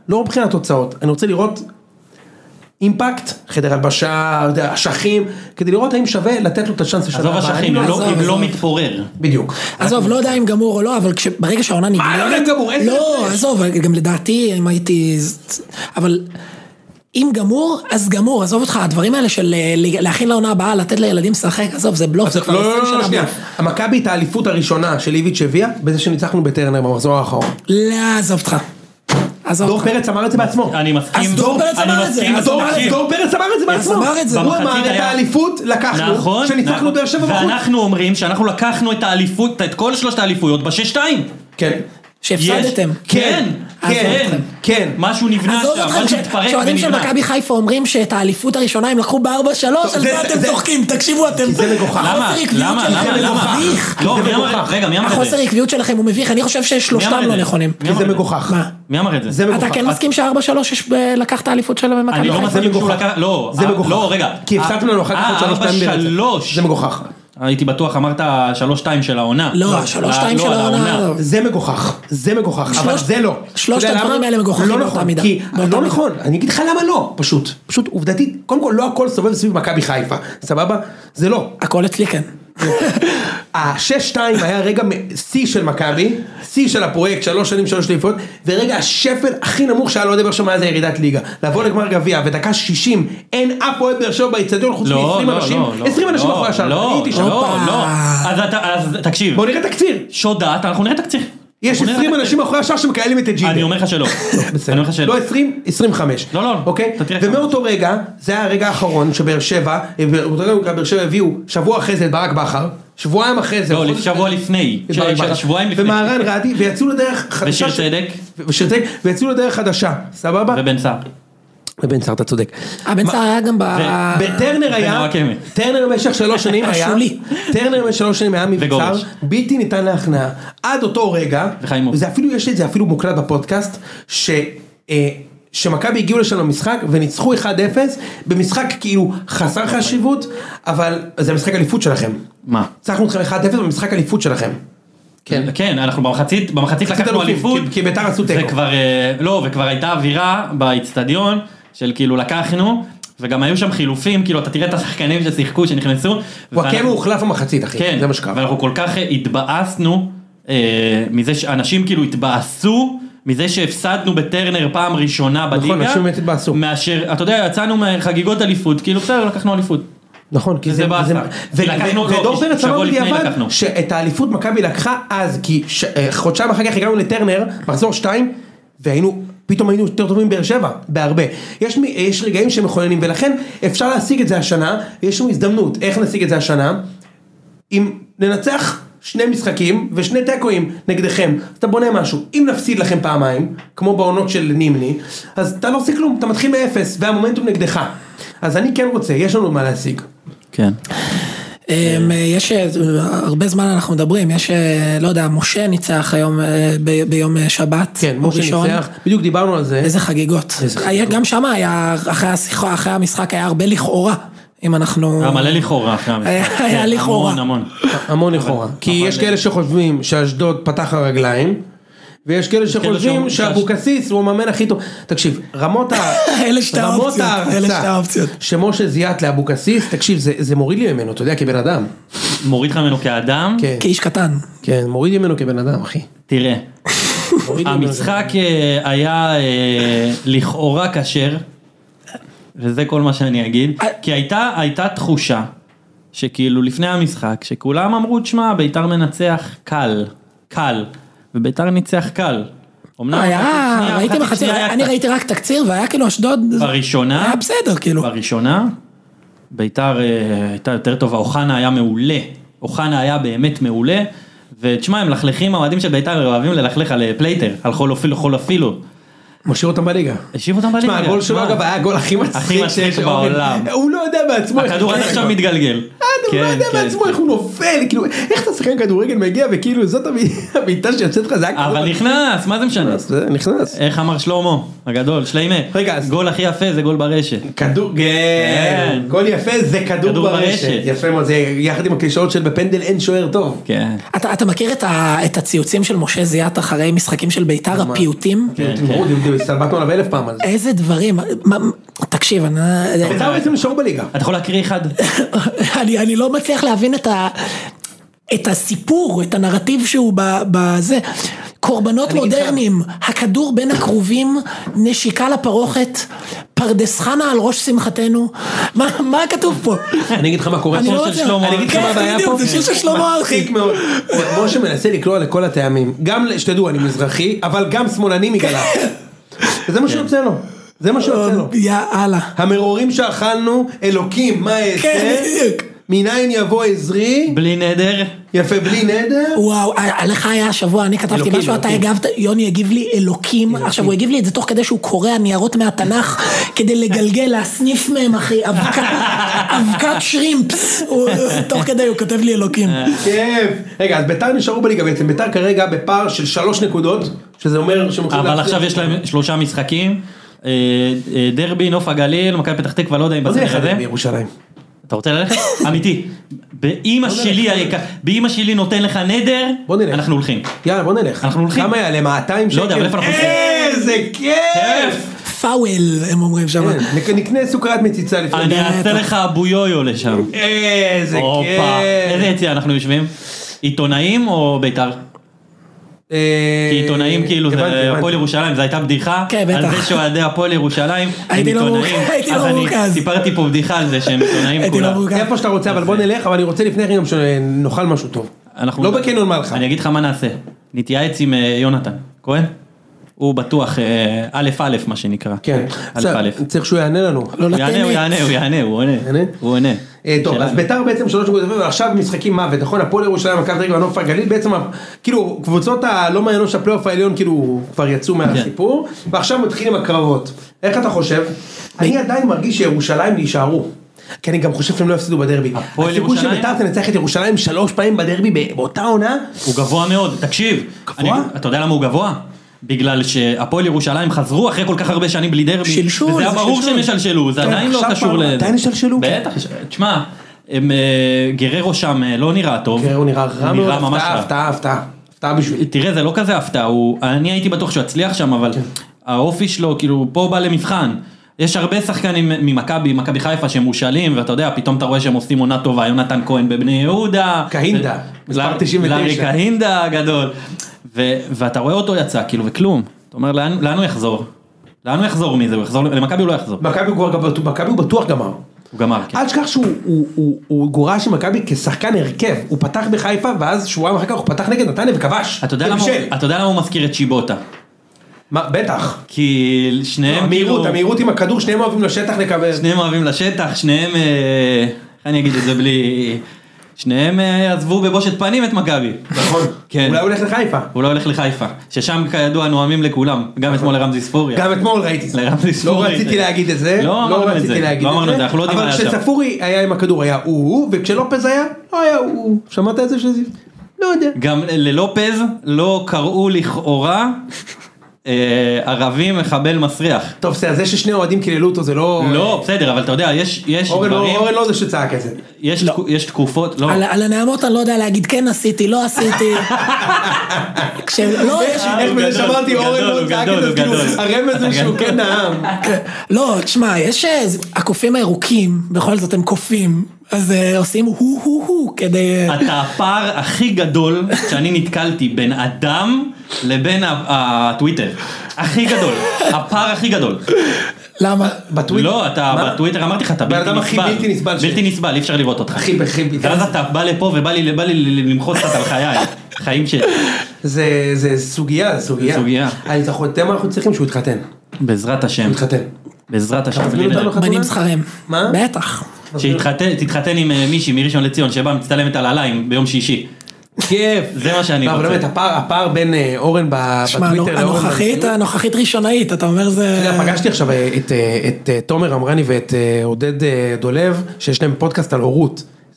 לא מבחינת תוצאות, אני רוצה לראות אימפקט, חדר הלבשה, אשכים, כדי לראות האם שווה לתת לו את הצ'אנס לשנה. עזוב אשכים, אם לא מתפורר. בדיוק. עזוב, לא יודע אם גמור או לא, אבל ברגע שהעונה נגמרת... מה, לא גמור, איזה... לא, עזוב, גם לדעתי, אם הייתי... אבל... אם גמור, אז גמור, עזוב אותך, הדברים האלה של להכין לעונה הבאה, לתת לילדים לשחק, עזוב, זה בלוף, זה כבר 20 שנה בלוף. המכבי את האליפות הראשונה של איביץ' הביאה, בזה שניצחנו בטרנר במחזור האחרון. לא, עזוב אותך. דור פרץ אמר את זה בעצמו. אני מסכים. אז דור פרץ אמר את זה. דור פרץ אמר את זה בעצמו. הוא אמר את האליפות, לקחנו, שניצחנו באר שבע בחוץ. ואנחנו אומרים שאנחנו לקחנו את האליפות, את כל 3 האליפויות ב6-2. כן. שהפסדתם. כן, כן, כן. משהו נבנה שם, משהו מתפרק כשאוהדים של מכבי חיפה אומרים שאת האליפות הראשונה הם לקחו ב4-3, על זה אתם צוחקים, תקשיבו אתם. זה מגוחך. למה? לא, רגע, מי אמר את זה? החוסר עקביות שלכם הוא מביך, אני חושב ששלושתם לא נכונים. כי זה מגוחך. מי אמר את זה? אתה כן מסכים ש4-3 יש לקח את האליפות שלו במכבי אני לא חיפה? מסכים שהוא לקח, לא, רגע. כי הפסדנו לנו אחר כך 3 פעמים ברצף. זה מגוחך. הייתי בטוח, אמרת 3-2 של העונה. לא, 3-2 של העונה. זה מגוחך, אבל זה לא. שלושת הדברים האלה מגוחכים באותה מידה. כי לא נכון, אני אגיד לך למה לא, פשוט עובדתית, קודם כל לא הכל סובב סביב מכבי חיפה, סבבה? זה לא. הכל אצלי כן. ה-6-2 היה רגע שיא של מכבי, שיא של הפרויקט, 3 שנים 3 אליפויות, ורגע השפל הכי נמוך שהיה לו עד באר שבע מאז ירידת ליגה, לבוא לגמר גביע, ודקה 60, אין אף אוהד באר שבע באצטדיון חוץ מ-20 אנשים, 20 אנשים אחרי השאר, לא, אז תקשיב. בוא נראה תקציר. שודעת, אנחנו נראה תקציר. יש 20 אנשים אחרי השאר שמקיילים את הג'ידר. אני אומר לך שלא. לא 20, 25. לא. אוקיי? ומאותו רגע, זה היה הרגע האחרון שבאר שבע, באר שבע הביאו שבוע אחרי זה את ברק בכר, שבועיים אחרי זה. לא, שבוע לפני. שבועיים לפני. ומהרן רדי, ויצאו לדרך חדשה. ושיר צדק. ויצאו לדרך חדשה. סבבה? ובן סער. ובן סער, אתה צודק. בן סער היה גם טרנר במשך 3 שנים היה, טרנר במשך 3 שנים היה מבצר, בלתי ניתן להכנעה, עד אותו רגע, וזה אפילו, יש את זה אפילו מוקלט בפודקאסט, שמכבי הגיעו לשם למשחק, וניצחו 1-0, במשחק כאילו חסר חשיבות, אבל זה המשחק אליפות שלכם. מה? צחנו אתכם 1-0 במשחק אליפות שלכם. כן, אנחנו במחצית לקחנו אליפות, כי ביתר עשו תיקו. וכבר הייתה אווירה באצטדיון, של כאילו לקחנו, וגם היו שם חילופים, כאילו אתה תראה את השחקנים ששיחקו, שנכנסו. וואקמה הוחלף המחצית, אחי, זה מה שקרה. ואנחנו כל כך התבאסנו, מזה שאנשים כאילו התבאסו, מזה שהפסדנו בטרנר פעם ראשונה בליגה. נכון, אנשים באמת התבאסו. מאשר, אתה יודע, יצאנו מחגיגות אליפות, כאילו בסדר, לקחנו אליפות. נכון, כי זה באסה. ודור פרץ אמר בדיעבד שאת האליפות מכבי לקחה אז, כי חודשיים אחר כך הגענו לטרנר, מחזור 2, פתאום היינו יותר טובים באר שבע, בהרבה. יש רגעים שמכוננים, ולכן אפשר להשיג את זה השנה, יש לנו הזדמנות. איך נשיג את זה השנה? אם ננצח 2 משחקים ו2 תיקואים נגדכם, אז אתה בונה משהו. אם נפסיד לכם פעמיים, כמו בעונות של נימני, אז אתה לא עושה כלום, אתה מתחיל מ0, והמומנטום נגדך. אז אני כן רוצה, יש לנו מה להשיג. כן. יש הרבה זמן אנחנו מדברים, יש לא יודע, משה ניצח היום ביום שבת. כן, משה ניצח, בדיוק דיברנו על זה. איזה חגיגות. גם שם היה, אחרי המשחק היה הרבה לכאורה. אם אנחנו... היה מלא לכאורה אחרי המשחק. היה לכאורה. המון לכאורה. כי יש כאלה שחושבים שאשדוד פתח הרגליים, ויש כאלה שחושבים שאבוקסיס הוא המאמן הכי טוב. תקשיב, רמות הארצה שמשה זיית לאבוקסיס, תקשיב, זה מוריד לי ממנו, אתה יודע, כבן אדם. מוריד לך ממנו כאדם? כאיש קטן. כן, מוריד לי ממנו כבן אדם, אחי. תראה, המשחק היה לכאורה קשר, וזה כל מה שאני אגיד, כי הייתה תחושה, שכאילו לפני המשחק, שכולם אמרו, תשמע, ביתר מנצח קל. וביתר ניצח קל. אני ראיתי רק תקציר, והיה כאילו אשדוד, בראשונה, היה בסדר כאילו. בראשונה, ביתר הייתה יותר טובה, אוחנה היה מעולה, אוחנה היה באמת מעולה, ותשמע, הם לחלכים, האוהדים של ביתר אוהבים ללכלך על פלייטר, על חול אפילו. משאיר אותם בליגה. השאיר אותם בליגה. תשמע, הגול שלו אגב היה הגול הכי מצחיק בעולם. הוא לא יודע בעצמו. הכדור עד עכשיו מתגלגל. הוא לא יודע בעצמו איך הוא נופל, כאילו, איך אתה שחקן כדורגל מגיע וכאילו זאת הביתה שיוצאת לך, זה היה אבל נכנס, מה זה משנה? נכנס. איך אמר שלמה? הגדול, שליימה. רגע, גול הכי יפה זה גול ברשת. כדור, כן. גול יפה זה כדור ברשת. יפה מאוד, זה יחד עם הקלישאות של בפנדל אין שוער טוב. כן. אתה מכיר את הציוצים של משה זיאת אחרי משחקים של ביתר, הפיוטים? הסתלבטנו עליו 1000 פעם. איזה דברים, תקשיב, ביתר בעצם נשארו בליגה. אתה יכול להקריא אחד? אני לא מצליח להבין את הסיפור, את הנרטיב שהוא בזה. קורבנות מודרניים, הכדור בין הקרובים, נשיקה לפרוכת, פרדס חנה על ראש שמחתנו. מה כתוב פה? אני אגיד לך מה קורה. אני אגיד לך מה הבעיה פה. זה שיר של שלמה ארצי. משה מנסה לקלוע לכל הטעמים. גם, שתדעו, אני מזרחי, אבל גם שמאלני מגלה. וזה מה שיוצא לו. זה מה שיוצא לו. יאללה. המרורים שאכלנו, אלוקים, מה אעשה? מניין יבוא עזרי. בלי נדר. יפה, בלי נדר. וואו, עליך היה השבוע, אני כתבתי משהו, אתה הגבת, יוני הגיב לי אלוקים, עכשיו הוא הגיב לי את זה תוך כדי שהוא קורא ניירות מהתנ"ך, כדי לגלגל, להסניף מהם אחי, אבקת שרימפס, תוך כדי הוא כותב לי אלוקים. כיף. רגע, אז ביתר נשארו בליגה בעצם, ביתר כרגע בפער של 3 נקודות, שזה אומר אבל עכשיו יש להם 3 משחקים, דרבי, נוף הגליל, מכבי פתח תקווה, לא יודע אם בסדר הזה. בירושלים. אתה רוצה ללכת? אמיתי. באמא שלי נותן לך נדר, אנחנו הולכים. יאללה, בוא נלך. אנחנו הולכים. כמה יעלה? 200 שקל? לא יודע, אבל איפה אנחנו הולכים? איזה כיף! פאוול, הם אומרים שם. נקנה סוכרת מציצה לפני. אני אעשה לך אבו יויו לשם. איזה כיף! איזה יציאה אנחנו יושבים? עיתונאים או ביתר? כי עיתונאים כאילו זה הפועל ירושלים, זו הייתה בדיחה על זה שאוהדי הפועל ירושלים הם עיתונאים, אז אני סיפרתי פה בדיחה על זה שהם עיתונאים כולם. איפה שאתה רוצה, אבל בוא נלך, אבל אני רוצה לפני כן גם שנאכל משהו טוב. לא בקניון מלכה. אני אגיד לך מה נעשה, נתייעץ עם יונתן כהן, הוא בטוח א' א' מה שנקרא. כן, צריך שהוא יענה לנו. הוא עונה. טוב, אז ביתר בעצם 3 נקודות, ועכשיו משחקים מוות, נכון? הפועל ירושלים, מכבי תל אביב ונוף הגליל, בעצם כאילו קבוצות הלא מעניינות של הפלייאוף העליון כאילו כבר יצאו מהסיפור, ועכשיו מתחילים הקרבות. איך אתה חושב? אני עדיין מרגיש שירושלים יישארו, כי אני גם חושב שהם לא יפסידו בדרבי. הסיכוי שביתר תנצח את ירושלים 3 פעמים בדרבי באותה עונה הוא גבוה מאוד, תקשיב. גבוה? אתה יודע למה הוא גבוה? בגלל שהפועל ירושלים חזרו אחרי כל כך הרבה שנים בלי דרבי. שלשול. וזה היה ברור שהם ישלשלו, זה עדיין לא קשור לזה. עדיין ישלשלו? בטח, תשמע, גררו שם לא נראה טוב. גררו נראה רע מאוד, הפתעה בשביל. תראה, זה לא כזה הפתעה, אני הייתי בטוח שהוא הצליח שם, אבל האופי שלו, כאילו, פה בא למבחן. יש הרבה שחקנים ממכבי חיפה שהם מושלים, ואתה יודע, פתאום אתה רואה שהם עושים עונה טובה, יונתן כהן בבני יהודה. קהינדה, מספר 99. לארי קהינדה הגדול. ואתה רואה אותו יצא, כאילו, וכלום. אתה אומר, לאן הוא יחזור? לאן הוא יחזור מזה? למכבי הוא לא יחזור. מכבי הוא בטוח גמר. הוא גמר, כן. אל תשכח שהוא גורש עם מכבי כשחקן הרכב. הוא פתח בחיפה, ואז שבועיים אחר כך הוא פתח נגד נתניה וכבש. אתה יודע למה הוא מזכיר את שיבוטה? מה, בטח. כי שניהם כאילו... המהירות עם הכדור, שניהם אוהבים לשטח לקבל. שניהם אוהבים לשטח, שניהם... איך אני אגיד את זה בלי... שניהם עזבו בבושת פנים את מכבי. נכון. אולי הוא הולך לחיפה. אולי הולך לחיפה. ששם כידוע נועמים לכולם. גם אתמול לרמזי ספוריה. גם אתמול ראיתי זה. לא רציתי להגיד את זה. לא רציתי להגיד את זה. אנחנו לא יודעים מה היה שם. אבל כשספורי היה עם הכדור היה הוא, וכשלופז היה, לא היה הוא. שמעת את זה שזה? לא יודע. גם ללופז לא קראו לכאורה ערבי מחבל מסריח. טוב, זה ששני אוהדים קיללו אותו זה לא... לא, בסדר, אבל אתה יודע, יש דברים... אורן לא זה שצעק את זה. יש תקופות, לא. על הנעמות אני לא יודע להגיד כן עשיתי, לא עשיתי. איך בזה שמעתי אורן לא צעק את זה, כאילו הרמז הוא שהוא כן נעם. לא, תשמע, יש הקופים הירוקים, בכל זאת הם קופים, אז עושים הו כדי... אתה הפער הכי גדול שאני נתקלתי בין אדם לבין הטוויטר. הכי גדול. הפער הכי גדול. למה? בטוויטר? לא, אתה בטוויטר אמרתי לך, אתה בלתי נסבל. בלתי נסבל. בלתי נסבל, אי אפשר לראות אותך. הכי. ואז אתה בא לפה ובא לי למחוץ קצת על חיי. חיים שלי. זה סוגיה. אני זוכר, מה אנחנו צריכים שהוא יתחתן? בעזרת השם. הוא יתחתן. בעזרת השם. בנים זכרים. מה? בטח. שתתחתן עם מישהי מראשון לציון שבא מצטלמת על הליים ביום שישי. כיף. זה מה שאני רוצה. אבל באמת, הפער בין אורן בטוויטר הנוכחית ראשונאית, אתה אומר זה... פגשתי עכשיו את תומר אמרני ואת עודד דולב, שיש להם פודקאסט על הורות.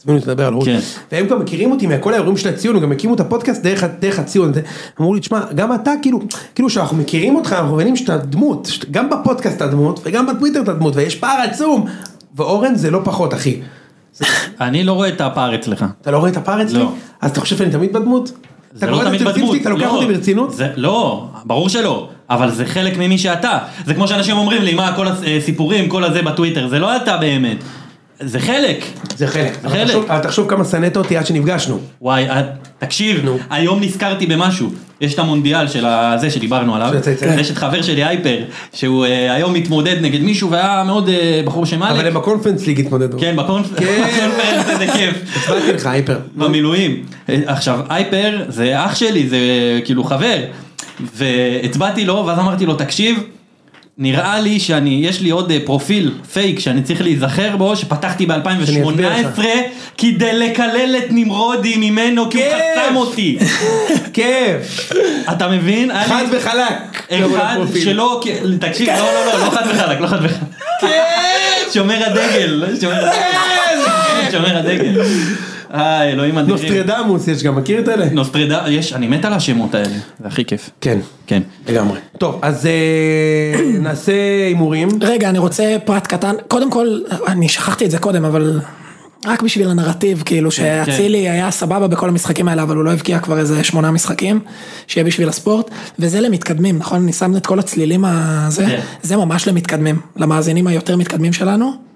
הזמינו לדבר על רות, והם גם מכירים אותי מכל האירועים של הציון, הם גם הקימו את הפודקאסט דרך הציון, אמרו לי, תשמע, גם אתה כאילו שאנחנו מכירים אותך, אנחנו מבינים שאתה דמות, גם בפודקאסט אתה דמות, וגם בטוויטר אתה דמות, ויש פער עצום, ואורן זה לא פחות, אחי. אני לא רואה את הפער אצלך. אתה לא רואה את הפער אצלי? לא. אז אתה חושב שאני תמיד בדמות? זה לא תמיד בדמות. אתה לוקח אותי ברצינות? לא, ברור שלא. אבל זה חלק ממי שאתה. זה כמו שאנשים אומרים לי, מה, כל הסיפורים, כל הזה בטוויטר, זה לא אתה באמת. זה חלק. זה חלק. אבל תחשוב כמה שנאת אותי עד שנפגשנו. וואי, תקשיב, היום נזכרתי במשהו. יש את המונדיאל של הזה שדיברנו עליו. יש את חבר שלי הייפר, שהוא היום מתמודד נגד מישהו והיה מאוד בחור שמאלק. אבל הם בקונפרנס ליג התמודדו. כן, בקונפרנס זה כיף. הצבעתי לך הייפר. במילואים. עכשיו, הייפר זה אח שלי, זה כאילו חבר. והצבעתי לו, ואז אמרתי לו, תקשיב, נראה לי יש לי עוד פרופיל פייק שאני צריך להיזכר בו, שפתחתי ב-2018 כדי לקלל את נמרודי ממנו, כי הוא חסם אותי. כיף. אתה מבין? חד וחלק. אחד שלא, תקשיב, לא חד וחלק, לא חד וחלק. כיף. שומר הדגל. שומר הדגל. אלוהים אדירים. נוסטרדמוס, יש גם, מכיר את אלה? נוסטרדמוס, אני מת על השמות האלה, זה הכי כיף. כן, כן. לגמרי. טוב, אז נעשה הימורים. רגע, אני רוצה פרט קטן, קודם כל, אני שכחתי את זה קודם, אבל רק בשביל הנרטיב, כאילו שהצילי היה סבבה בכל המשחקים האלה, אבל הוא לא הבקיע כבר איזה 8 משחקים, שיהיה בשביל הספורט, וזה למתקדמים, נכון? אני שם את כל הצלילים הזה, זה ממש למתקדמים, למאזינים היותר מתקדמים שלנו.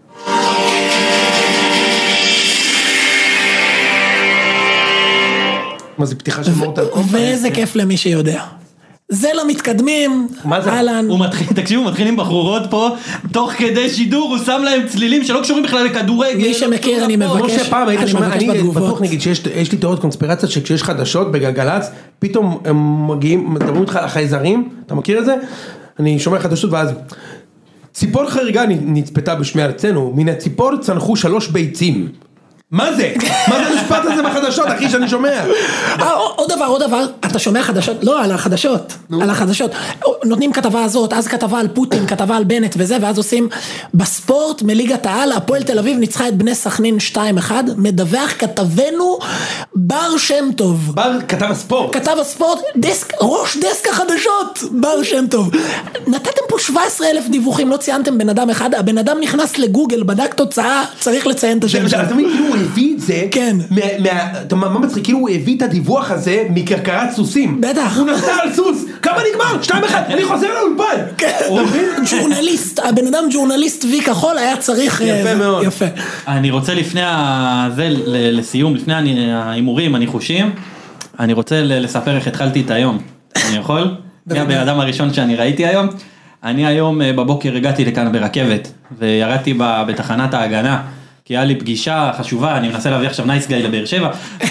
מה זה פתיחה של מורטל קומבט? ואיזה כיף למי שיודע. זה למתקדמים, אהלן. תקשיבו, הוא מתחיל עם בחורות פה, תוך כדי שידור הוא שם להם צלילים שלא קשורים בכלל לכדורגל. מי שמכיר אני מבקש בתגובות. בטוח נגיד שיש לי תיאוריות קונספירציה שכשיש חדשות בגלגלצ, פתאום הם מגיעים, מדברים איתך על החייזרים, אתה מכיר את זה? אני שומע חדשות ואז, ציפור חריגה נצפתה בשמי ארצנו, מן הציפור צנחו 3 ביצים. מה זה? מה זה המשפט הזה בחדשות, אחי, שאני שומע? עוד דבר, אתה שומע חדשות? לא, על החדשות, על החדשות. נותנים כתבה הזאת, אז כתבה על פוטין, כתבה על בנט וזה, ואז עושים בספורט, מליגת העל, הפועל תל אביב ניצחה את בני סכנין 2-1, מדווח כתבנו בר שם טוב. כתב הספורט. כתב הספורט, ראש דסק החדשות, בר שם טוב. נתתם פה 17,000 דיווחים, לא ציינתם בן אדם אחד, הבן אדם נכנס לגוגל, בדק תוצאה, צריך לציין את השם. הוא הביא את זה, כן. מה מצחיק, כאילו הוא הביא את הדיווח הזה מקרקרת סוסים. בטח. הוא נסע על סוס, כמה נגמר? 2-1, אני חוזר לאולפן. כן. ג'ורנליסט, הבן אדם ג'ורנליסט וי כחול היה צריך... יפה מאוד. יפה. אני רוצה לפני זה, לסיום, לפני ההימורים, הניחושים, אני רוצה לספר איך התחלתי את היום. אני יכול? מי הבן אדם הראשון שאני ראיתי היום? אני היום בבוקר הגעתי לכאן ברכבת, וירדתי בתחנת ההגנה. כי היה לי פגישה חשובה, אני מנסה להביא עכשיו נייס גאי לבאר שבע.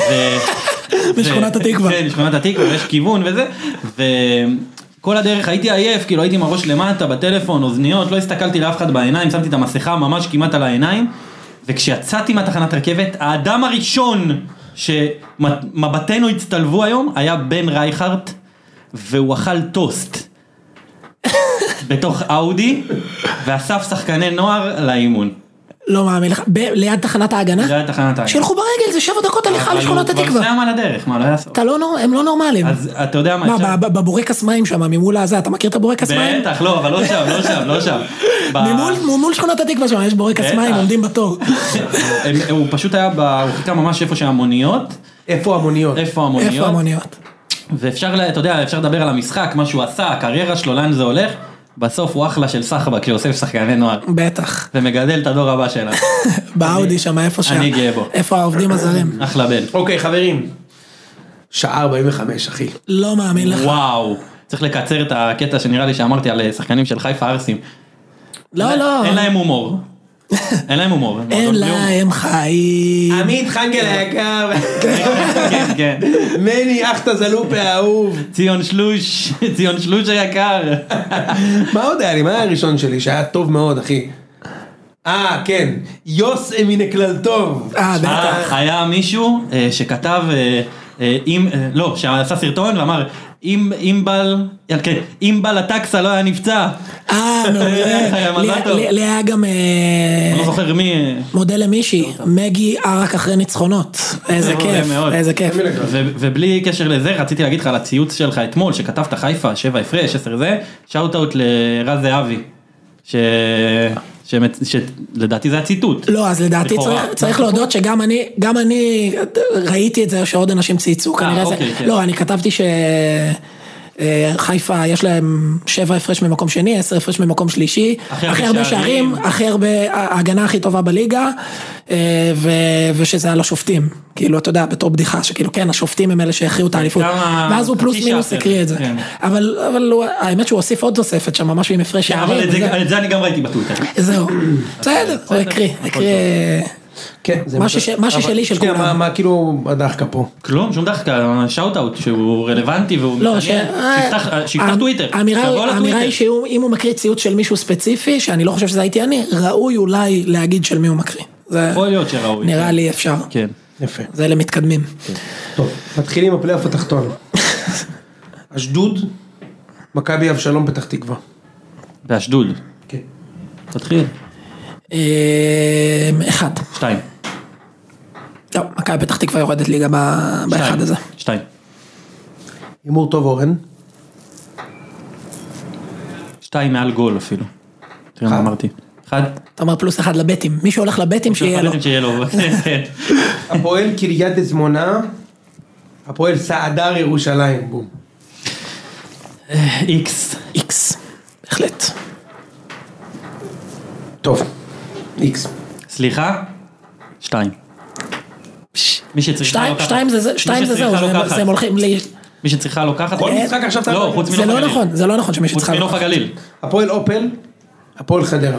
בשכונת התקווה. כן, בשכונת התקווה, ויש כיוון וזה. וכל הדרך הייתי עייף, כאילו הייתי עם הראש למטה, בטלפון, אוזניות, לא הסתכלתי לאף אחד בעיניים, שמתי את המסכה ממש כמעט על העיניים. וכשיצאתי מהתחנת רכבת, האדם הראשון שמבטנו הצטלבו היום, היה בן רייכרט, והוא אכל טוסט. בתוך אאודי, ואסף שחקני נוער לאימון. לא מאמין לך, ליד תחנת ההגנה? ליד תחנת ההגנה. שילכו ברגל, זה 7 דקות הליכה לשכונות התקווה. אבל הוא כבר על הדרך, מה לא יעשו? הם לא נורמליים. אז אתה יודע מה? מה, בבורקס מים שם, ממול הזה, אתה מכיר את הבורקס מים? בטח, לא, אבל לא שם. ממול שכונות התקווה שם, יש בורקס מים, עומדים בתור. הוא פשוט היה, הוא חיכה ממש איפה שהמוניות. איפה המוניות? ואפשר, אתה יודע, אפשר לדבר על המשחק, מה שהוא עשה, הקריירה שלו, לאן זה הולך. בסוף הוא אחלה של סחבק כשעושה שחקני נוער. בטח. ומגדל את הדור הבא שלנו. באודי שם, איפה שם. אני גאה בו. איפה העובדים הזרים. אחלה בן. אוקיי, חברים. שעה 45, אחי. לא מאמין לך. וואו. צריך לקצר את הקטע שנראה לי שאמרתי על שחקנים של חיפה ארסים. לא. אין להם הומור. אין להם חיים. עמית חנגל היקר. כן. מני אחת זלופה האהוב. ציון שלוש היקר. מה עוד היה לי? מה היה הראשון שלי שהיה טוב מאוד, אחי? כן. יוס מן הכלל טוב. בטח. היה מישהו שכתב לא, שעשה סרטון ואמר, אם בא לטקסה לא היה נפצע. היה גם... לא זוכר מי... מודל למישהי, מגי רק אחרי ניצחונות. איזה כיף, איזה כיף. ובלי קשר לזה, רציתי להגיד לך על הציוץ שלך אתמול, שכתבת חיפה, 7 הפרש, 10 זה, שאוט-אוט לרז זהבי. שלדעתי זה הציטוט. לא, אז לדעתי צריך להודות שגם אני ראיתי את זה שעוד אנשים צייצו, כנראה זה, לא, אני כתבתי חיפה יש להם 7 הפרש ממקום שני, 10 הפרש ממקום שלישי, הכי הרבה שערים, הכי הרבה ההגנה הכי טובה בליגה, ושזה על השופטים, כאילו אתה יודע, בתור בדיחה, שכאילו כן, השופטים הם אלה שהכריעו את האליפות, ואז הוא פלוס מינוס הקריא את זה, אבל האמת שהוא הוסיף עוד תוספת שם, ממש עם הפרש שערים. אבל את זה אני גם ראיתי בטוויטר. זהו, בסדר, הוא הקריא. מה ששלי של כולם. מה כאילו הדחקה פה? כלום, שום דחקה, שאוט-אוט שהוא רלוונטי והוא מתעניין, שיפתח טוויטר. האמירה היא שאם הוא מקריא ציוץ של מישהו ספציפי, שאני לא חושב שזה הייתי אני, ראוי אולי להגיד של מי הוא מקריא. יכול להיות שראוי. נראה לי אפשר. כן. יפה. זה למתקדמים. טוב, מתחילים הפלייאוף התחתון. אשדוד, מכבי אבשלום פתח תקווה. באשדוד. כן. תתחיל. 1. 2. לא, מכבי פתח תקווה יורדת ליגה באחד הזה. 2. הימור טוב אורן. 2 מעל גול אפילו. תראה מה אמרתי. 1. אתה אומר פלוס 1 לבטים. מי שהולך לבטים שיהיה לו. הפועל קריית שמונה. הפועל סעדר ירושלים. בום. X. בהחלט. טוב. X. סליחה? 2. מי שצריכה לוקחת. 2 זה זהו, הם הולכים לי. מי שצריכה לוקחת. כל משחק עכשיו לא, חוץ מנוף הגליל. זה לא נכון שמי שצריכה לוקחת. חוץ מנוף הגליל. הפועל אופל, הפועל חדרה.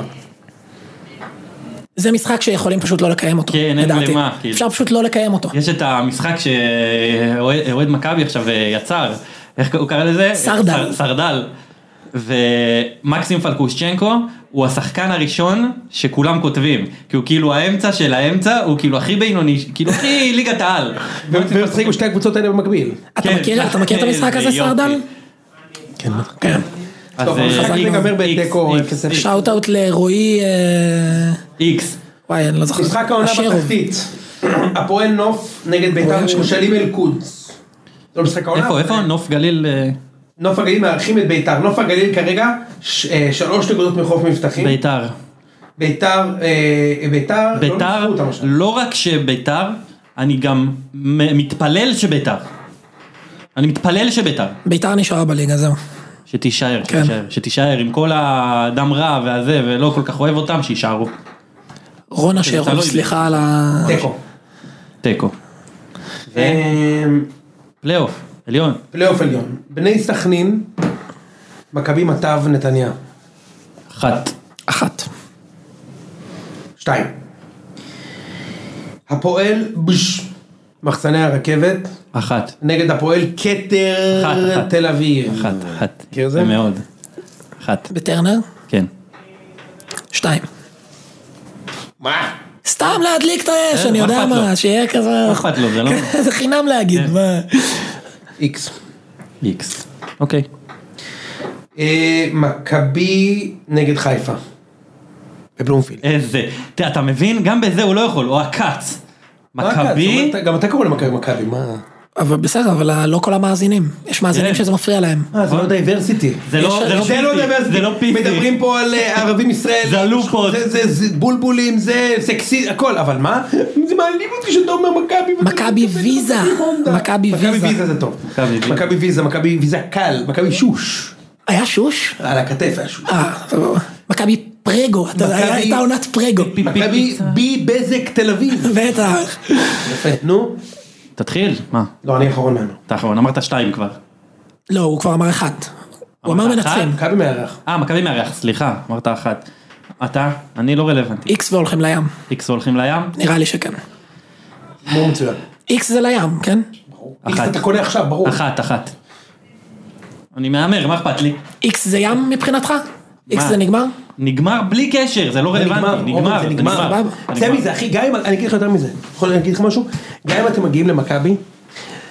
זה משחק שיכולים פשוט לא לקיים אותו. כן, אין למה. אפשר פשוט לא לקיים אותו. יש את המשחק שאוהד מכבי עכשיו יצר, איך הוא קרא לזה? סרדל. ומקסים פלקושצ'נקו הוא השחקן הראשון שכולם כותבים, כי הוא כאילו האמצע של האמצע, הוא כאילו הכי בינוני, כאילו הכי ליגת העל. ומשחקים שתי הקבוצות האלה במקביל. אתה מכיר את המשחק הזה סרדל? כן. טוב, המשחק נגמר בטקו 0-0. שאוט-אוט לרועי X. וואי, אני לא זוכר. משחק העונה בתחתית. הפועל נוף נגד בית"ר ירושלים אל-קודס. לא משחק העונה. איפה? נוף גליל... נוף הגליל מארחים את בית"ר. נוף הגליל כרגע 3 נקודות מחוף מבטחים. בית"ר לא רק שבית"ר, אני גם מתפלל שבית"ר. בית"ר נשארה בליגה, זהו. שתישאר עם כל האדם רע והזה, ולא כל כך אוהב אותם, שישארו. רונה שרוב, סליחה על ה... תיקו. פלייאוף עליון. בני סכנין, מכבי מטב נתניה. 1. 2. הפועל מחסני הרכבת. 1. נגד הפועל כתר תל אביב. 1. זה מאוד. 1. בטרנר? כן. 2. מה? סתם להדליק את האש, אני יודע מה, שיהיה כזה... אכפת לו, זה לא... זה חינם להגיד, מה... X. אוקיי. מכבי נגד חיפה. בבלומפילד. איזה... אתה מבין? גם בזה הוא לא יכול, או הקץ. מכבי... גם אתה קורא למכבי, מה... אבל בסדר, אבל לא כל המאזינים. יש מאזינים שזה מפריע להם. זה לא דייברסיטי. זה לא פיסי. מדברים פה על ערבים ישראל. זה הלופות. זה בולבולים, זה סקסי, הכל. אבל מה? זה מעלים אותי שאתה אומר מכבי. מכבי ויזה. מכבי ויזה זה טוב. מכבי ויזה, מכבי ויזה קל. מכבי שוש. היה שוש? על הכתף היה שוש. מכבי פרגו. הייתה עונת פרגו. מכבי בי בזק תל אביב. בטח. יפה, נו. תתחיל, מה? לא, אני אחרון ממנו. אתה אחרון, אמרת 2 כבר. לא, הוא כבר אמר 1. הוא אמר מנצחים. מכבי מארח. מכבי מארח, סליחה, אמרת 1. אתה? אני לא רלוונטי. X והולכים לים. X והולכים לים? נראה לי שכן. מאוד מצוין. X זה לים, כן? X אתה קונה עכשיו, ברור. 1. אני מאמר, מה אכפת לי? X זה ים מבחינתך? X זה נגמר? נגמר בלי קשר, זה לא רלוונטי, נגמר. סמי, זה הכי, גם אם, אני אגיד לך יותר מזה, יכול להגיד לך משהו? גם אם אתם מגיעים למכבי,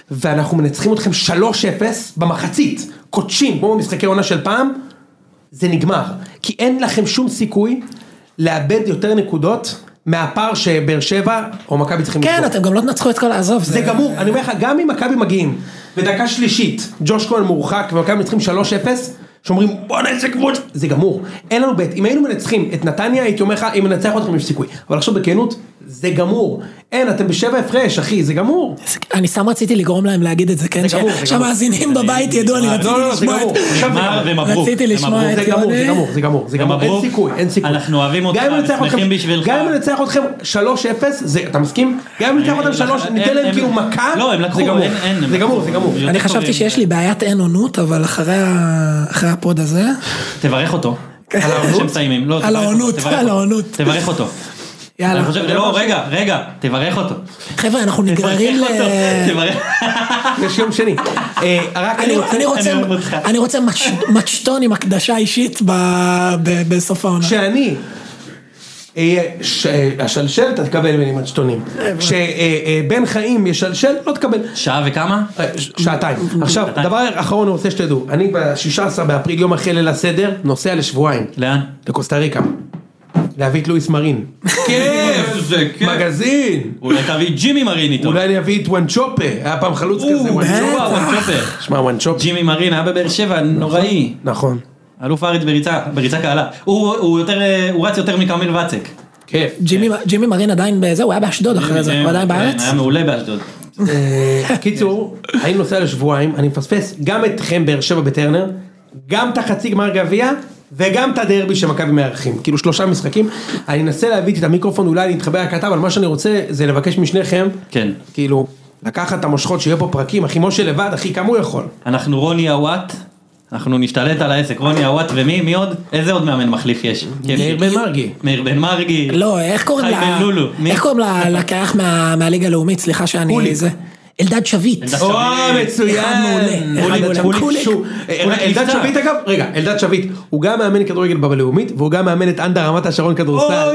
ואנחנו מנצחים אתכם 3-0 במחצית, קודשים, כמו במשחקי עונה של פעם, זה נגמר. כי אין לכם שום סיכוי לאבד יותר נקודות מהפער שבאר שבע או מכבי צריכים כן, אתם גם לא תנצחו את כל העזוב. זה גמור, אני אומר לך, גם אם מכבי מגיעים, בדקה שלישית, ג'וש כהן מורחק, ומכבי מנצחים 3-0, שאומרים, בוא נעשה קבוצה, זה גמור. אין לנו בית, אם היינו מנצחים את נתניה, הייתי אומר לך, אם ננצח אתכם יש סיכוי. אבל עכשיו בכנות, זה גמור. אין, אתם בשבע הפרש, אחי, זה גמור. אני סתם רציתי לגרום להם להגיד את זה, כן? שהמאזינים בבית ידעו, אני רציתי לשמוע את זה. רציתי לשמוע את זה. זה גמור, אין סיכוי, אין סיכוי. אנחנו אוהבים אותך, שמחים בשבילך. גם אם ננצח אתכם 3-0, אתה מסכים? גם אם ננצח אותם 3, ניתן להם כאילו מכה, זה גמור. אני חשבתי שיש לי בעיית אין עונות, אבל אחרי הפוד הזה... תברך אותו. על העונות. תברך אותו. יאללה. לא, רגע, תברך אותו. חבר'ה, אנחנו נגררים ל... יש יום שני. אני רוצה מצ'טון עם הקדשה אישית בסוף העונה. שאני, השלשל אתה תקבל ממני מצ'טונים. כשבן חיים ישלשל, לא תקבל. שעה וכמה? שעתיים. עכשיו, דבר אחרון אני רוצה שתדעו. אני ב-16 באפריל, יום אחרי ליל הסדר, נוסע לשבועיים. לאן? לקוסטה ריקה. להביא את לואיס מרין. כיף! זה כיף. מגזין. אולי תביא ג'ימי מרין איתו. אולי אני אביא את וואנצ'ופה. היה פעם חלוץ כזה, וואנצ'ופה. שמע, וואנצ'ופה. ג'ימי מרין היה בבאר שבע, נוראי. נכון. אלוף הארץ בריצה קהלה. הוא רץ יותר מקמיל וצק. כיף. ג'ימי מרין עדיין בזה, הוא היה באשדוד אחרי זה, הוא עדיין בארץ. היה מעולה באשדוד. קיצור, אני נוסע לשבועיים, אני מפספס גם אתכם באר שבע בטרנר, גם את החצי גמר גביע, וגם את הדרבי שמכבי מארחים, כאילו 3 משחקים, אני אנסה להביא את המיקרופון, אולי אני אתחבר הכתב, אבל מה שאני רוצה זה לבקש משניכם, כן. כאילו, לקחת את המושכות שיהיה פה פרקים, אחי משה לבד, אחי כמה הוא יכול? אנחנו רוני הוואט, אנחנו נשתלט על העסק, רוני הוואט ומי? מי עוד? איזה עוד מאמן מחליף יש? מאיר בן מרגי. מאיר בן מרגי. לא, איך קוראים לקרח מהליגה הלאומית, סליחה שאני זה. אלדד שביט. מצוין. אלדד שביט אגב, רגע, אלדד שביט, הוא גם מאמן כדורגל בלאומית, והוא גם מאמן את אנדר רמת השרון כדורסל.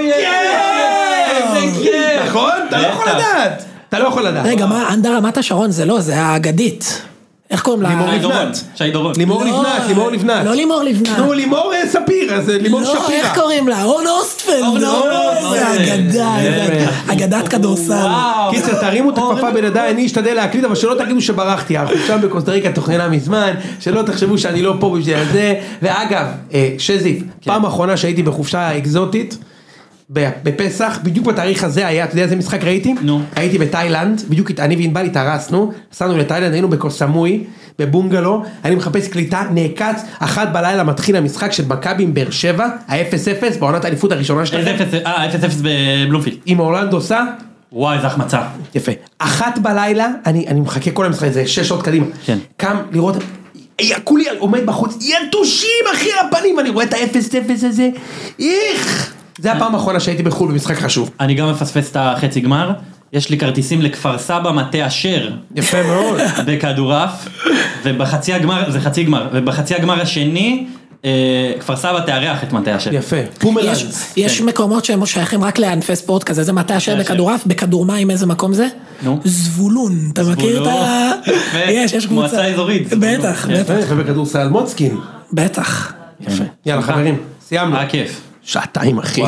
נכון? אתה לא יכול לדעת. רגע, מה, אנדר רמת השרון זה לא, זה האגדית. איך קוראים לה? לימור לבנת. לא לימור לבנת. נו, לימור ספיר, אז לימור שפירה. לא, איך קוראים לה? אורן אוסטפלד. זה אגדה, אגדת כדורסל. קיצר, תרימו את הכפפה בלעדיי, אני אשתדל להקליט, אבל שלא תגידו שברחתי, אנחנו שם בקוסטה ריקה תוכננה מזמן, שלא תחשבו שאני לא פה בשביל זה. ואגב, שזיף, פעם האחרונה שהייתי בחופשה אקזוטית, בפסח, בדיוק בתאריך הזה היה, אתה יודע איזה משחק ראיתי? הייתי בתאילנד, בדיוק אני וענבל התארסנו, נסענו לתאילנד, היינו בקוסמוי, בבונגלו, אני מחפש קליטה, נעקץ, 1 בלילה מתחיל המשחק של מכבי עם באר שבע, ה-0-0, בעונת האליפות הראשונה שלכם. 0-0 בבלומפילד. עם אורלנדו סא. וואי, זה החמצה. יפה. 1 בלילה, אני מחכה כל המשחק, זה 6 שעות קדימה. כן. קם לראות, כולי עומד בחוץ, יתושים אחי הפנים, אני רואה את ה-0-0 הזה, איך? זה הפעם האחרונה שהייתי בחול במשחק חשוב. אני גם מפספס את החצי גמר, יש לי כרטיסים לכפר סבא מטה אשר. יפה מאוד. בכדורף, ובחצי הגמר, זה חצי גמר, ובחצי הגמר השני, כפר סבא תארח את מטה אשר. יפה, פומרנס. יש מקומות שהם שייכים רק לענפי ספורט כזה, זה מטה אשר בכדורף, בכדור מים איזה מקום זה? זבולון, אתה מכיר את ה... יש קבוצה. מועצה אזורית. בטח, בטח. ובכדורסל מוצקין. בטח. יפה. יאללה חברים, סיימנו. היה כיף. שעתיים אחי.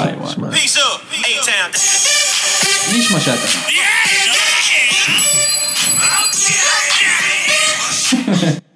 נשמע שעתיים.